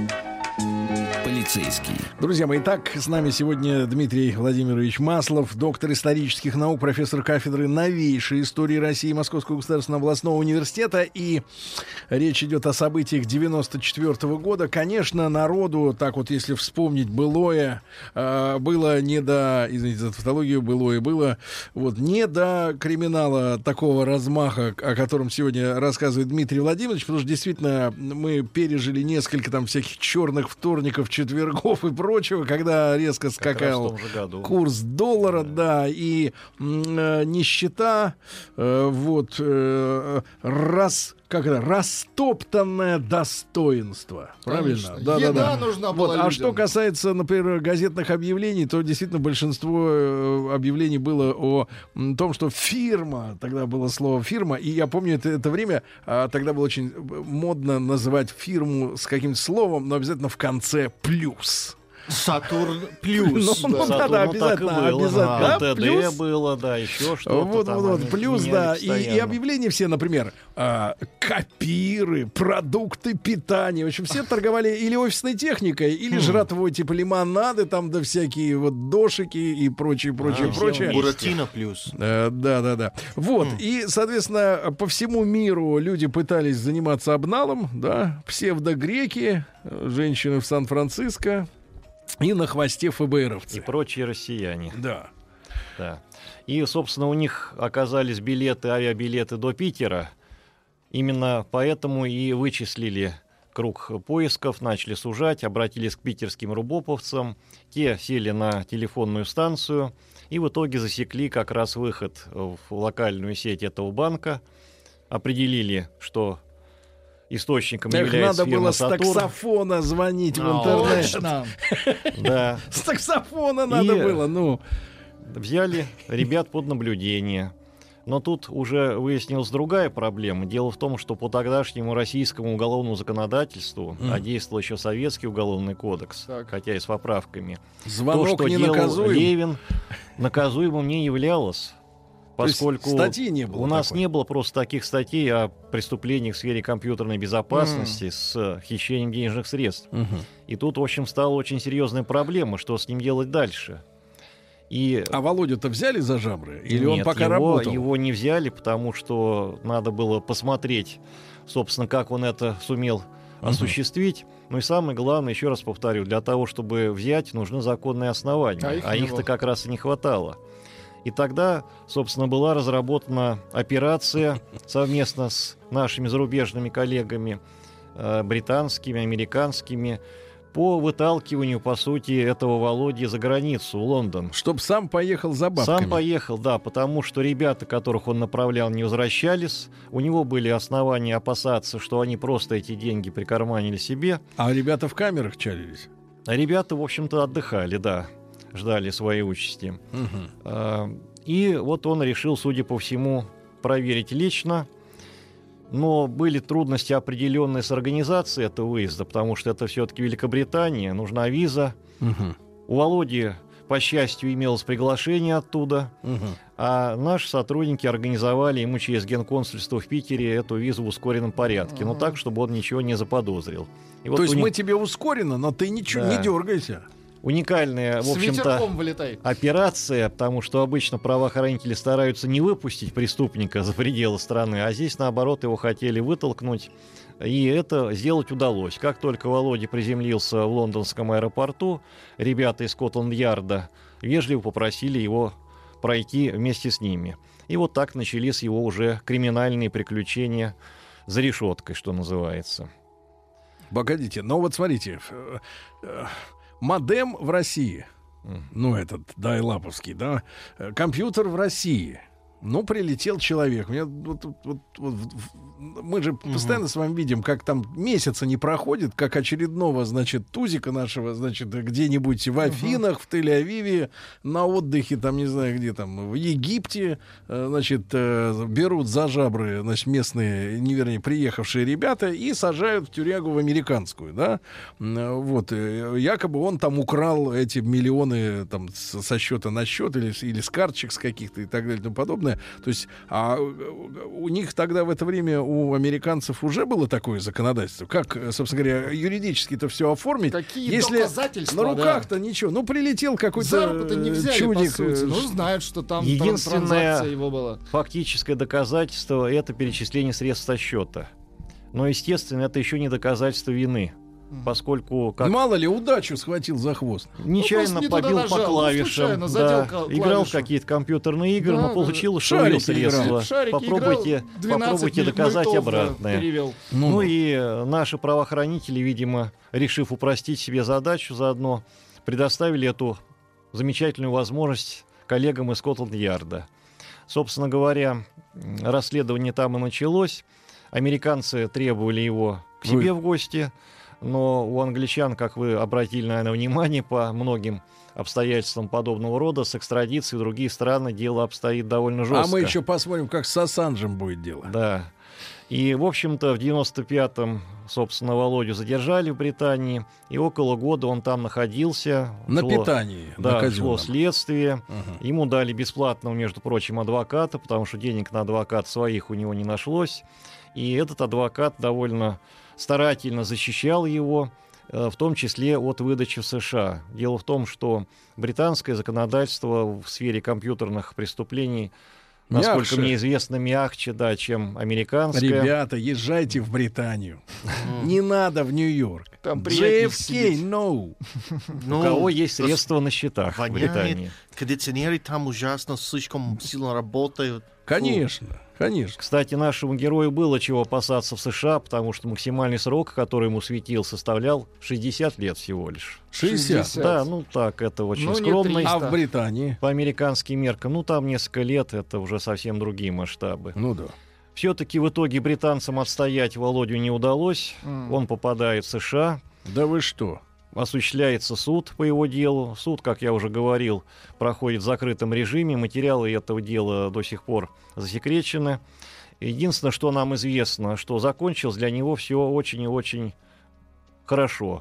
полицейский. Друзья мои, итак, с нами сегодня Дмитрий Владимирович Маслов, доктор исторических наук, профессор кафедры новейшей истории России Московского государственного областного университета. И речь идет о событиях девяносто четвёртого года. Конечно, народу, так вот, если вспомнить былое, э, было не до, извините за тавтологию, былое было, вот, не до криминала такого размаха, о котором сегодня рассказывает Дмитрий Владимирович, потому что действительно мы пережили несколько там всяких черных вторников, четвергов и прочего, когда резко Как раз в скакал том же году. курс доллара, да, и м, э, нищета, э, вот, э, раз, как это, растоптанное достоинство. Правильно? Конечно. Да, Еда да, да. нужна Вот, была а людям. что касается, например, газетных объявлений, то действительно большинство э, объявлений было о м, том, что фирма, тогда было слово фирма, и я помню это, это время, а, тогда было очень модно называть фирму с каким-то словом, но обязательно в конце плюс. Сатурн плюс. Ну, ну, да, да, обязательно, обязательно. Да, ЛТД плюс. было, да, еще что-то. Вот, там вот, вот, они плюс, меняли да, и, и постоянно. объявления все, например, а, копиры, продукты питания, в общем, все торговали или офисной техникой, или Хм. жратвой, типа лимонады, там, да всякие вот дошики и прочее, прочее, А, все прочее. вместе. Буратино плюс. Э, Да, да, да. Вот, Хм. и, соответственно, по всему миру люди пытались заниматься обналом, да, псевдогреки, э, женщины в Сан-Франциско и на хвосте И ФБРовцы. прочие россияне. Да. Да. И, собственно, у них оказались билеты, авиабилеты до Питера. Именно поэтому и вычислили круг поисков, начали сужать, обратились к питерским рубоповцам. Те сели на телефонную станцию и в итоге засекли как раз выход в локальную сеть этого банка. Определили, что источником Эх, является надо фирма было с «Сатурн». таксофона звонить в А, интернет. Точно. Да. С таксофона надо И- было, ну. Взяли ребят под наблюдение. Но тут уже выяснилась другая проблема. Дело в том, что по тогдашнему российскому уголовному законодательству, Mm. а действовал еще Советский уголовный кодекс, Так. хотя и с поправками, Звонок то, что не делал наказуем? Левин, наказуемым не являлось. То есть Поскольку статьи не было у нас такой? не было просто таких статей о преступлениях в сфере компьютерной безопасности mm. с хищением денежных средств. Mm-hmm. И тут, в общем, стала очень серьезная проблема, что с ним делать дальше. И... А Володю-то взяли за жабры? Или Нет, он пока его, работал? его не взяли, потому что надо было посмотреть, собственно, как он это сумел uh-huh. осуществить. Ну и самое главное, еще раз повторю, для того, чтобы взять, нужны законные основания. А, их а их-то как раз и не хватало. И тогда, собственно, была разработана операция совместно с нашими зарубежными коллегами, э, британскими, американскими, по выталкиванию, по сути, этого Володи за границу, в Лондон. Чтоб сам поехал за бабками. Сам поехал, да, потому что ребята, которых он направлял, не возвращались. У него были основания опасаться, что они просто эти деньги прикарманили себе. А ребята в камерах чалились? А ребята, в общем-то, отдыхали, да, ждали своей участи. Угу. И вот он решил, судя по всему, проверить лично. Но были трудности определенные с организацией этого выезда, потому что это все-таки Великобритания, нужна виза. Угу. У Володи, по счастью, имелось приглашение оттуда, угу. а наши сотрудники организовали ему через генконсульство в Питере эту визу в ускоренном порядке, угу. но так, чтобы он ничего не заподозрил. И То вот есть них... мы тебе ускоренно, но ты ничего да. не дергайся. Уникальная, в общем-то, операция, потому что обычно правоохранители стараются не выпустить преступника за пределы страны, а здесь, наоборот, его хотели вытолкнуть, и это сделать удалось. Как только Володя приземлился в лондонском аэропорту, ребята из Скотланд-Ярда вежливо попросили его пройти вместе с ними. И вот так начались его уже криминальные приключения за решеткой, что называется. Погодите, но вот смотрите... Модем в России, ну этот дайлаповский, да, компьютер в России. Ну, прилетел человек. Мне, вот, вот, вот, вот, мы же угу. постоянно с вами видим, как там месяца не проходит, как очередного, значит, тузика нашего, значит, где-нибудь в Афинах, угу. в Тель-Авиве, на отдыхе, там, не знаю, где там, в Египте, значит, берут за жабры, значит, местные, не вернее, приехавшие ребята и сажают в тюрягу в американскую, да, вот, якобы он там украл эти миллионы там со счета на счет или, или с карточек с каких-то и так далее и тому подобное. То есть, а у них тогда в это время, у американцев уже было такое законодательство. Как, собственно говоря, юридически-то все оформить? Какие если доказательства, на руках-то да. ничего. Ну, прилетел какой-то Зарплаты не взяли, чудик. По сути. Ну, знают, что там единственное транзакция его была. Фактическое доказательство — это перечисление средств со счета. Но, естественно, это еще не доказательство вины. Поскольку как... мало ли удачу схватил за хвост, нечаянно ну, побил по клавишам, ну, да, играл в какие-то компьютерные игры, да, но получилось, что увел средства. Попробуйте, попробуйте доказать обратное. Ну, ну и наши правоохранители, видимо, решив упростить себе задачу заодно, предоставили эту замечательную возможность коллегам из Скотланд-Ярда. Собственно говоря, расследование там и началось. Американцы требовали его к себе Вы... в гости. Но у англичан, как вы обратили, наверное, внимание, по многим обстоятельствам подобного рода, с экстрадицией в другие страны дело обстоит довольно жестко. А мы еще посмотрим, как с Ассанжем будет дело. Да. И, в общем-то, в девяносто пятом, собственно, Володю задержали в Британии, и около года он там находился. На шло, питании. Да, на шло следствие. Угу. Ему дали бесплатного, между прочим, адвоката, потому что денег на адвоката своих у него не нашлось. И этот адвокат довольно старательно защищал его, в том числе от выдачи в США. Дело в том, что британское законодательство в сфере компьютерных преступлений, насколько мягче. мне известно, мягче, да, чем американское. Ребята, езжайте в Британию. Не надо в Нью-Йорк. джей эф кей, no. У кого есть средства на счетах в Британии. Кондиционеры там ужасно, слишком сильно работают. Конечно. Конечно. Кстати, нашему герою было чего опасаться в США, потому что максимальный срок, который ему светил, составлял шестьдесят лет всего лишь. шестьдесят? Да, ну так, это очень ну, скромно. А в Британии? По американским меркам, ну там несколько лет, это уже совсем другие масштабы. Ну да. Все-таки в итоге британцам отстоять Володю не удалось. Mm. Он попадает в США. Да вы что? осуществляется суд по его делу. Суд, как я уже говорил, проходит в закрытом режиме. Материалы этого дела до сих пор засекречены. Единственное, что нам известно, что закончилось для него все очень и очень хорошо.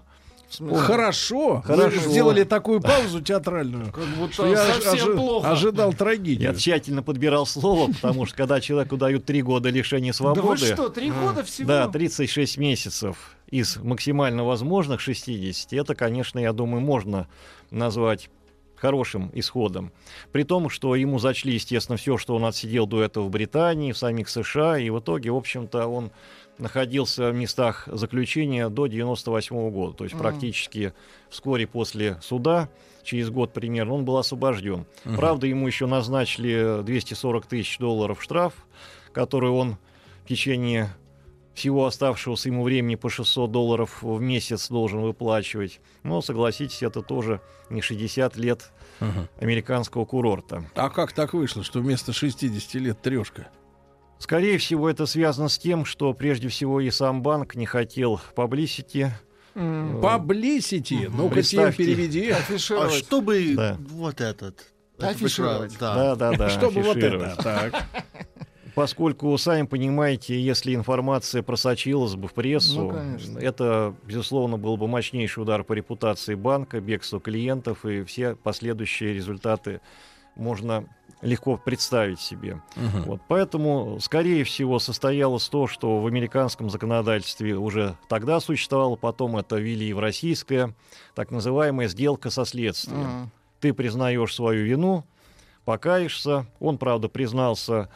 Хорошо? Хорошо. Вы сделали такую паузу театральную, Как будто что я совсем ожи- плохо. ожидал трагедию. Я тщательно подбирал слово, потому что когда человеку дают три года лишения свободы... Да вы что, три года всего? Да, тридцать шесть месяцев из максимально возможных шестидесяти, это, конечно, я думаю, можно назвать хорошим исходом. При том, что ему зачли, естественно, все, что он отсидел до этого в Британии, в самих США, и в итоге, в общем-то, он находился в местах заключения до девяносто восьмого года. То есть Мгм. практически вскоре после суда, через год примерно, он был освобожден. Мгм. Правда, ему еще назначили двести сорок тысяч долларов штраф, который он в течение всего оставшегося ему времени по шестьсот долларов в месяц должен выплачивать. Но, согласитесь, это тоже не шестьдесят лет Ага. американского курорта. А как так вышло, что вместо шестидесяти лет трешка? Скорее всего, это связано с тем, что прежде всего и сам банк не хотел publicity. М. Publicity? Ну-ка, Тим, Представьте. переведи. А Афишировать. чтобы Да. вот этот... это Афишировать. правильно, Да. Да, да, да. Чтобы вот афишировать. это. Так. Поскольку, сами понимаете, если информация просочилась бы в прессу, Ну, конечно. это, безусловно, был бы мощнейший удар по репутации банка, бегству клиентов, и все последующие результаты можно легко представить себе. Мгм. Вот, поэтому, скорее всего, состоялось то, что в американском законодательстве уже тогда существовало, потом это ввели и в российское, так называемая сделка со следствием. Ага. Ты признаешь свою вину, покаешься. Он, правда, признался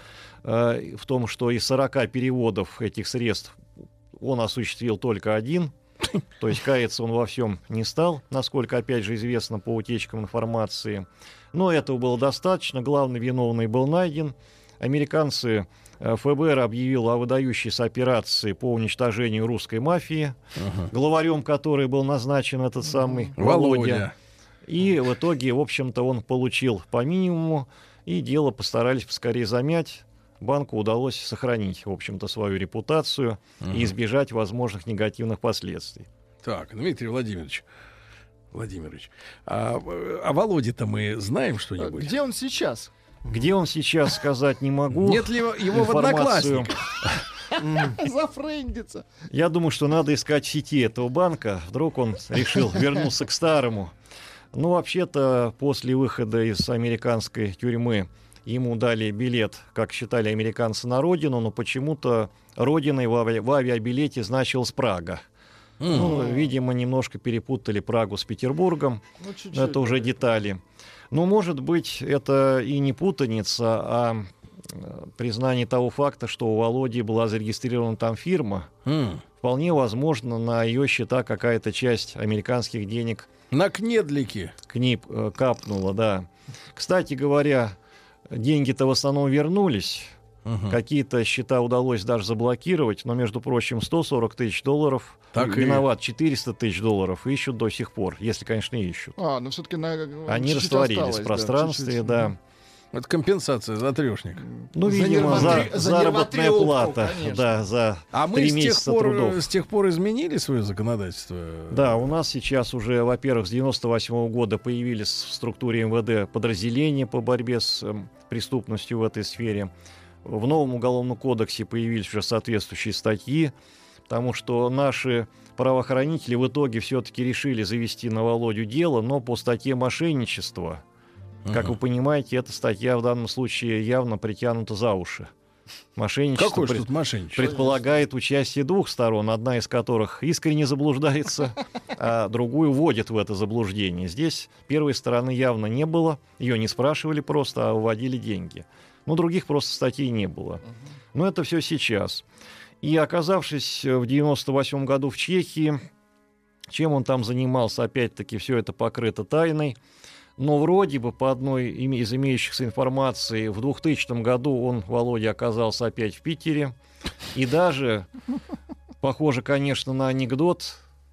э, в том, что из сорока переводов этих средств он осуществил только один. То есть каяться он во всем не стал, насколько, опять же, известно по утечкам информации. Но этого было достаточно. Главный виновный был найден. Американцы, э, эф бэ эр объявил о выдающейся операции по уничтожению русской мафии, Ага. главарем которой был назначен этот самый Володя. Володя. И в итоге, в общем-то, он получил по минимуму, и дело постарались поскорее замять. Банку удалось сохранить, в общем-то, свою репутацию Мгм. и избежать возможных негативных последствий. Так, Дмитрий Владимирович. Владимирович, а, о Володе-то мы знаем что-нибудь? Где он сейчас? Где он сейчас, сказать не могу. Нет ли его в Информацию- Одноклассниках? Зафрендится. Я думаю, что надо искать в сети этого банка. Вдруг он решил вернуться к старому. Ну, вообще-то, после выхода из американской тюрьмы ему дали билет, как считали американцы, на родину, но почему-то родиной в, ави- в авиабилете значилась Прага. Ну, видимо, немножко перепутали Прагу с Петербургом. Ну, чуть-чуть. Это уже детали. Ну, может быть, это и не путаница, а э, признание того факта, что у Володи была зарегистрирована там фирма. М. Вполне возможно, на ее счета какая-то часть американских денег На кнедлике. к ней э, капнула, да. Кстати говоря, деньги-то в основном вернулись. Ага. Какие-то счета удалось даже заблокировать, но, между прочим, сто сорок тысяч долларов, Так и- виноват четыреста тысяч долларов, ищут до сих пор, если, конечно, ищут. А, ну все-таки на... Они чуть-чуть растворились осталось, в да, пространстве, чуть-чуть. да. Это компенсация за трешник. Ну, За видимо, за, нервотри- за заработная нервотрепку, плата, конечно. да, за А мы три с тех, месяца пор, трудов. с тех пор изменили свое законодательство? Да, у нас сейчас уже, во-первых, с девяносто восьмого года появились в структуре эм вэ дэ подразделения по борьбе с эм, преступностью в этой сфере. В новом уголовном кодексе появились уже соответствующие статьи, потому что наши правоохранители в итоге все-таки решили завести на Володю дело, но по статье мошенничества. Как Ага. вы понимаете, эта статья в данном случае явно притянута за уши. Мошенничество Какое ж пред- тут мошенничество? предполагает участие двух сторон, одна из которых искренне заблуждается, а другую вводит в это заблуждение. Здесь первой стороны явно не было, ее не спрашивали просто, а вводили деньги. Но других просто статей не было. Но это все сейчас. И оказавшись в девяносто восьмом году в Чехии, чем он там занимался, опять-таки, все это покрыто тайной. Но вроде бы, по одной име- из имеющихся информации, в двухтысячном году он, Володя, оказался опять в Питере. И даже, похоже, конечно, на анекдот,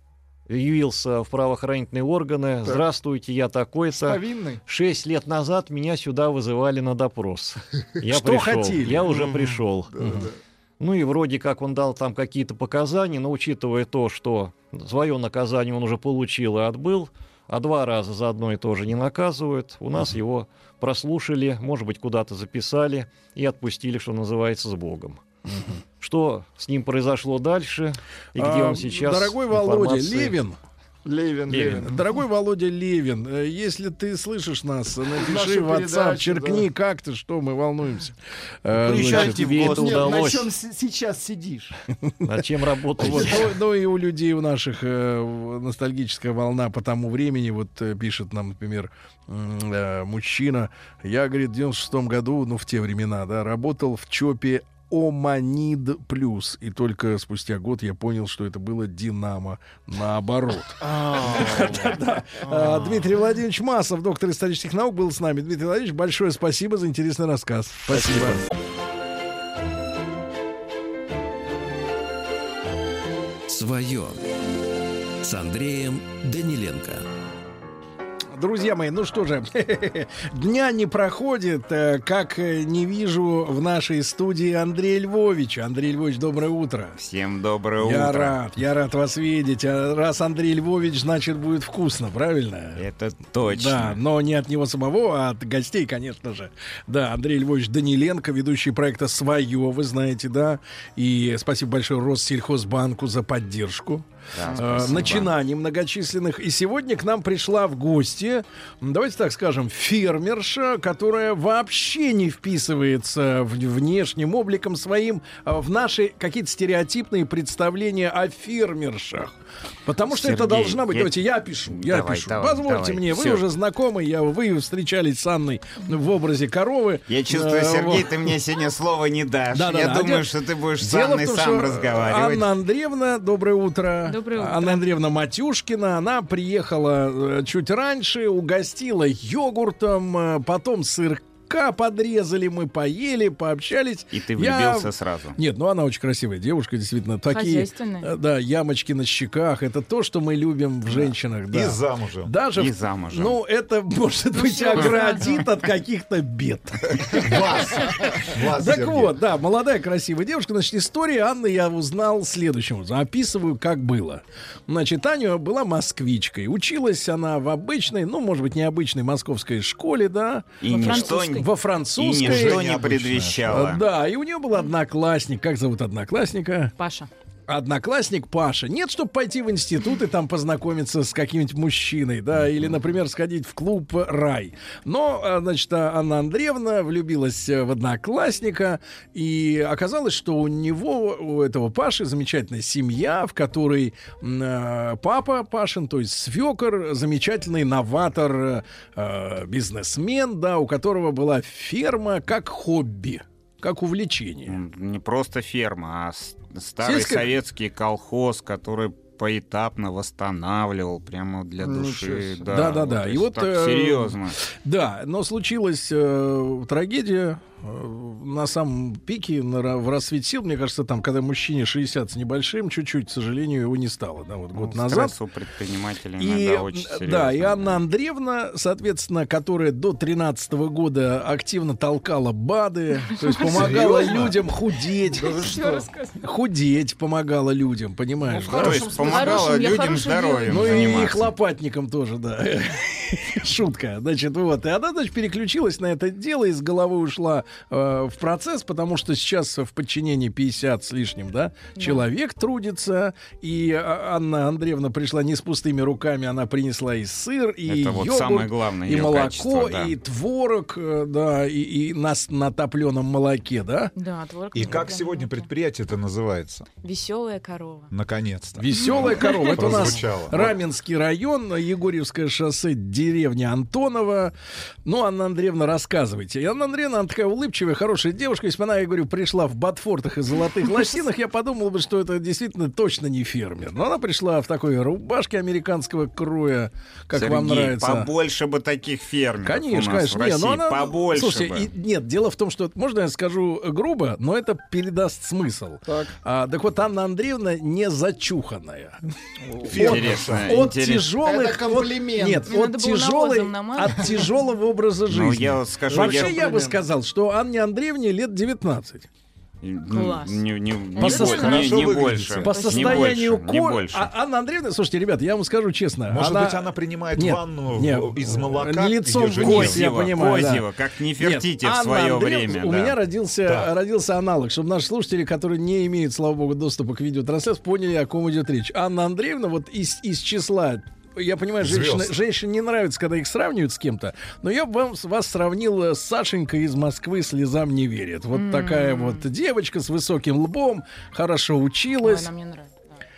явился в правоохранительные органы. Так. Здравствуйте, я С такой-то. повинной. Шесть лет назад меня сюда вызывали на допрос. Я Что пришел. хотели? Я уже Мгм. пришел. Да-да-да. Ну и вроде как он дал там какие-то показания, но учитывая то, что свое наказание он уже получил и отбыл, а два раза за одно и то же не наказывают, у нас его прослушали, может быть, куда-то записали и отпустили, что называется, с Богом. Что с ним произошло дальше и где А, он сейчас? Дорогой Володя, информации- Левин. Левин, Левин. Левин. Дорогой Володя Левин, э, если ты слышишь нас, напиши Нашу в WhatsApp, передачу, черкни, да. как ты, что, мы волнуемся. Э, Приезжайте значит, в гости. Нет, на удалось. чем с- сейчас сидишь? Над чем работаете? Вот, ну, ну и у людей, у наших э, ностальгическая волна по тому времени, вот э, пишет нам, например, м, э, мужчина, я, говорит, в девяносто шестом году, ну в те времена, да, работал в ЧОПе Оманид Плюс, и только спустя год я понял, что это было Динамо наоборот. Да-да. А, Дмитрий Владимирович Масов, доктор исторических наук, был с нами. Дмитрий Владимирович, большое спасибо за интересный рассказ. Спасибо. Свое с Андреем Даниленко. Друзья мои, ну что же, дня не проходит, э, как э, не вижу в нашей студии Андрея Львовича. Андрей Львович, доброе утро. Всем доброе Я утро. рад, я рад вас видеть. А раз Андрей Львович, значит, будет вкусно, правильно? Это точно. Да, но не от него самого, а от гостей, конечно же. Да, Андрей Львович Даниленко, ведущий проекта «Свое», вы знаете, да. И спасибо большое Россельхозбанку за поддержку. Да, э, спасибо. начинаний многочисленных. И сегодня к нам пришла в гости, давайте так скажем, фермерша, которая вообще не вписывается в, внешним обликом своим э, в наши какие-то стереотипные представления о фермершах. Потому что Сергей, это должна быть... я- Давайте я пишу, я Давай, пишу. давай, Позвольте давай. мне, вы Всё. уже знакомы, я, вы встречались с Анной в образе коровы. Я чувствую, Э, Сергей, вот. ты мне сегодня слова не дашь. Да-да-да. Я А думаю, дело- что ты будешь с Дело в Анной том, сам что разговаривать. Анна Андреевна, доброе утро. Доброе утро. Анна Андреевна Матюшкина, она приехала э, чуть раньше, угостила йогуртом, э, потом сырка подрезали, мы поели, пообщались. И ты Я- влюбился сразу. Нет, ну она очень красивая девушка, действительно. Такие, Хозяйственная. э, да, ямочки на щеках. Это то, что мы любим в женщинах. Да. И замужем. Даже, И в- замужем. ну, это, может быть, всё оградит от каких-то бед. Вас. Вас, Так Сергей. вот, да, молодая красивая девушка. Значит, история Анны я узнал следующим образом. Описываю, как было. Значит, Аня была москвичкой. Училась она в обычной, ну, может быть, необычной московской школе, да. И Во ничто, французской. Во и французской. ничто не необычное. предвещало. Да, и у нее был одноклассник. Как зовут одноклассника? Паша. Одноклассник Паша. Нет, чтобы пойти в институт и там познакомиться с каким-нибудь мужчиной, да, или, например, сходить в клуб «Рай». Но, а, значит, а, Анна Андреевна влюбилась э, в одноклассника, и оказалось, что у него, у этого Паши, замечательная семья, в которой м, э, папа Пашин, то есть свекор, замечательный новатор, э, бизнесмен, да, у которого была ферма как хобби, как увлечение. М, Не просто ферма, а с- старый Сельская- советский колхоз, который поэтапно восстанавливал прямо для Ничего души. себе. Да, Да-да-да. вот, то И есть вот, так э, серьезно. Да, но случилась э, трагедия э, на самом пике, на, ра- в расцвете сил. Мне кажется, там, когда мужчине шестьдесят с небольшим, чуть-чуть, к сожалению, его не стало. Да, вот год Ну, назад. стресс у предпринимателей И, иногда очень э, серьезный. да, и Анна Андреевна, соответственно, которая до тринадцатого года активно толкала БАДы, то есть помогала Серьезно? людям худеть. Всё рассказывай. Худеть помогала людям, понимаешь? Ну, да? то есть помогала Хорошим, я людям хорошее здоровьем Ну и заниматься. хлопатникам тоже, да. Шутка. Значит, вот. И она, значит, переключилась на это дело и с головы ушла э, в процесс, потому что сейчас в подчинении пятьдесят с лишним, да, Да. человек трудится. И а, Анна Андреевна пришла не с пустыми руками, она принесла и сыр, и Это вот йогурт, самое главное и её молоко, качество, да. и творог, э, да, и, и на, с- на топленом молоке, да. Да, творог. И не как люблю. сегодня предприятие-то называется? Веселая корова. Наконец-то. Веселая корова. Это у нас Прозвучало. Раменский район, Егорьевское шоссе, деревня Антонова. Ну, Анна Андреевна, рассказывайте. И Анна Андреевна, она такая улыбчивая, хорошая девушка. Если бы она, я говорю, пришла в ботфортах и золотых лосинах, я подумал бы, что это действительно точно не фермер. Но она пришла в такой рубашке американского кроя, как Сергей, вам нравится. побольше бы таких фермеров Конечно, у нас конечно. в Не, России, но она, побольше слушайте, бы. и- нет, дело в том, что, можно я скажу грубо, но это передаст смысл. Так, а, так вот, Анна Андреевна не зачуханная. Интересно, От интересно. тяжелых... Это комплимент. от- Нет, Не от, надо было тяжелой, навозом намазать. от тяжелого образа жизни. Ну, я вот скажу, Вообще, я- я бы сказал, что Анне Андреевне лет девятнадцать. Класс. Не, не, не, По больше, состоянию- не, не больше. По состоянию не ко- больше. А, Анна Андреевна, слушайте, ребят, я вам скажу честно. Может быть, она принимает Нет, ванну нет, в- из молока лицом в ежедневно. кость, я понимаю. да. Козьего, как Нефертити Нет, в Анна свое Андреевна, время. У да. меня родился, Да. родился аналог, чтобы наши слушатели, которые не имеют, слава богу, доступа к видеотрансляции, поняли, о ком идет речь. Анна Андреевна вот из, из числа... Я понимаю, женщины, Звезд. женщине не нравится, когда их сравнивают с кем-то, но я бы вам, вас сравнил с Сашенькой из Москвы «Слезам не верит». Вот М. такая вот девочка с высоким лбом, хорошо Ой, училась. она мне нравится.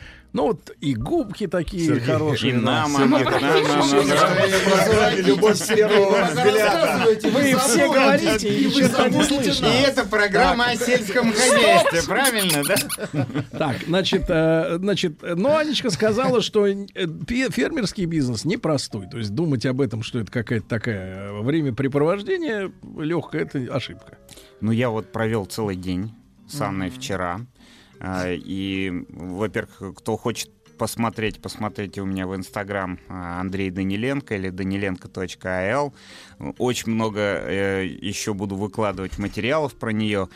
Ну вот и губки такие Сергей, хорошие. И да. нам, Всё. она говорит, нам, нам, нам, нам. Любовь с первого взгляда. Вы все говорите, и вы ничего не забудете слышно. нас. И это программа о сельском хозяйстве, правильно, да? Так, значит, э, значит, ну, Анечка сказала, что э, пе- фермерский бизнес непростой. То есть думать об этом, что это какая-то такая э, времяпрепровождение легкое, это ошибка. Ну, я вот провел целый день с Анной вчера. А, И, во-первых, кто хочет посмотреть, посмотрите у меня в Инстаграм а, Андрей Даниленко или даниленко точка ай эл. Очень много э, еще буду выкладывать материалов про нее.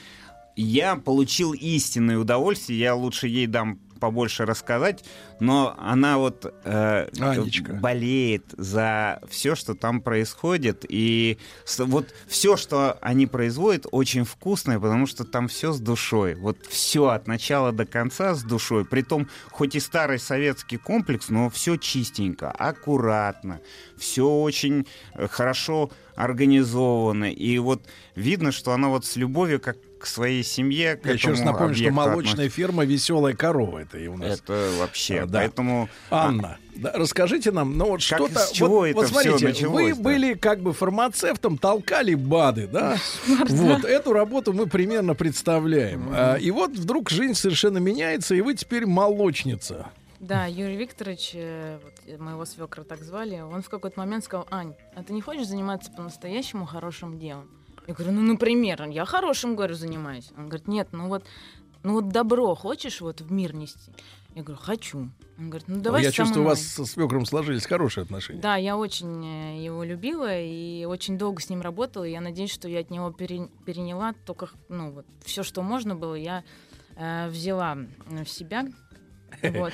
Я получил истинное удовольствие, я лучше ей дам побольше рассказать, но она вот э, Анечка. болеет за все, что там происходит, и с- вот все, что они производят, очень вкусное, потому что там все с душой, вот все от начала до конца с душой, притом хоть и старый советский комплекс, но все чистенько, аккуратно, все очень э, хорошо организовано, и вот видно, что она вот с любовью как к своей семье, к Я еще раз этому напомню, что объекту молочная относится. ферма «Веселая корова» это и у нас. Это вообще, А, да. поэтому... Анна, да, расскажите нам, ну вот Как- что-то... с чего вот, это вот всё смотрите, началось-то? вы были как бы фармацевтом, толкали БАДы, да? Вот, эту работу мы примерно представляем. А, и вот вдруг жизнь совершенно меняется, и вы теперь молочница. Да, Юрий Викторович, э, вот, моего свекра так звали, он в какой-то момент сказал: Ань, а ты не хочешь заниматься по-настоящему хорошим делом? Я говорю, ну, например, я хорошим, говорю, занимаюсь. Он говорит, нет, ну вот, ну вот добро хочешь вот в мир нести? Я говорю, хочу. Он говорит, ну давай Я со чувствую, у мной. вас со свекром сложились хорошие отношения. Да, я очень э, его любила и очень долго с ним работала. И я надеюсь, что я от него пере- переняла только, ну, вот, все, что можно было, я э, взяла в себя. Вот.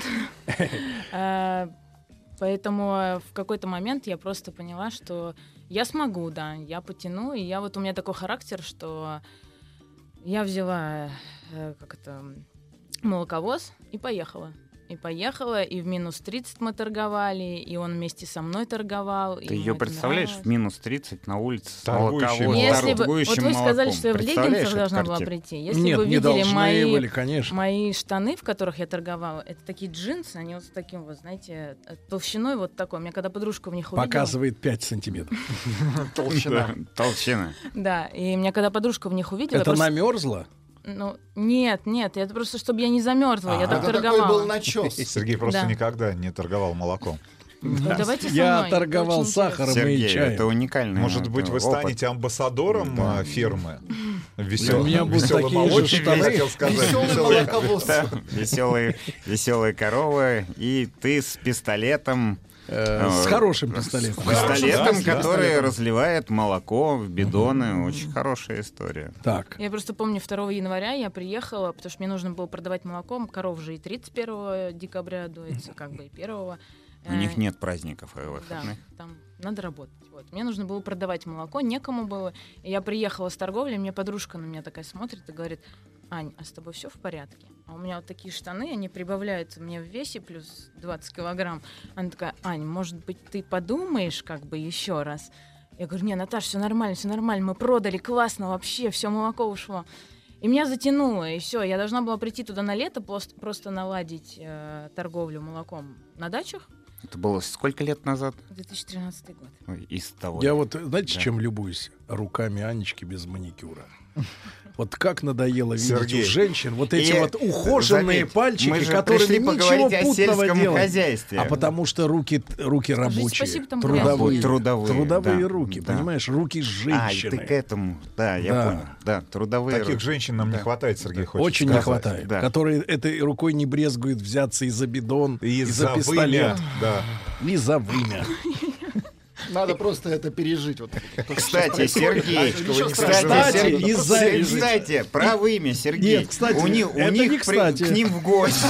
Э, Поэтому э, в какой-то момент я просто поняла, что я смогу, да, я потяну. И я вот у меня такой характер, что я взяла э, как это, молоковоз и поехала. И поехала, и в минус тридцать мы торговали, и он вместе со мной торговал. Ты ее представляешь в минус тридцать на улице с Торгующим молоковозом, Если бы, торгующим вот вы сказали, молоком. что я в Представляешь леггинсах эту должна была картину? прийти. Если Нет, бы не видели должны мои, были, конечно. мои штаны, в которых я торговала, это такие джинсы, они вот с таким вот, знаете, толщиной вот такой. У меня когда подружка в них увидела... Показывает пять сантиметров. Толщина. Да, толщина. Да, и меня когда подружка в них увидела... я Это просто- намерзло? Ну, нет, нет, это просто, чтобы я не замерзла, я А, так Это торговала. такой был начес. Сергей просто Да. никогда не торговал молоком. Ну, давайте со Я мной, торговал очень сахаром и Сергей, чаем. это уникальный Может быть, вы опыт. станете амбассадором Да. а, фермы? У Веселый, меня будут веселый такие же молочник, штаны. хотел сказать. Веселый Веселый- молоковоз. Да, веселые, веселые коровы, и ты с пистолетом. Э, С э, хорошим пистолетом. С пистолетом, Да, который да. разливает молоко в бидоны. Очень хорошая история. Так. Я просто помню, второго января я приехала, потому что мне нужно было продавать молоко. Коров же и тридцать первого декабря доится, как бы и первого. У них нет праздников и Да, выходных. там надо работать. Вот. Мне нужно было продавать молоко, некому было. И я приехала с торговли, мне подружка на меня такая смотрит и говорит: Ань, а с тобой все в порядке? А у меня вот такие штаны, они прибавляются мне в весе плюс двадцать килограмм. Она такая: Ань, может быть, ты подумаешь как бы еще раз? Я говорю: не, Наташ, все нормально, все нормально, мы продали, классно вообще, все молоко ушло. И меня затянуло, и все, я должна была прийти туда на лето, просто, просто наладить э, торговлю молоком на дачах. Это было сколько лет назад? две тысячи тринадцатый год. Ой, из того. Я вот, знаете, Да. чем любуюсь? Руками Анечки без маникюра. Вот как надоело видеть Сергей. у женщин вот эти И вот ухоженные заметь, пальчики, мы же которые пришли ничего поговорить о путного сельском делать. хозяйстве. А потому что руки, руки Скажите рабочие, спасибо, там трудовые, Трудовые, трудовые да, руки, да. понимаешь, руки А, и женщины. ты к этому. Да, я Да. понял. Да, трудовые Таких руки. женщин нам не Да. хватает, Сергей, хочет Очень не сказать. хватает, Да. которые этой рукой не брезгуют взяться и за бидон, и, И за за пистолет, вымя, да. и за вымя. Надо просто это пережить. Вот. Кстати, Сергей, Ничего кстати, страшного. Сергей, из-за- кстати, про имя Сергей. Нет, кстати, у них, у это них не при- кстати. к ним в гости,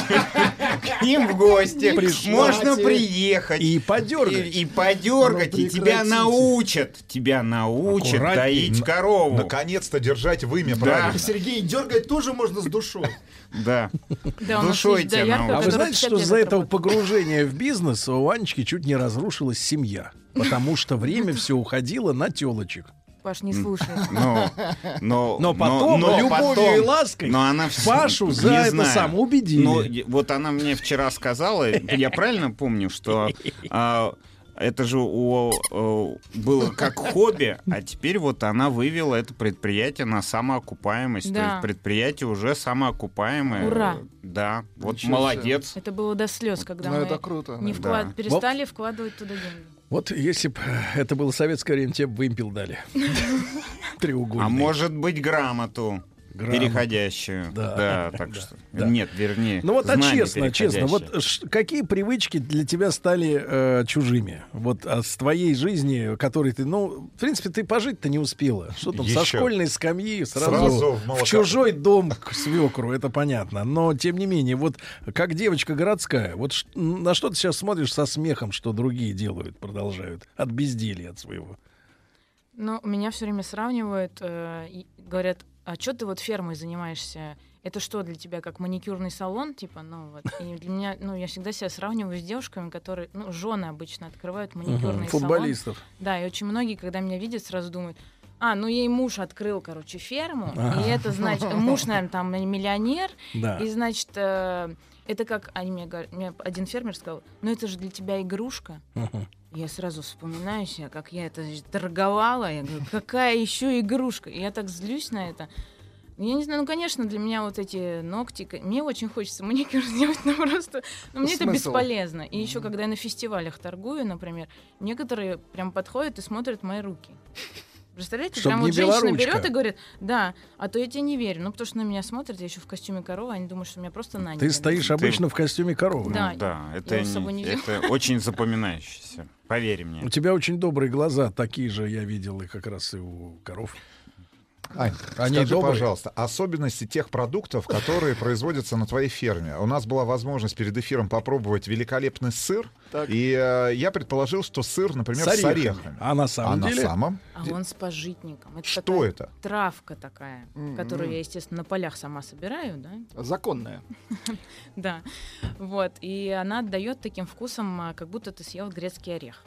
к ним в гости Кстати. можно приехать И подергать. и, и подергать, Ну, и тебя прекратите. научат, тебя научат Аккуратней. доить Н- корову. Наконец-то держать в имя Да. правильно. Сергей, дергать тоже можно с душой. Да. Да, у нас Душой есть тебя доярка, научат. А вы которая знаете, пятьдесят что лет из-за этого отработала. погружения в бизнес у Анечки чуть не разрушилась семья? Потому что время все уходило на телочек. Паш, не слушай. Но, но, Но потом, но любовью потом- и лаской но она вс- Пашу за не это знаю. самое убедили. Ну, и- вот она мне вчера сказала, я правильно помню, что а, это же у, у- было как хобби, а теперь вот она вывела это предприятие на самоокупаемость. То Да. есть предприятие уже самоокупаемое. Ура. Да, вот Ничего молодец. Это было до слез, когда Ну, мы это круто. не Да. вклад... перестали вкладывать туда деньги. Вот если бы это было советское время, тебе бы вымпел дали. Треугольный. А может быть грамоту. Грамоту. Переходящую. Да. Да, так Да. что. Да. Нет, вернее. Ну вот, а знание честно, честно, переходящее. вот ш- какие привычки для тебя стали э, чужими? Вот а с твоей жизни, которой ты, ну, в принципе, ты пожить-то не успела. Что там, со Еще. школьной скамьи сразу, Сразу в в, молоко. чужой дом к свекру, это понятно. Но, тем не менее, вот как девочка городская, вот ш- на что ты сейчас смотришь со смехом, что другие делают, продолжают, от безделья от своего? Ну, меня все время сравнивают э, и говорят, а что ты вот фермой занимаешься? Это что для тебя, как маникюрный салон? Типа, ну вот. И для меня, ну, я всегда себя сравниваю с девушками, которые, ну, жены обычно открывают маникюрный Мгм. салон. Футболистов. Да, и очень многие, когда меня видят, сразу думают, а, ну ей муж открыл, короче, ферму, Ага. и это значит, муж, наверное, там миллионер, Да. и значит, э, это как, они мне говорят, мне один фермер сказал, ну это же для тебя игрушка. Мгм. Я сразу вспоминаю себя, как я это торговала. Я говорю, какая еще игрушка? И я так злюсь на это. Я не знаю, ну, конечно, для меня вот эти ногти... к- Мне очень хочется маникюр сделать, но просто... Но мне это Смысл? бесполезно. И еще, когда я на фестивалях торгую, например, некоторые прям подходят и смотрят мои руки. Представляете, Чтоб прям не вот женщина белоручка. берет и говорит, да, а то я тебе не верю. Ну, потому что на меня смотрят, я еще в костюме коровы, они думают, что меня просто наняли. Ты стоишь обычно в костюме коровы. Да. Ну, да, это, его с собой не- не это очень запоминающееся. Поверь мне. У тебя очень добрые глаза, такие же я видел и как раз и у коров. Ань, Они скажи, добрые? пожалуйста, особенности тех продуктов, которые производятся на твоей ферме. У нас была возможность перед эфиром попробовать великолепный сыр, Так. и э, я предположил, что сыр, например, С с орехами. орехами. А на самом а деле? на самом? А он с пожитником. Это Что такая это? Травка такая, М-м. которую я, естественно, на полях сама собираю, да? Законная. Да. Вот. И она отдает таким вкусом, а, как будто ты съел грецкий орех.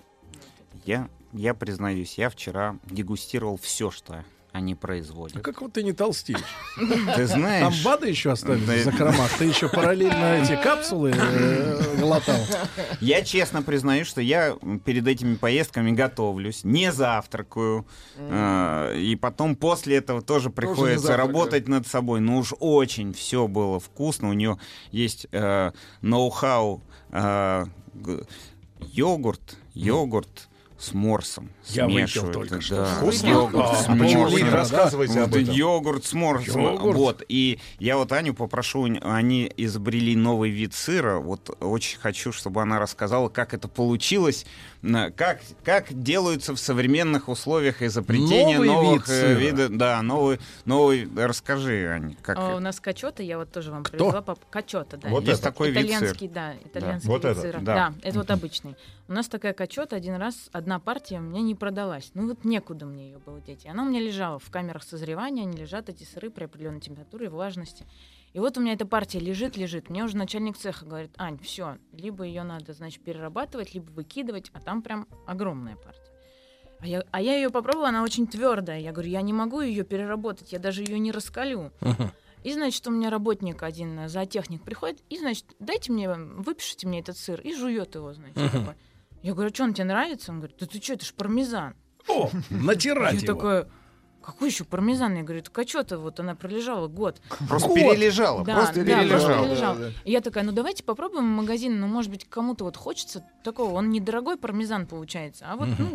Я, я признаюсь, я вчера дегустировал все, что они А производят. как вот ты не толстеешь? Ты знаешь... Там БАДы еще остались Да, в закромах. Ты еще параллельно эти капсулы э, глотал. Я честно признаюсь, что я перед этими поездками готовлюсь, не завтракаю, э, и потом после этого тоже приходится завтракаю. работать над собой. Ну уж очень все было вкусно. У нее есть э, ноу-хау, э, г- йогурт, йогурт с морсом. Я выпил смешивают. только что. Да, Вкусно? йогурт А, с почему морсом. вы не рассказываете об Вот, этом? Йогурт с морсом. Йогурт? Вот. И я вот Аню попрошу, они изобрели новый вид сыра. Вот очень хочу, чтобы она рассказала, как это получилось, на- как, как делаются в современных условиях изобретения Новый новых вид э, сыра. видов. Да, новый, новый. Расскажи, Ань, как А у это? нас качота, я вот тоже вам Кто? привезла. Пап... Качота, да. Вот Есть это. такой вид Итальянский, сыра. да, итальянский Вот вид это? сыра. Да. Да, это вот обычный. У нас такая качота один раз, одна партия у меня не продалась. Ну вот некуда мне ее было деть. И она у меня лежала в камерах созревания, они лежат, эти сыры при определенной температуре и влажности. И вот у меня эта партия лежит, лежит. Мне уже начальник цеха говорит, Ань, все, либо ее надо, значит, перерабатывать, либо выкидывать, а там прям огромная партия. А я, а я ее попробовала, она очень твердая. Я говорю, я не могу ее переработать, я даже ее не раскалю. И, значит, у меня работник один, зоотехник, приходит, и, значит, дайте мне, выпишите мне этот сыр, и жует его, значит. такой. Я говорю, что он тебе нравится? Он говорит, да ты что, это ж пармезан. О, натирать Я его. такая, какой еще пармезан? Я говорю, так а что-то вот она пролежала год. Просто Год. перележала, Да, просто да, перележала. просто перележала. И я такая, ну давайте попробуем в магазине, ну может быть кому-то вот хочется такого, он недорогой пармезан получается, а вот, ну,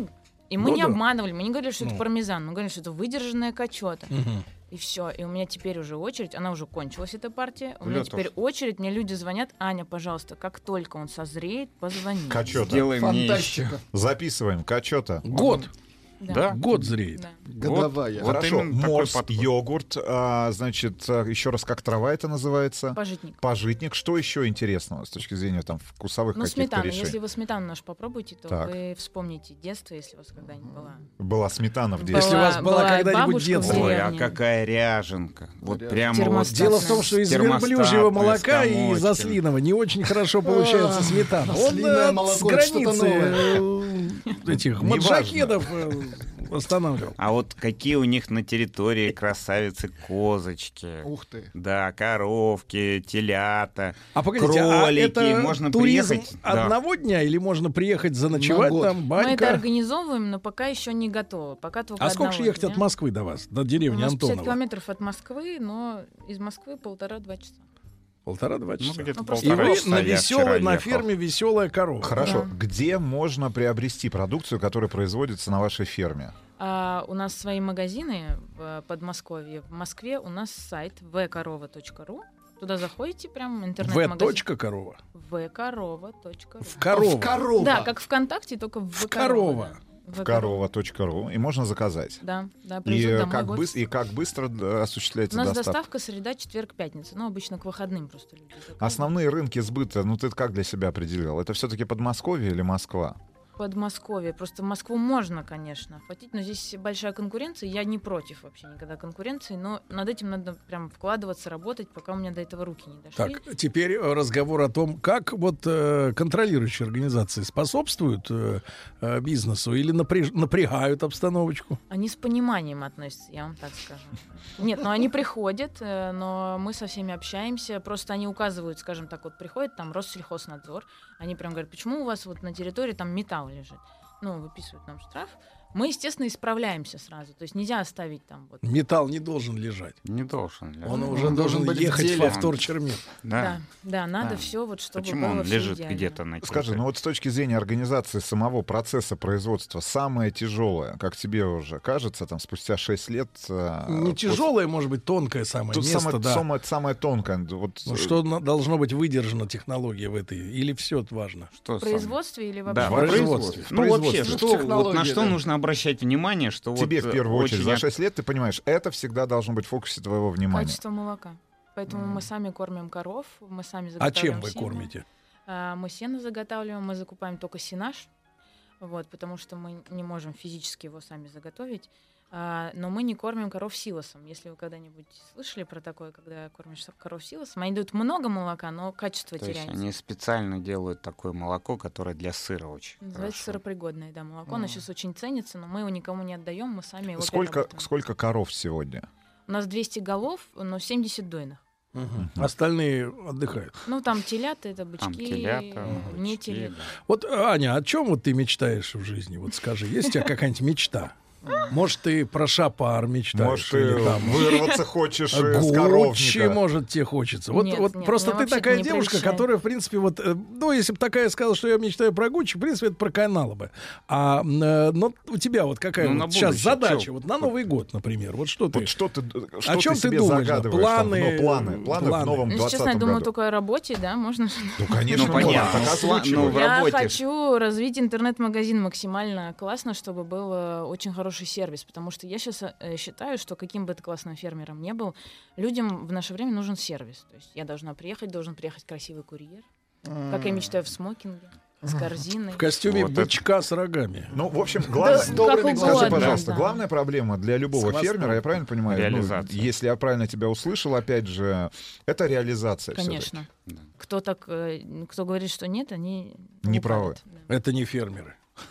И мы Ну не да. обманывали, мы не говорили, что Ну. это пармезан, мы говорили, что это выдержанная качета. Мгм. И все. И у меня теперь уже очередь, она уже кончилась, эта партия. У меня Лётов. теперь очередь, мне люди звонят: Аня, пожалуйста, как только он созреет, позвони. Качета. Сделай мне Фантастика. Записываем. Качета. Год. Да. Год зреет. Да. Годовая. Вот Хорошо. именно такой Морс, подход. йогурт, а, значит, а, еще раз, как трава это называется? Пожитник. Пожитник. Что еще интересного с точки зрения там вкусовых Ну, каких-то сметана. решений? Если вы сметану нашу попробуете, то Так. вы вспомните детство, если у вас когда-нибудь была. Была сметана в Была- детстве. Если у вас была была когда-нибудь бабушка в детство. Ой, а деревне. какая ряженка. Вот Термостат. прямо Термостат. вот. Дело в том, что из Термостатная, верблюжьего с молока и из комочками. ослиного не очень хорошо получается сметана. Он ослиное э, молоко с это что-то границы э, этих Неважно. маджахедов э, останавливал. А вот какие у них на территории красавицы козочки. Ух ты. Да, коровки, телята, А погодите, а кролики. это Можно туризм приехать. Да. одного дня или можно приехать заночевать год. там, Мы это банька? организовываем, но пока еще не готовы. Пока только А сколько же одного ехать дня. от Москвы до вас, до У деревни нас пятьдесят Антонова? километров от Москвы, но из Москвы полтора-два часа. Полтора-два Ну, часа. где-то Ну, просто- И полтора вы часа на, я веселой, вчера на ехал. ферме «Веселая корова». Хорошо. Да. Где можно приобрести продукцию, которая производится на вашей ферме? А, у нас свои магазины в Подмосковье. В Москве у нас сайт вэ корова точка ру. Туда заходите, прям В. интернет-магазин. точка корова. вэ корова точка ру. В корова. В корова. Да, как ВКонтакте, только в В корова. В корова точка ру. И можно заказать. Да, да, И привезут домой как, в офис. быс- и как быстро да, У осуществляется нас доставка? доставка среда, четверг, пятница. Ну, обычно к выходным просто люди заказывают. Основные рынки сбыта, ну ты как для себя определил? Это все-таки Подмосковье или Москва? Подмосковье. Просто в Москву можно, конечно, охватить, но здесь большая конкуренция. Я не против вообще никогда конкуренции, но над этим надо прям вкладываться, работать, пока у меня до этого руки не дошли. Так, теперь э, разговор о том, как вот э, контролирующие организации способствуют э, э, бизнесу или напряж- напрягают обстановочку? Они с пониманием относятся, я вам так скажу. Нет, ну они приходят, э, но мы со всеми общаемся. Просто они указывают, скажем так, вот приходит там Россельхознадзор, они прям говорят, почему у вас вот на территории там металл лежит? Ну, выписывают нам штраф. Мы, естественно, исправляемся сразу. То есть нельзя оставить там вот... Металл не должен лежать. Не должен. лежать. Он Он уже должен должен быть в ехать деле. в вторчермет. Да. Да, да, надо Да. все вот, чтобы Почему было он всё лежит идеально. где-то на Скажи, территории? ну вот с точки зрения организации самого процесса производства, самое тяжелое, как тебе уже кажется, там спустя шесть лет... э, Не после- тяжелое, может быть, тонкое самое Тут место, самое, да. самое, самое тонкое. Вот, Ну, что на- должно быть выдержана технология в этой? Или все это важно? Что В производстве или вообще? Да, В в производстве. производстве. В Ну, вообще, производстве. что, вот Технологии, на что да. нужно обращать внимание, что тебе вот в первую очередь очень за шесть лет ты понимаешь, это всегда должно быть в фокусе твоего внимания. Качество молока. Поэтому мы сами кормим коров, мы сами А заготавливаем чем вы сено. кормите? А, Мы сено заготавливаем, мы закупаем только сенаж, вот, потому что мы не можем физически его сами заготовить. А, но мы не кормим коров силосом. Если вы когда-нибудь слышали про такое, когда кормишь коров силосом, они дают много молока, но качество То есть теряется. они специально делают такое молоко, которое для сыра очень Называется хорошо. сыропригодное, да, молоко. Оно сейчас очень ценится, но мы его никому не отдаем, мы сами его Сколько, перерабатываем. сколько коров сегодня? У нас двести голов, но семьдесят дойных. Остальные отдыхают. Ну, там телята, это бычки, Там телята, не бычки, телята. да. Вот, Аня, о чем вот ты мечтаешь в жизни? Вот скажи, есть у тебя какая-нибудь мечта? Может, ты про шапар мечтаешь? Может, или ты там вырваться хочешь из Гуччи, коровника? может, тебе хочется. Вот, Нет, вот нет, просто меня ты вообще такая не девушка, прельщает. которая, в принципе, вот, э, ну, если бы такая сказала, что я мечтаю про Гуччи, в принципе, это проканала бы. А, э, но у тебя вот какая Ну, вот на сейчас будущее, задача, чё? вот на Новый год, например, вот что ты? Вот что ты, что О чем ты ты себе думаешь, да? загадываешь? Планы, там, ну, планы, планы, планы. в новом Ну, если честно, я двадцатом думаю году. только о работе, да, можно. Ну, конечно, Ну, можно. понятно. Так Ну, озвучивай. ну, в Я работе. хочу развить интернет-магазин максимально классно, чтобы был э, очень хороший сервис, потому что я сейчас считаю, что каким бы ты классным фермером не был, людям в наше время нужен сервис. То есть я должна приехать, должен приехать красивый курьер, как я мечтаю, в смокинге, с корзиной. В костюме Вот это- бычка с рогами. Ну, в общем, главное, с добрыми скажи, глазами. пожалуйста, Да. главная проблема для любого С хвостом. фермера, я правильно понимаю, ну, Реализация. если я правильно тебя услышал, опять же, это реализация. Конечно. Кто так, э, кто говорит, что нет, они Не лукавят. правы. Это не фермеры.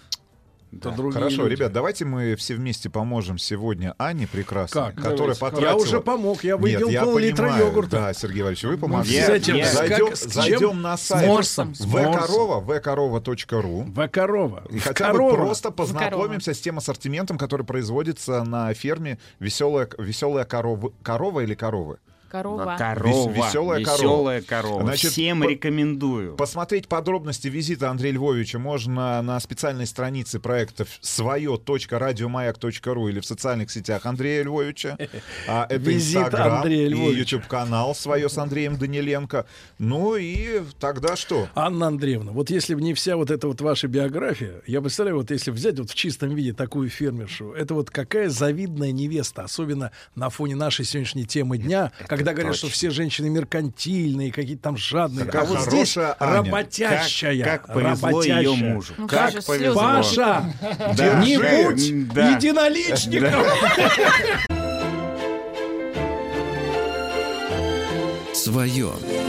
Это другие Хорошо, люди. ребят, давайте мы все вместе поможем сегодня Ане прекрасной, Как? которая Давайте. потратила... Я уже помог, я выпил Нет, я пол-литра понимаю, йогурта. Да, Сергей Валерьевич, вы помогли. С этим, с Зайдем, как- с зайдем чем? на С сайт морсом. С вкорова, вкорова точка ру. В-корова. И хотя бы В-корова. просто познакомимся с тем ассортиментом, который производится на ферме «Веселая, веселая корова». Корова или коровы? корова. Корова. Вес- веселая корова. Веселая корова. Значит, Всем по- рекомендую. Посмотреть подробности визита Андрея Львовича можно на специальной странице проекта свое точка радиомаяк точка ру или в социальных сетях Андрея Львовича. А это Визит Инстаграм Андрея и Львовича. YouTube-канал свое с Андреем Даниленко. Ну и тогда что? Анна Андреевна, вот если бы не вся вот эта вот ваша биография, я представляю, вот если взять вот в чистом виде такую фермершу, это вот какая завидная невеста, особенно на фоне нашей сегодняшней темы дня, это когда говорят, точно. Что все женщины меркантильные, какие-то там жадные. Такая а вот здесь Аня. работящая. Как, как повезло работящая. ее мужу. Ну, как слушай, повезло. Паша, Да. не будь Да. единоличником. Свое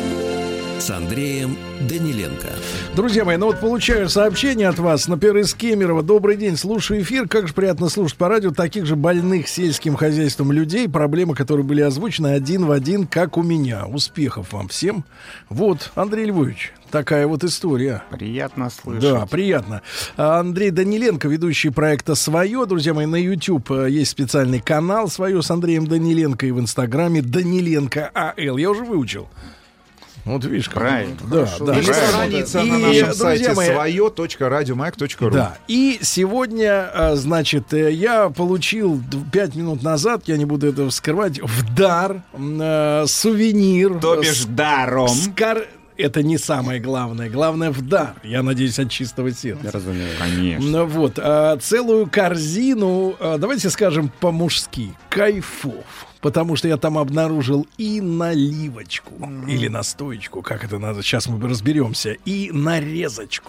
с Андреем Даниленко. Друзья мои, ну вот получаю сообщение от вас. Например, из Кемерово. Добрый день, слушаю эфир. Как же приятно слушать по радио таких же больных сельским хозяйством людей. Проблемы, которые были озвучены один в один, как у меня. Успехов вам всем. Вот, Андрей Львович, такая вот история. Приятно слышать. Да, приятно. А Андрей Даниленко, ведущий проекта «Свое». Друзья мои, на YouTube есть специальный канал «Свое» с Андреем Даниленко и в Инстаграме Даниленко АЛ. Я уже выучил. Вот видишь, как. Правильно. Да, да. И страница И, на нашем сайте мои, свое точка радиомаяк точка ру. Да. И сегодня, а, значит, э, я получил пять минут назад, я не буду этого скрывать, в дар э, сувенир. То бишь даром. С кар... Это не самое главное. Главное в дар. Я надеюсь, от чистого сердца. Разумеется. Конечно. Ну, вот. А, целую корзину, а, давайте скажем по-мужски, кайфов. Потому что я там обнаружил и наливочку, mm-hmm. или настоечку, как это надо, сейчас мы разберемся, и нарезочку.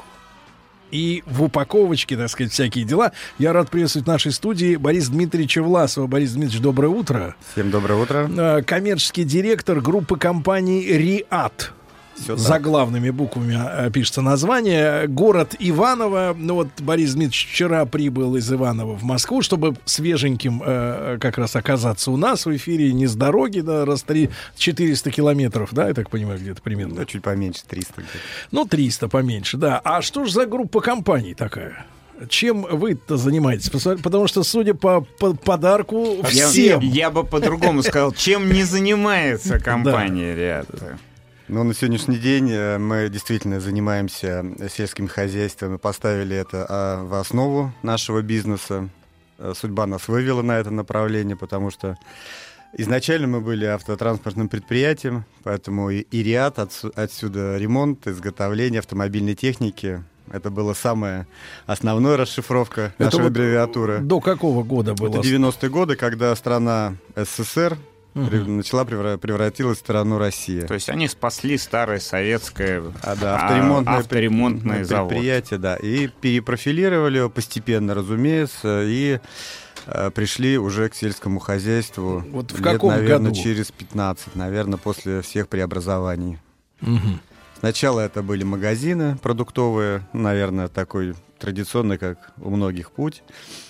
И в упаковочке, так сказать, всякие дела. Я рад приветствовать в нашей студии Бориса Дмитриевича Власова. Борис Дмитриевич, доброе утро. Всем доброе утро. А, коммерческий директор группы компаний «Риат». Заглавными буквами а, пишется название. Город Иваново. Ну вот Борис Дмитриевич вчера прибыл из Иваново в Москву, чтобы свеженьким э, как раз оказаться у нас в эфире. Не с дороги, да, раз три, четыреста километров, да, я так понимаю, где-то примерно. Да, чуть поменьше, триста где-то. Ну, триста поменьше, да. А что же за группа компаний такая? Чем вы-то занимаетесь? Потому что, судя по, по подарку, всем... Я, я бы по-другому сказал, чем не занимается компания «Риат». Ну, на сегодняшний день мы действительно занимаемся сельским хозяйством и поставили это в основу нашего бизнеса. Судьба нас вывела на это направление, потому что изначально мы были автотранспортным предприятием, поэтому и «Риат», отсюда ремонт, изготовление автомобильной техники. Это была самая основная расшифровка это нашей вот аббревиатуры. До какого года было? Это девяностые годы, когда страна СССР Uh-huh. начала превра- превратилась в страну Россия. То есть они спасли старое советское а, да, авторемонтное, авторемонтное предприятие, да, и перепрофилировали его постепенно, разумеется, и э, пришли уже к сельскому хозяйству. Вот в лет, каком наверное, году? через пятнадцать, наверное, после всех преобразований. Uh-huh. Сначала это были магазины продуктовые, наверное, такой традиционный, как у многих, путь.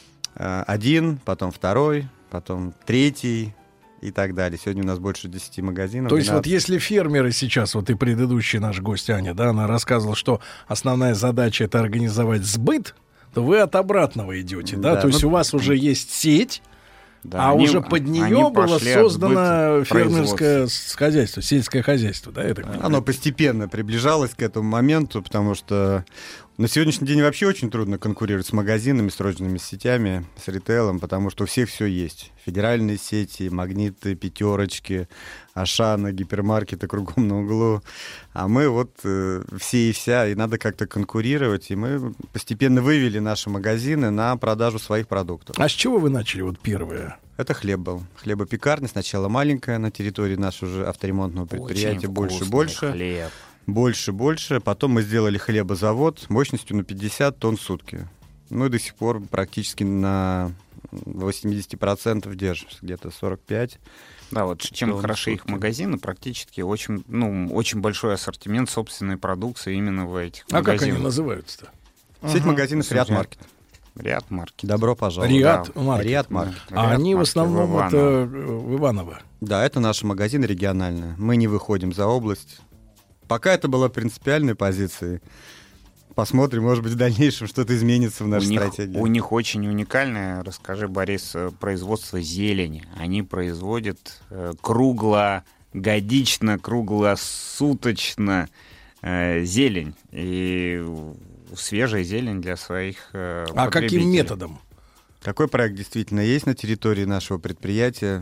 Один, потом второй, потом третий. И так далее. Сегодня у нас больше десяти магазинов. То есть двенадцать. вот если фермеры сейчас, вот и предыдущий наш гость Аня, да, она рассказывала, что основная задача — это организовать сбыт, то вы от обратного идете, да? Да, То есть ну, у вас уже есть сеть, да, а они, уже под нее было создано фермерское хозяйство, сельское хозяйство, да, это? Оно постепенно приближалось к этому моменту, потому что на сегодняшний день вообще очень трудно конкурировать с магазинами, с розничными сетями, с ритейлом, потому что у всех все есть. Федеральные сети, магниты, пятерочки, Ашаны, гипермаркеты кругом на углу. А мы вот э, все и вся, и надо как-то конкурировать. И мы постепенно вывели наши магазины на продажу своих продуктов. А с чего вы начали вот первое? Это хлеб был. Хлебопекарня, сначала маленькая на территории нашего же авторемонтного предприятия. Больше-больше. Хлеб. Больше-больше. Потом мы сделали хлебозавод мощностью на пятьдесят тонн в сутки. Ну и до сих пор практически на восемьдесят процентов держимся, где-то сорок пять процентов. Да, вот чем хороши их магазины, практически очень, ну, очень большой ассортимент собственной продукции именно в этих а магазинах. А как они называются-то? Сеть ага. магазинов «Риат Маркет». «Риат Маркет». Добро пожаловать. «Риат да. Маркет». «Риат Маркет». А «Риат они Маркет» в основном в это в Иваново. Да, это наши магазины региональные. Мы не выходим за область. Пока это была принципиальной позицией. Посмотрим, может быть, в дальнейшем что-то изменится в нашей у них, стратегии. У них очень уникальное, расскажи, Борис, производство зелени. Они производят э, кругло круглогодично, круглосуточно э, зелень. И свежая зелень для своих э, А потребителей. каким методом? Такой проект действительно есть на территории нашего предприятия.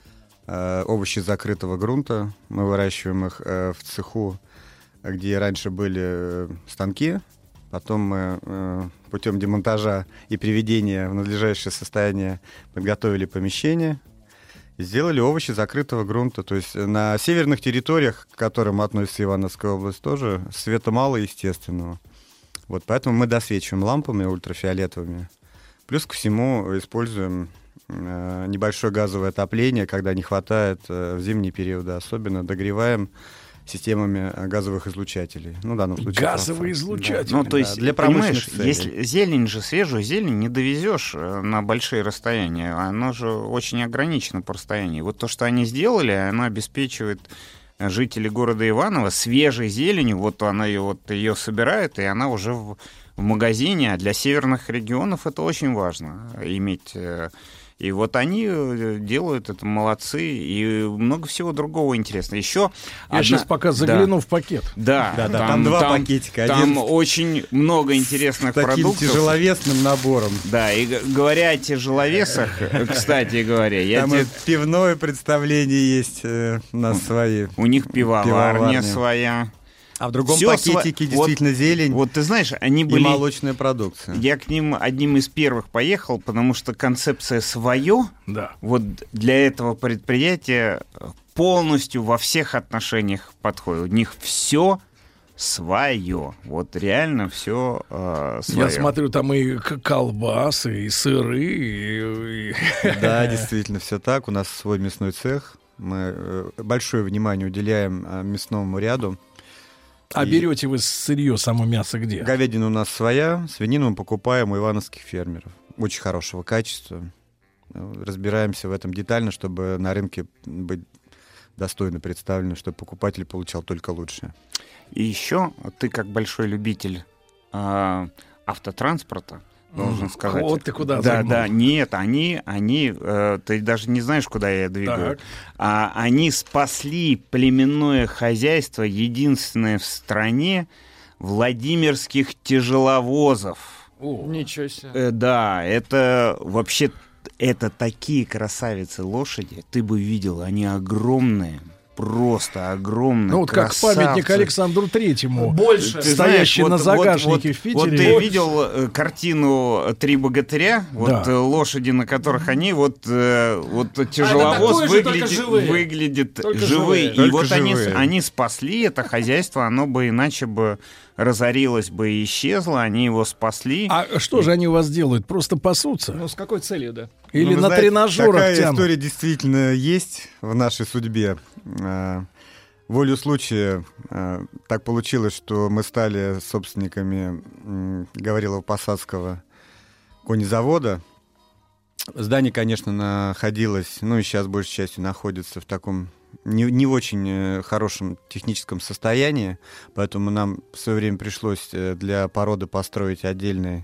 Э, овощи закрытого грунта. Мы выращиваем их э, в цеху, где раньше были э, станки. Потом мы э, путем демонтажа и приведения в надлежащее состояние подготовили помещение и сделали овощи закрытого грунта. То есть на северных территориях, к которым относится Ивановская область, тоже света мало естественного. Вот поэтому мы досвечиваем лампами ультрафиолетовыми. Плюс ко всему используем э, небольшое газовое отопление, когда не хватает э, в зимние периоды, особенно догреваем системами газовых излучателей. Ну, в данном случае. Газовые излучатели. Да. Ну, то есть, да, для понимаешь, промышленных целей. если зелень же, свежую зелень не довезешь на большие расстояния, она же очень ограничена по расстоянию. Вот то, что они сделали, оно обеспечивает жителей города Иваново свежей зеленью, вот она ее, вот ее собирает, и она уже в, в магазине, а для северных регионов это очень важно, иметь. И вот они делают это, молодцы, и много всего другого интересного. Еще Я одна... сейчас пока загляну да. в пакет. Да, да, да там, там два там, пакетика. Там Один очень много интересных с таким продуктов. тяжеловесным набором. Да, и говоря о тяжеловесах, кстати говоря, я там тебе... и пивное представление есть э, у нас свои. У них пивоварня, Пивоварня. своя. А в другом Всё пакетике сво... действительно вот, зелень вот ты знаешь, они были... и молочная продукция. Я к ним одним из первых поехал, потому что концепция «свое» да. вот для этого предприятия полностью во всех отношениях подходит. У них все свое. Вот реально все э, свое. Я смотрю, там и колбасы, и сыры. И... Да, действительно, все так. У нас свой мясной цех. Мы большое внимание уделяем мясному ряду. А и... берете вы сырье, само мясо где? Говядина у нас своя, свинину мы покупаем у ивановских фермеров. Очень хорошего качества. Разбираемся в этом детально, чтобы на рынке быть достойно представлены, чтобы покупатель получал только лучшее. И еще ты, как большой любитель э, автотранспорта, должен сказать. Вот ты куда Да, загнул. да, нет, они, они, э, ты даже не знаешь, куда я двигаю. А, они спасли племенное хозяйство, единственное в стране, владимирских тяжеловозов. О, ничего себе. Э, да, это вообще, это такие красавицы лошади. Ты бы видел, они огромные. Просто огромный. Ну вот красавцы. как памятник Александру Третьему. Больше. Ты стоящий знаешь, на вот, загашнике вот, в Питере. Вот ты видел э, картину «Три богатыря», да. вот э, лошади, на которых они, вот, э, вот тяжеловоз а выглядит, же, выглядит только живые. живые. И Только вот они, живые. они спасли это хозяйство, оно бы иначе бы разорилось бы и исчезло, они его спасли. А что же они у вас делают? Просто пасутся? Ну, с какой целью, да? Или Ну, вы на знаете, тренажерах такая тянут? история действительно есть в нашей судьбе. А, волею случая а, так получилось, что мы стали собственниками м, Гаврилово-Посадского конезавода. Здание, конечно, находилось, ну и сейчас большей частью находится в таком не, не в очень э, хорошем техническом состоянии, поэтому нам в свое время пришлось э, для породы построить отдельное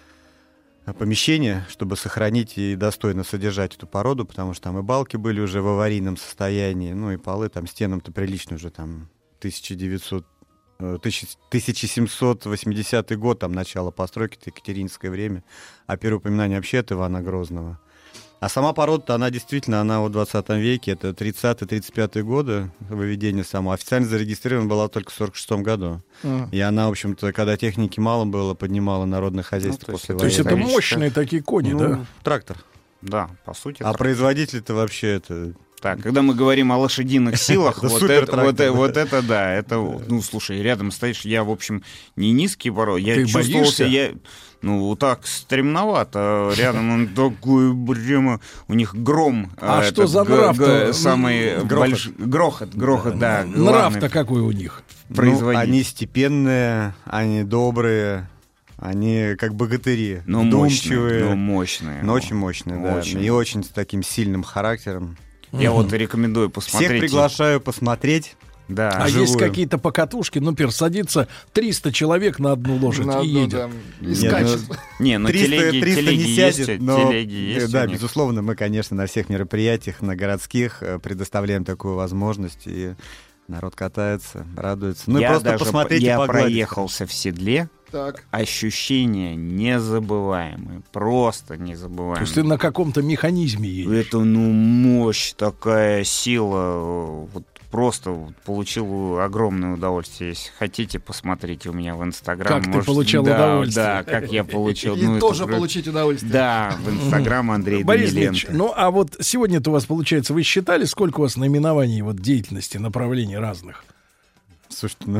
помещение, чтобы сохранить и достойно содержать эту породу, потому что там и балки были уже в аварийном состоянии, ну и полы, там стенам-то прилично уже там тысяча девятьсот, тысяча семьсот восьмидесятый год, там начало постройки, это Екатерининское время, а первое упоминание вообще от Ивана Грозного. А сама порода-то, она действительно, она в двадцатом веке, это тридцатый-тридцать пятый годы выведение само. Официально зарегистрирована была только в сорок шестом году. Mm. И она, в общем-то, когда техники мало было, поднимала народное хозяйство ну, после войны. То есть это мощные такие кони, ну, да? Трактор. Да, по сути. А трактор. производитель-то вообще это... Так, когда мы говорим о лошадиных силах, Это вот, супер это, вот, трактор, вот да. это да, это, ну, слушай, рядом стоишь, я, в общем, не низкий порой, я Ты чувствовался, боишься? я, ну, вот так стремновато, рядом он такой, прямо, у них гром. А э, что этот за г- нрав-то? г- Самый Грохот. больш- грохот, грохот, да. Нрав-то главный какой у них? производитель. Ну, они степенные, они добрые, они как богатыри, Но вдумчивые, мощные, но мощные. но очень мощные, да, Очень. и очень с таким сильным характером. Я вот рекомендую посмотреть. Всех приглашаю посмотреть. Да, а живую. есть какие-то покатушки, ну, например, садится триста человек на одну лошадь На и одну, едет. да, и Нет, скачет. ну, Не, ну триста, телеги, триста телеги не есть, сядет, но, телеги есть да, у них. безусловно, мы, конечно, на всех мероприятиях, на городских э, предоставляем такую возможность, и народ катается, радуется. Ну, я и просто даже посмотреть я и погладить. проехался в седле. Так. Ощущения незабываемые, просто незабываемые. То есть ты на каком-то механизме едешь. Это, ну, мощь, такая сила, вот просто вот получил огромное удовольствие. Если хотите, посмотрите у меня в Инстаграм. Как ты получал да, удовольствие. Да, как я получил. И ну, тоже это... получить удовольствие. Да, в Инстаграм Андрей Борис Даниленко. Дмитриевич, ну а вот сегодня-то у вас получается, вы считали, сколько у вас наименований вот деятельности, направлений разных? Слушайте, ну...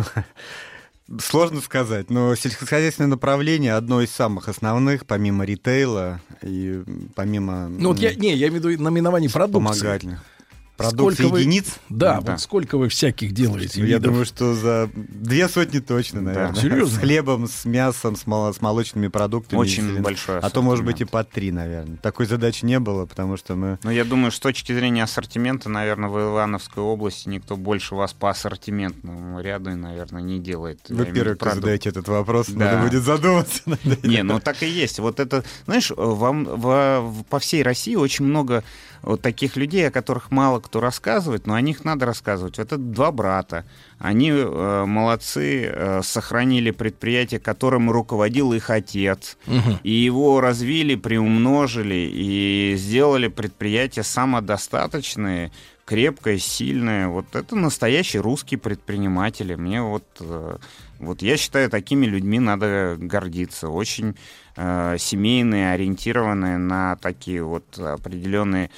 Сложно сказать, но сельскохозяйственное направление одно из самых основных, помимо ритейла и помимо... Ну вот я, не, я имею в виду наименований продукции. Вспомогательных. Продукции Сколько вы- единиц? Да, Да. вот сколько вы всяких делаете Ну, я видов? думаю, что за две сотни точно, наверное. Серьезно? С хлебом, с мясом, с, мол- с молочными продуктами. Очень Если- большой А то, может быть, и ассортимент. по три, наверное. Такой задачи не было, потому что мы... Ну, я думаю, с точки зрения ассортимента, наверное, в Ивановской области никто больше вас по ассортиментному ряду, наверное, не делает. Я Вы имею в первый, виду кто продукт. задаете этот вопрос, Да. надо будет задуматься. Не, ну так и есть. Вот это, знаешь, вам во- в- по всей России очень много вот таких людей, о которых мало кто рассказывает, но о них надо рассказывать. Вот это два брата. Они э, молодцы, э, сохранили предприятие, которым руководил их отец. Мгм. И его развили, приумножили и сделали предприятие самодостаточное, крепкое, сильное. Вот это настоящие русские предприниматели. Мне вот, э, вот я считаю, такими людьми надо гордиться. Очень э, семейные, ориентированные на такие вот определенные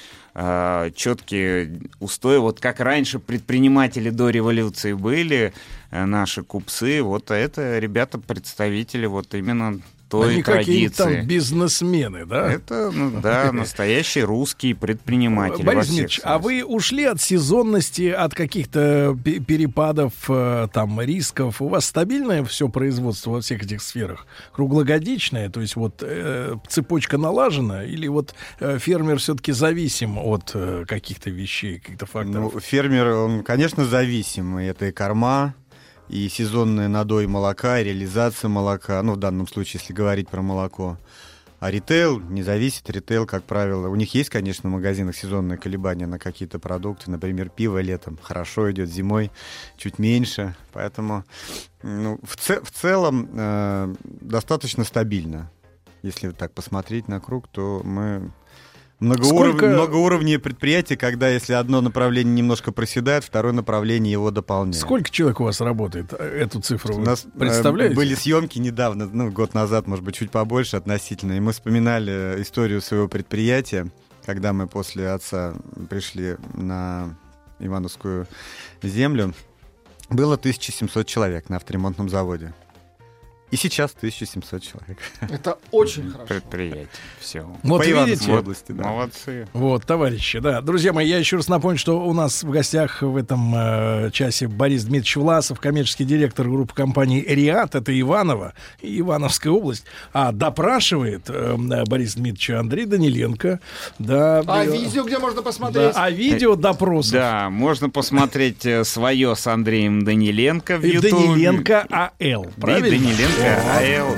э, четкие устои. Вот как раньше предприниматели до революции были, э, наши купцы, вот это ребята представители вот именно той Они какие-то традиции. там бизнесмены, да? Это, ну, да, настоящие русские предприниматели. во Борис всех Дмитриевич, а вы ушли от сезонности, от каких-то пе- перепадов, э, там, рисков? У вас стабильное все производство во всех этих сферах? Круглогодичное? То есть вот э, цепочка налажена? Или вот э, фермер все-таки зависим от э, каких-то вещей, каких-то факторов? Ну, фермер, он, конечно, зависим. И это и корма, и сезонный надой молока, и реализация молока. Ну, в данном случае, если говорить про молоко. А ритейл не зависит. Ритейл, как правило, у них есть, конечно, в магазинах сезонные колебания на какие-то продукты. Например, пиво летом хорошо идет, зимой чуть меньше. Поэтому ну, в, ц- в целом э, достаточно стабильно. Если так посмотреть на круг, то мы... Многоуров... Сколько- Многоуровневые предприятия, когда если одно направление немножко проседает, второе направление его дополняет. Сколько человек у вас работает? Эту цифру У вы нас э, представляете? были съемки недавно, ну, год назад, может быть, чуть побольше относительно, и мы вспоминали историю своего предприятия, когда мы после отца пришли на Ивановскую землю. Было тысяча семьсот человек на авторемонтном заводе. И сейчас тысяча семьсот человек. Это очень хорошо. Предприятие. Все. Вот По видите? Ивановской области, да. Молодцы. Вот, товарищи, да. Друзья мои, я еще раз напомню, что у нас в гостях в этом э, часе Борис Дмитриевич Власов, коммерческий директор группы компании «Риат», это Иваново, Ивановская область. А допрашивает э, Борис Дмитриевич Андрей Даниленко. Да, А э, видео где можно посмотреть? да, а видео допросов. Да, можно посмотреть э, свое с Андреем Даниленко в И Ютубе. Даниленко АЛ, И правильно? Даниленко АЛ.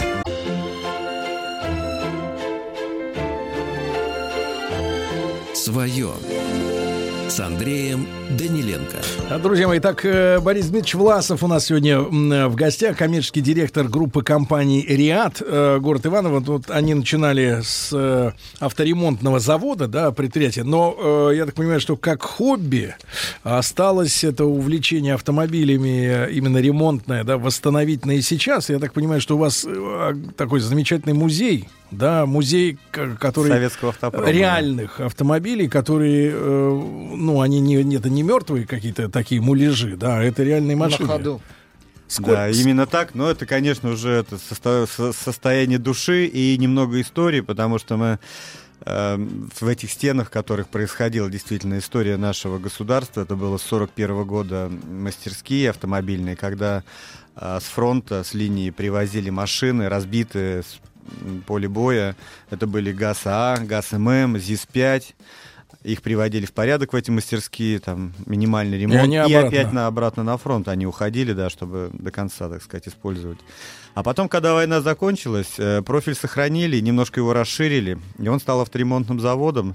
Свое с Андреем Даниленко. А, Друзья мои, так, э, Борис Дмитриевич Власов у нас сегодня м, в гостях, коммерческий директор группы компаний «Риат», э, город Иваново. Тут они начинали с э, авторемонтного завода, да, предприятия, но э, я так понимаю, что как хобби осталось это увлечение автомобилями, э, именно ремонтное, да, восстановительное и сейчас. Я так понимаю, что у вас э, такой замечательный музей, да, музей, к- который... Советского автопрома. Реальных автомобилей, которые, э, ну, они не, это не мертвые какие-то такие муляжи, да, это реальные машины. На ходу. Сколько- Да, именно так, но это, конечно, уже это состо- со- состояние души и немного истории, потому что мы э, в этих стенах, в которых происходила действительно история нашего государства, это было с сорок первого года мастерские автомобильные, когда э, с фронта, с линии привозили машины, разбитые с м, поля боя, это были ГАЗ-А, ГАЗ-ММ, ЗИС-пять, их приводили в порядок в эти мастерские, там, минимальный ремонт, и, и опять на, обратно на фронт они уходили, да, чтобы до конца, так сказать, использовать. А потом, когда война закончилась, профиль сохранили, немножко его расширили, и он стал авторемонтным заводом,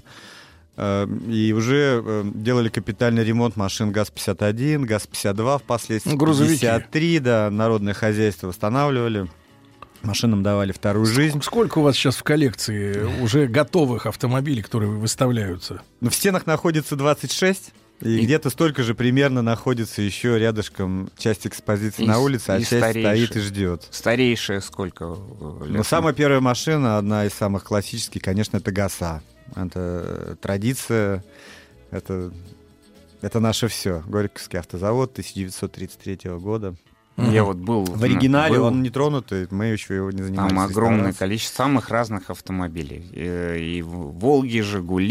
и уже делали капитальный ремонт машин ГАЗ пятьдесят один, ГАЗ пятьдесят два, впоследствии грузовики. пятьдесят три, да, народное хозяйство восстанавливали. Машинам давали вторую жизнь. Сколько у вас сейчас в коллекции уже готовых автомобилей, которые выставляются? Ну, в стенах находится двадцать шесть, и, и где-то столько же примерно находится еще рядышком часть экспозиции и, на улице, а часть стоит и ждет. Старейшая сколько лет? Ну, самая первая машина, одна из самых классических, конечно, это ГАЗа. Это традиция, это, это наше все. Горьковский автозавод тысяча девятьсот тридцать третьего года. Я вот был в оригинале, был, он не тронутый, мы еще его не занимались. Там огромное количество самых разных автомобилей. И, и Волги, Жигули,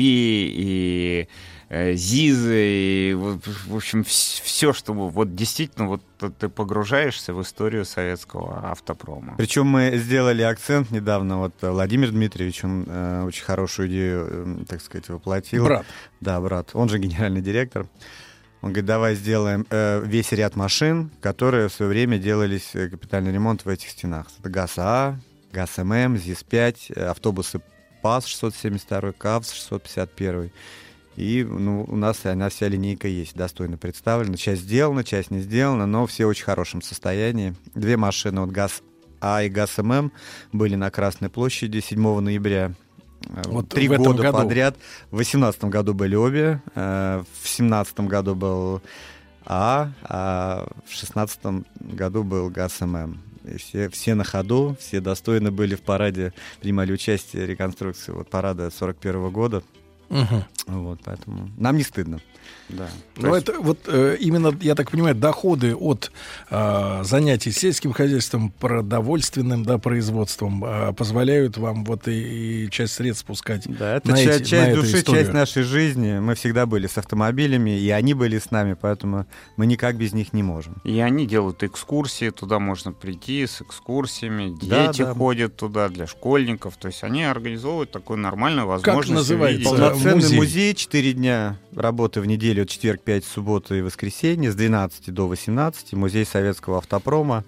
и э, Зизы, и, в общем, все, что вот действительно вот ты погружаешься в историю советского автопрома. Причем мы сделали акцент недавно, вот Владимир Дмитриевич, он э, очень хорошую идею, э, так сказать, воплотил. Брат. Да, брат, он же генеральный директор. Он говорит, давай сделаем э, весь ряд машин, которые в свое время делались э, капитальный ремонт в этих стенах. Это ГАЗ-А, ГАЗ-ММ, ЗИС пять, э, автобусы ПАЗ шестьсот семьдесят два, КАВС шестьсот пятьдесят один. И ну, у нас она вся линейка есть, достойно представлена. Часть сделана, часть не сделана, но все в очень хорошем состоянии. Две машины, вот ГАЗ-А и ГАЗ-ММ, были на Красной площади седьмого ноября. Вот три года году. подряд. В восемнадцатом году были обе, э, в семнадцатом году был А, а в шестнадцатом году был ГАЗ-ММ. И все, все на ходу, все достойно были в параде, принимали участие в реконструкции вот, парада сорок первого года. Угу. Вот, поэтому нам не стыдно. Да. Но есть... это вот э, именно, я так понимаю, доходы от э, занятий сельским хозяйством, продовольственным, да, производством э, позволяют вам вот и, и часть средств спускать. Да, это на часть, эти, часть на души, историю. часть нашей жизни. Мы всегда были с автомобилями, и они были с нами, поэтому мы никак без них не можем. И они делают экскурсии, туда можно прийти с экскурсиями, да, дети да. ходят туда для школьников, то есть они организовывают такую нормальную возможность. Как называется? Полноценный музей. музей, четыре дня работы в неделю, от четверг, пять, суббота и воскресенье, с двенадцати до восемнадцати, музей советского автопрома.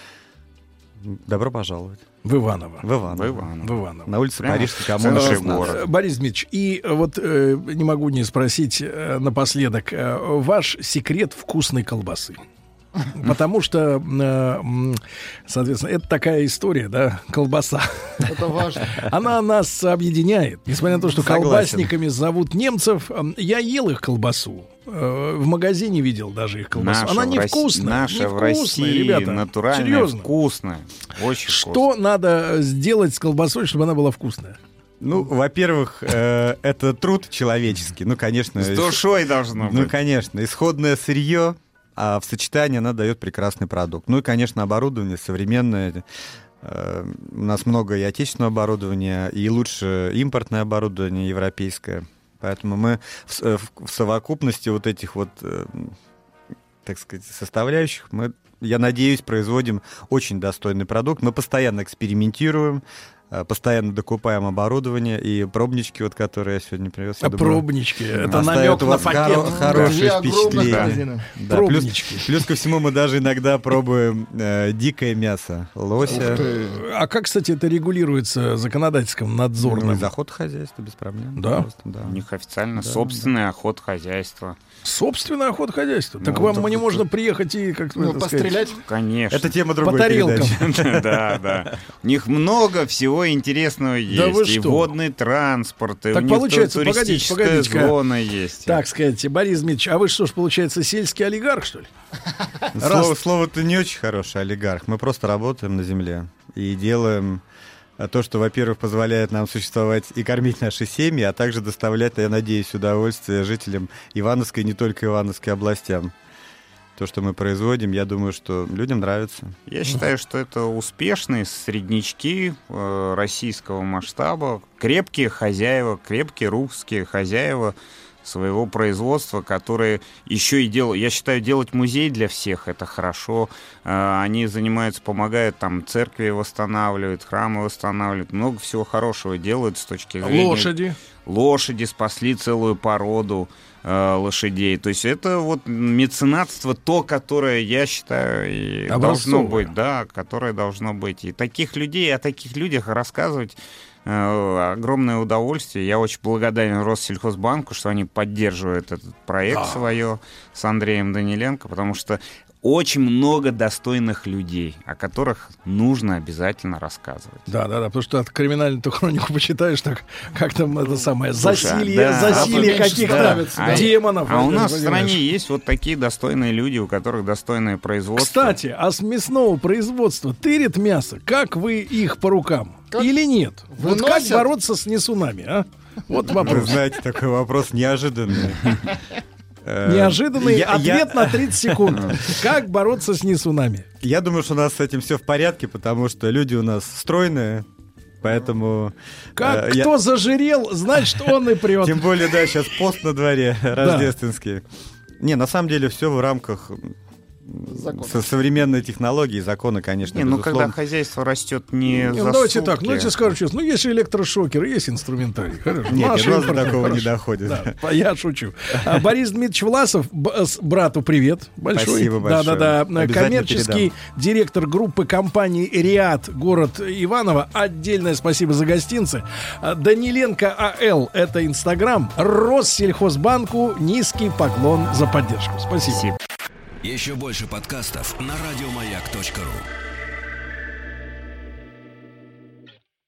Добро пожаловать. В Иваново. В Иваново. В Иваново. В Иваново. На улице Прямо Парижской коммуны шестнадцать. Борис Дмитриевич, и вот э, не могу не спросить э, напоследок, э, ваш секрет вкусной колбасы. Потому что, э, соответственно, это такая история, да, колбаса. Это важно. Она нас объединяет. Несмотря на то, что Согласен. колбасниками зовут немцев, я ел их колбасу. В магазине видел даже их колбасу. Наша Она России, невкусная. наша невкусная, в России ребята. натуральная, Серьезно. вкусная. Очень Что вкусная. надо сделать с колбасой, чтобы она была вкусная? Ну, во-первых, э, это труд человеческий. Ну, конечно. С душой должно Ну, быть. конечно. Исходное сырье, а в сочетании она дает прекрасный продукт. Ну и, конечно, оборудование современное. Э, у нас много и отечественного оборудования, и лучше импортное оборудование европейское. Поэтому мы в, в, в совокупности вот этих вот, э, так сказать, составляющих, мы, я надеюсь, производим очень достойный продукт. Мы постоянно экспериментируем, постоянно докупаем оборудование, и пробнички, вот, которые я сегодня привез. А думаю, пробнички, это оставят намек у на вас пакет. хоро- хорошее Две впечатление. Да, плюс, Пробнички. плюс ко всему мы даже иногда пробуем э, дикое мясо лося. А как, кстати, это регулируется законодательским надзорным? Ну, из охотхозяйства без проблем. Да? Просто, да. У них официально Да, собственное охотхозяйство. Собственное охотхозяйство. Так Ну, вам так не это- можно приехать и как-то, Ну, так пострелять. сказать, Конечно. Это тема другой по тарелкам. передачи. Да, да. У них много всего интересного Да вы есть. И что? водный транспорт, и Так у них получается, тут погодите, туристическая погодите-ка. зона есть. Так сказать, Борис Дмитриевич, а вы что ж, получается, сельский олигарх, что ли? Слово, слово-то не очень хороший олигарх. Мы просто работаем на земле и делаем то, что, во-первых, позволяет нам существовать и кормить наши семьи, а также доставлять, я надеюсь, удовольствие жителям Ивановской и не только Ивановской областям. То, что мы производим, я думаю, что людям нравится. Я считаю, что это успешные среднячки э, российского масштаба, крепкие хозяева, крепкие русские хозяева своего производства, которые еще и делают. Я считаю, делать музей для всех — это хорошо. Они занимаются, помогают там церкви восстанавливают, храмы восстанавливают, много всего хорошего делают с точки зрения... Лошади. Лошади спасли целую породу э, лошадей. То есть это вот меценатство, то, которое, я считаю, и должно быть, да, которое должно быть. И таких людей, о таких людях рассказывать огромное удовольствие. Я очень благодарен Россельхозбанку, что они поддерживают этот проект да. свое с Андреем Даниленко, потому что очень много достойных людей, о которых нужно обязательно рассказывать. Да, да, да, потому что от криминальную хронику почитаешь, так как там это самое засилье, да, засилье каких-то да. демонов. А, а у нас в стране есть вот такие достойные люди, у которых достойное производство. Кстати, а с мясного производства тырит мясо, как вы их по рукам? Как? Или нет? Выносят? Вот как бороться с несунами, а? Вот вопрос. Вы знаете, такой вопрос неожиданный. Неожиданный я, ответ я... на тридцать секунд. Как бороться с несунами? Я думаю, что у нас с этим все в порядке, потому что люди у нас стройные, поэтому... Как э, кто я... зажирел, значит, он и прет. Тем более, да, сейчас пост на дворе рождественский. Не, на самом деле все в рамках... Со современной технологией, законы, конечно, не, ну когда хозяйство растет не, не за ну, давайте сутки. Так, ну я тебе скажу честно, ну есть электрошокер, есть инструментарий. Хорошо. Нет, Маша, до такого хорошо. Не доходит. Да, я шучу. А, Борис Дмитриевич Власов, брату привет большой. Спасибо большое. Да, да, да. Коммерческий передам. Директор группы компании «Риат», город Иваново. Отдельное спасибо за гостинцы. Даниленко АЛ, это Инстаграм. Россельхозбанку низкий поклон за поддержку. Спасибо. Спасибо. Еще больше подкастов на радиомаяк точка ру.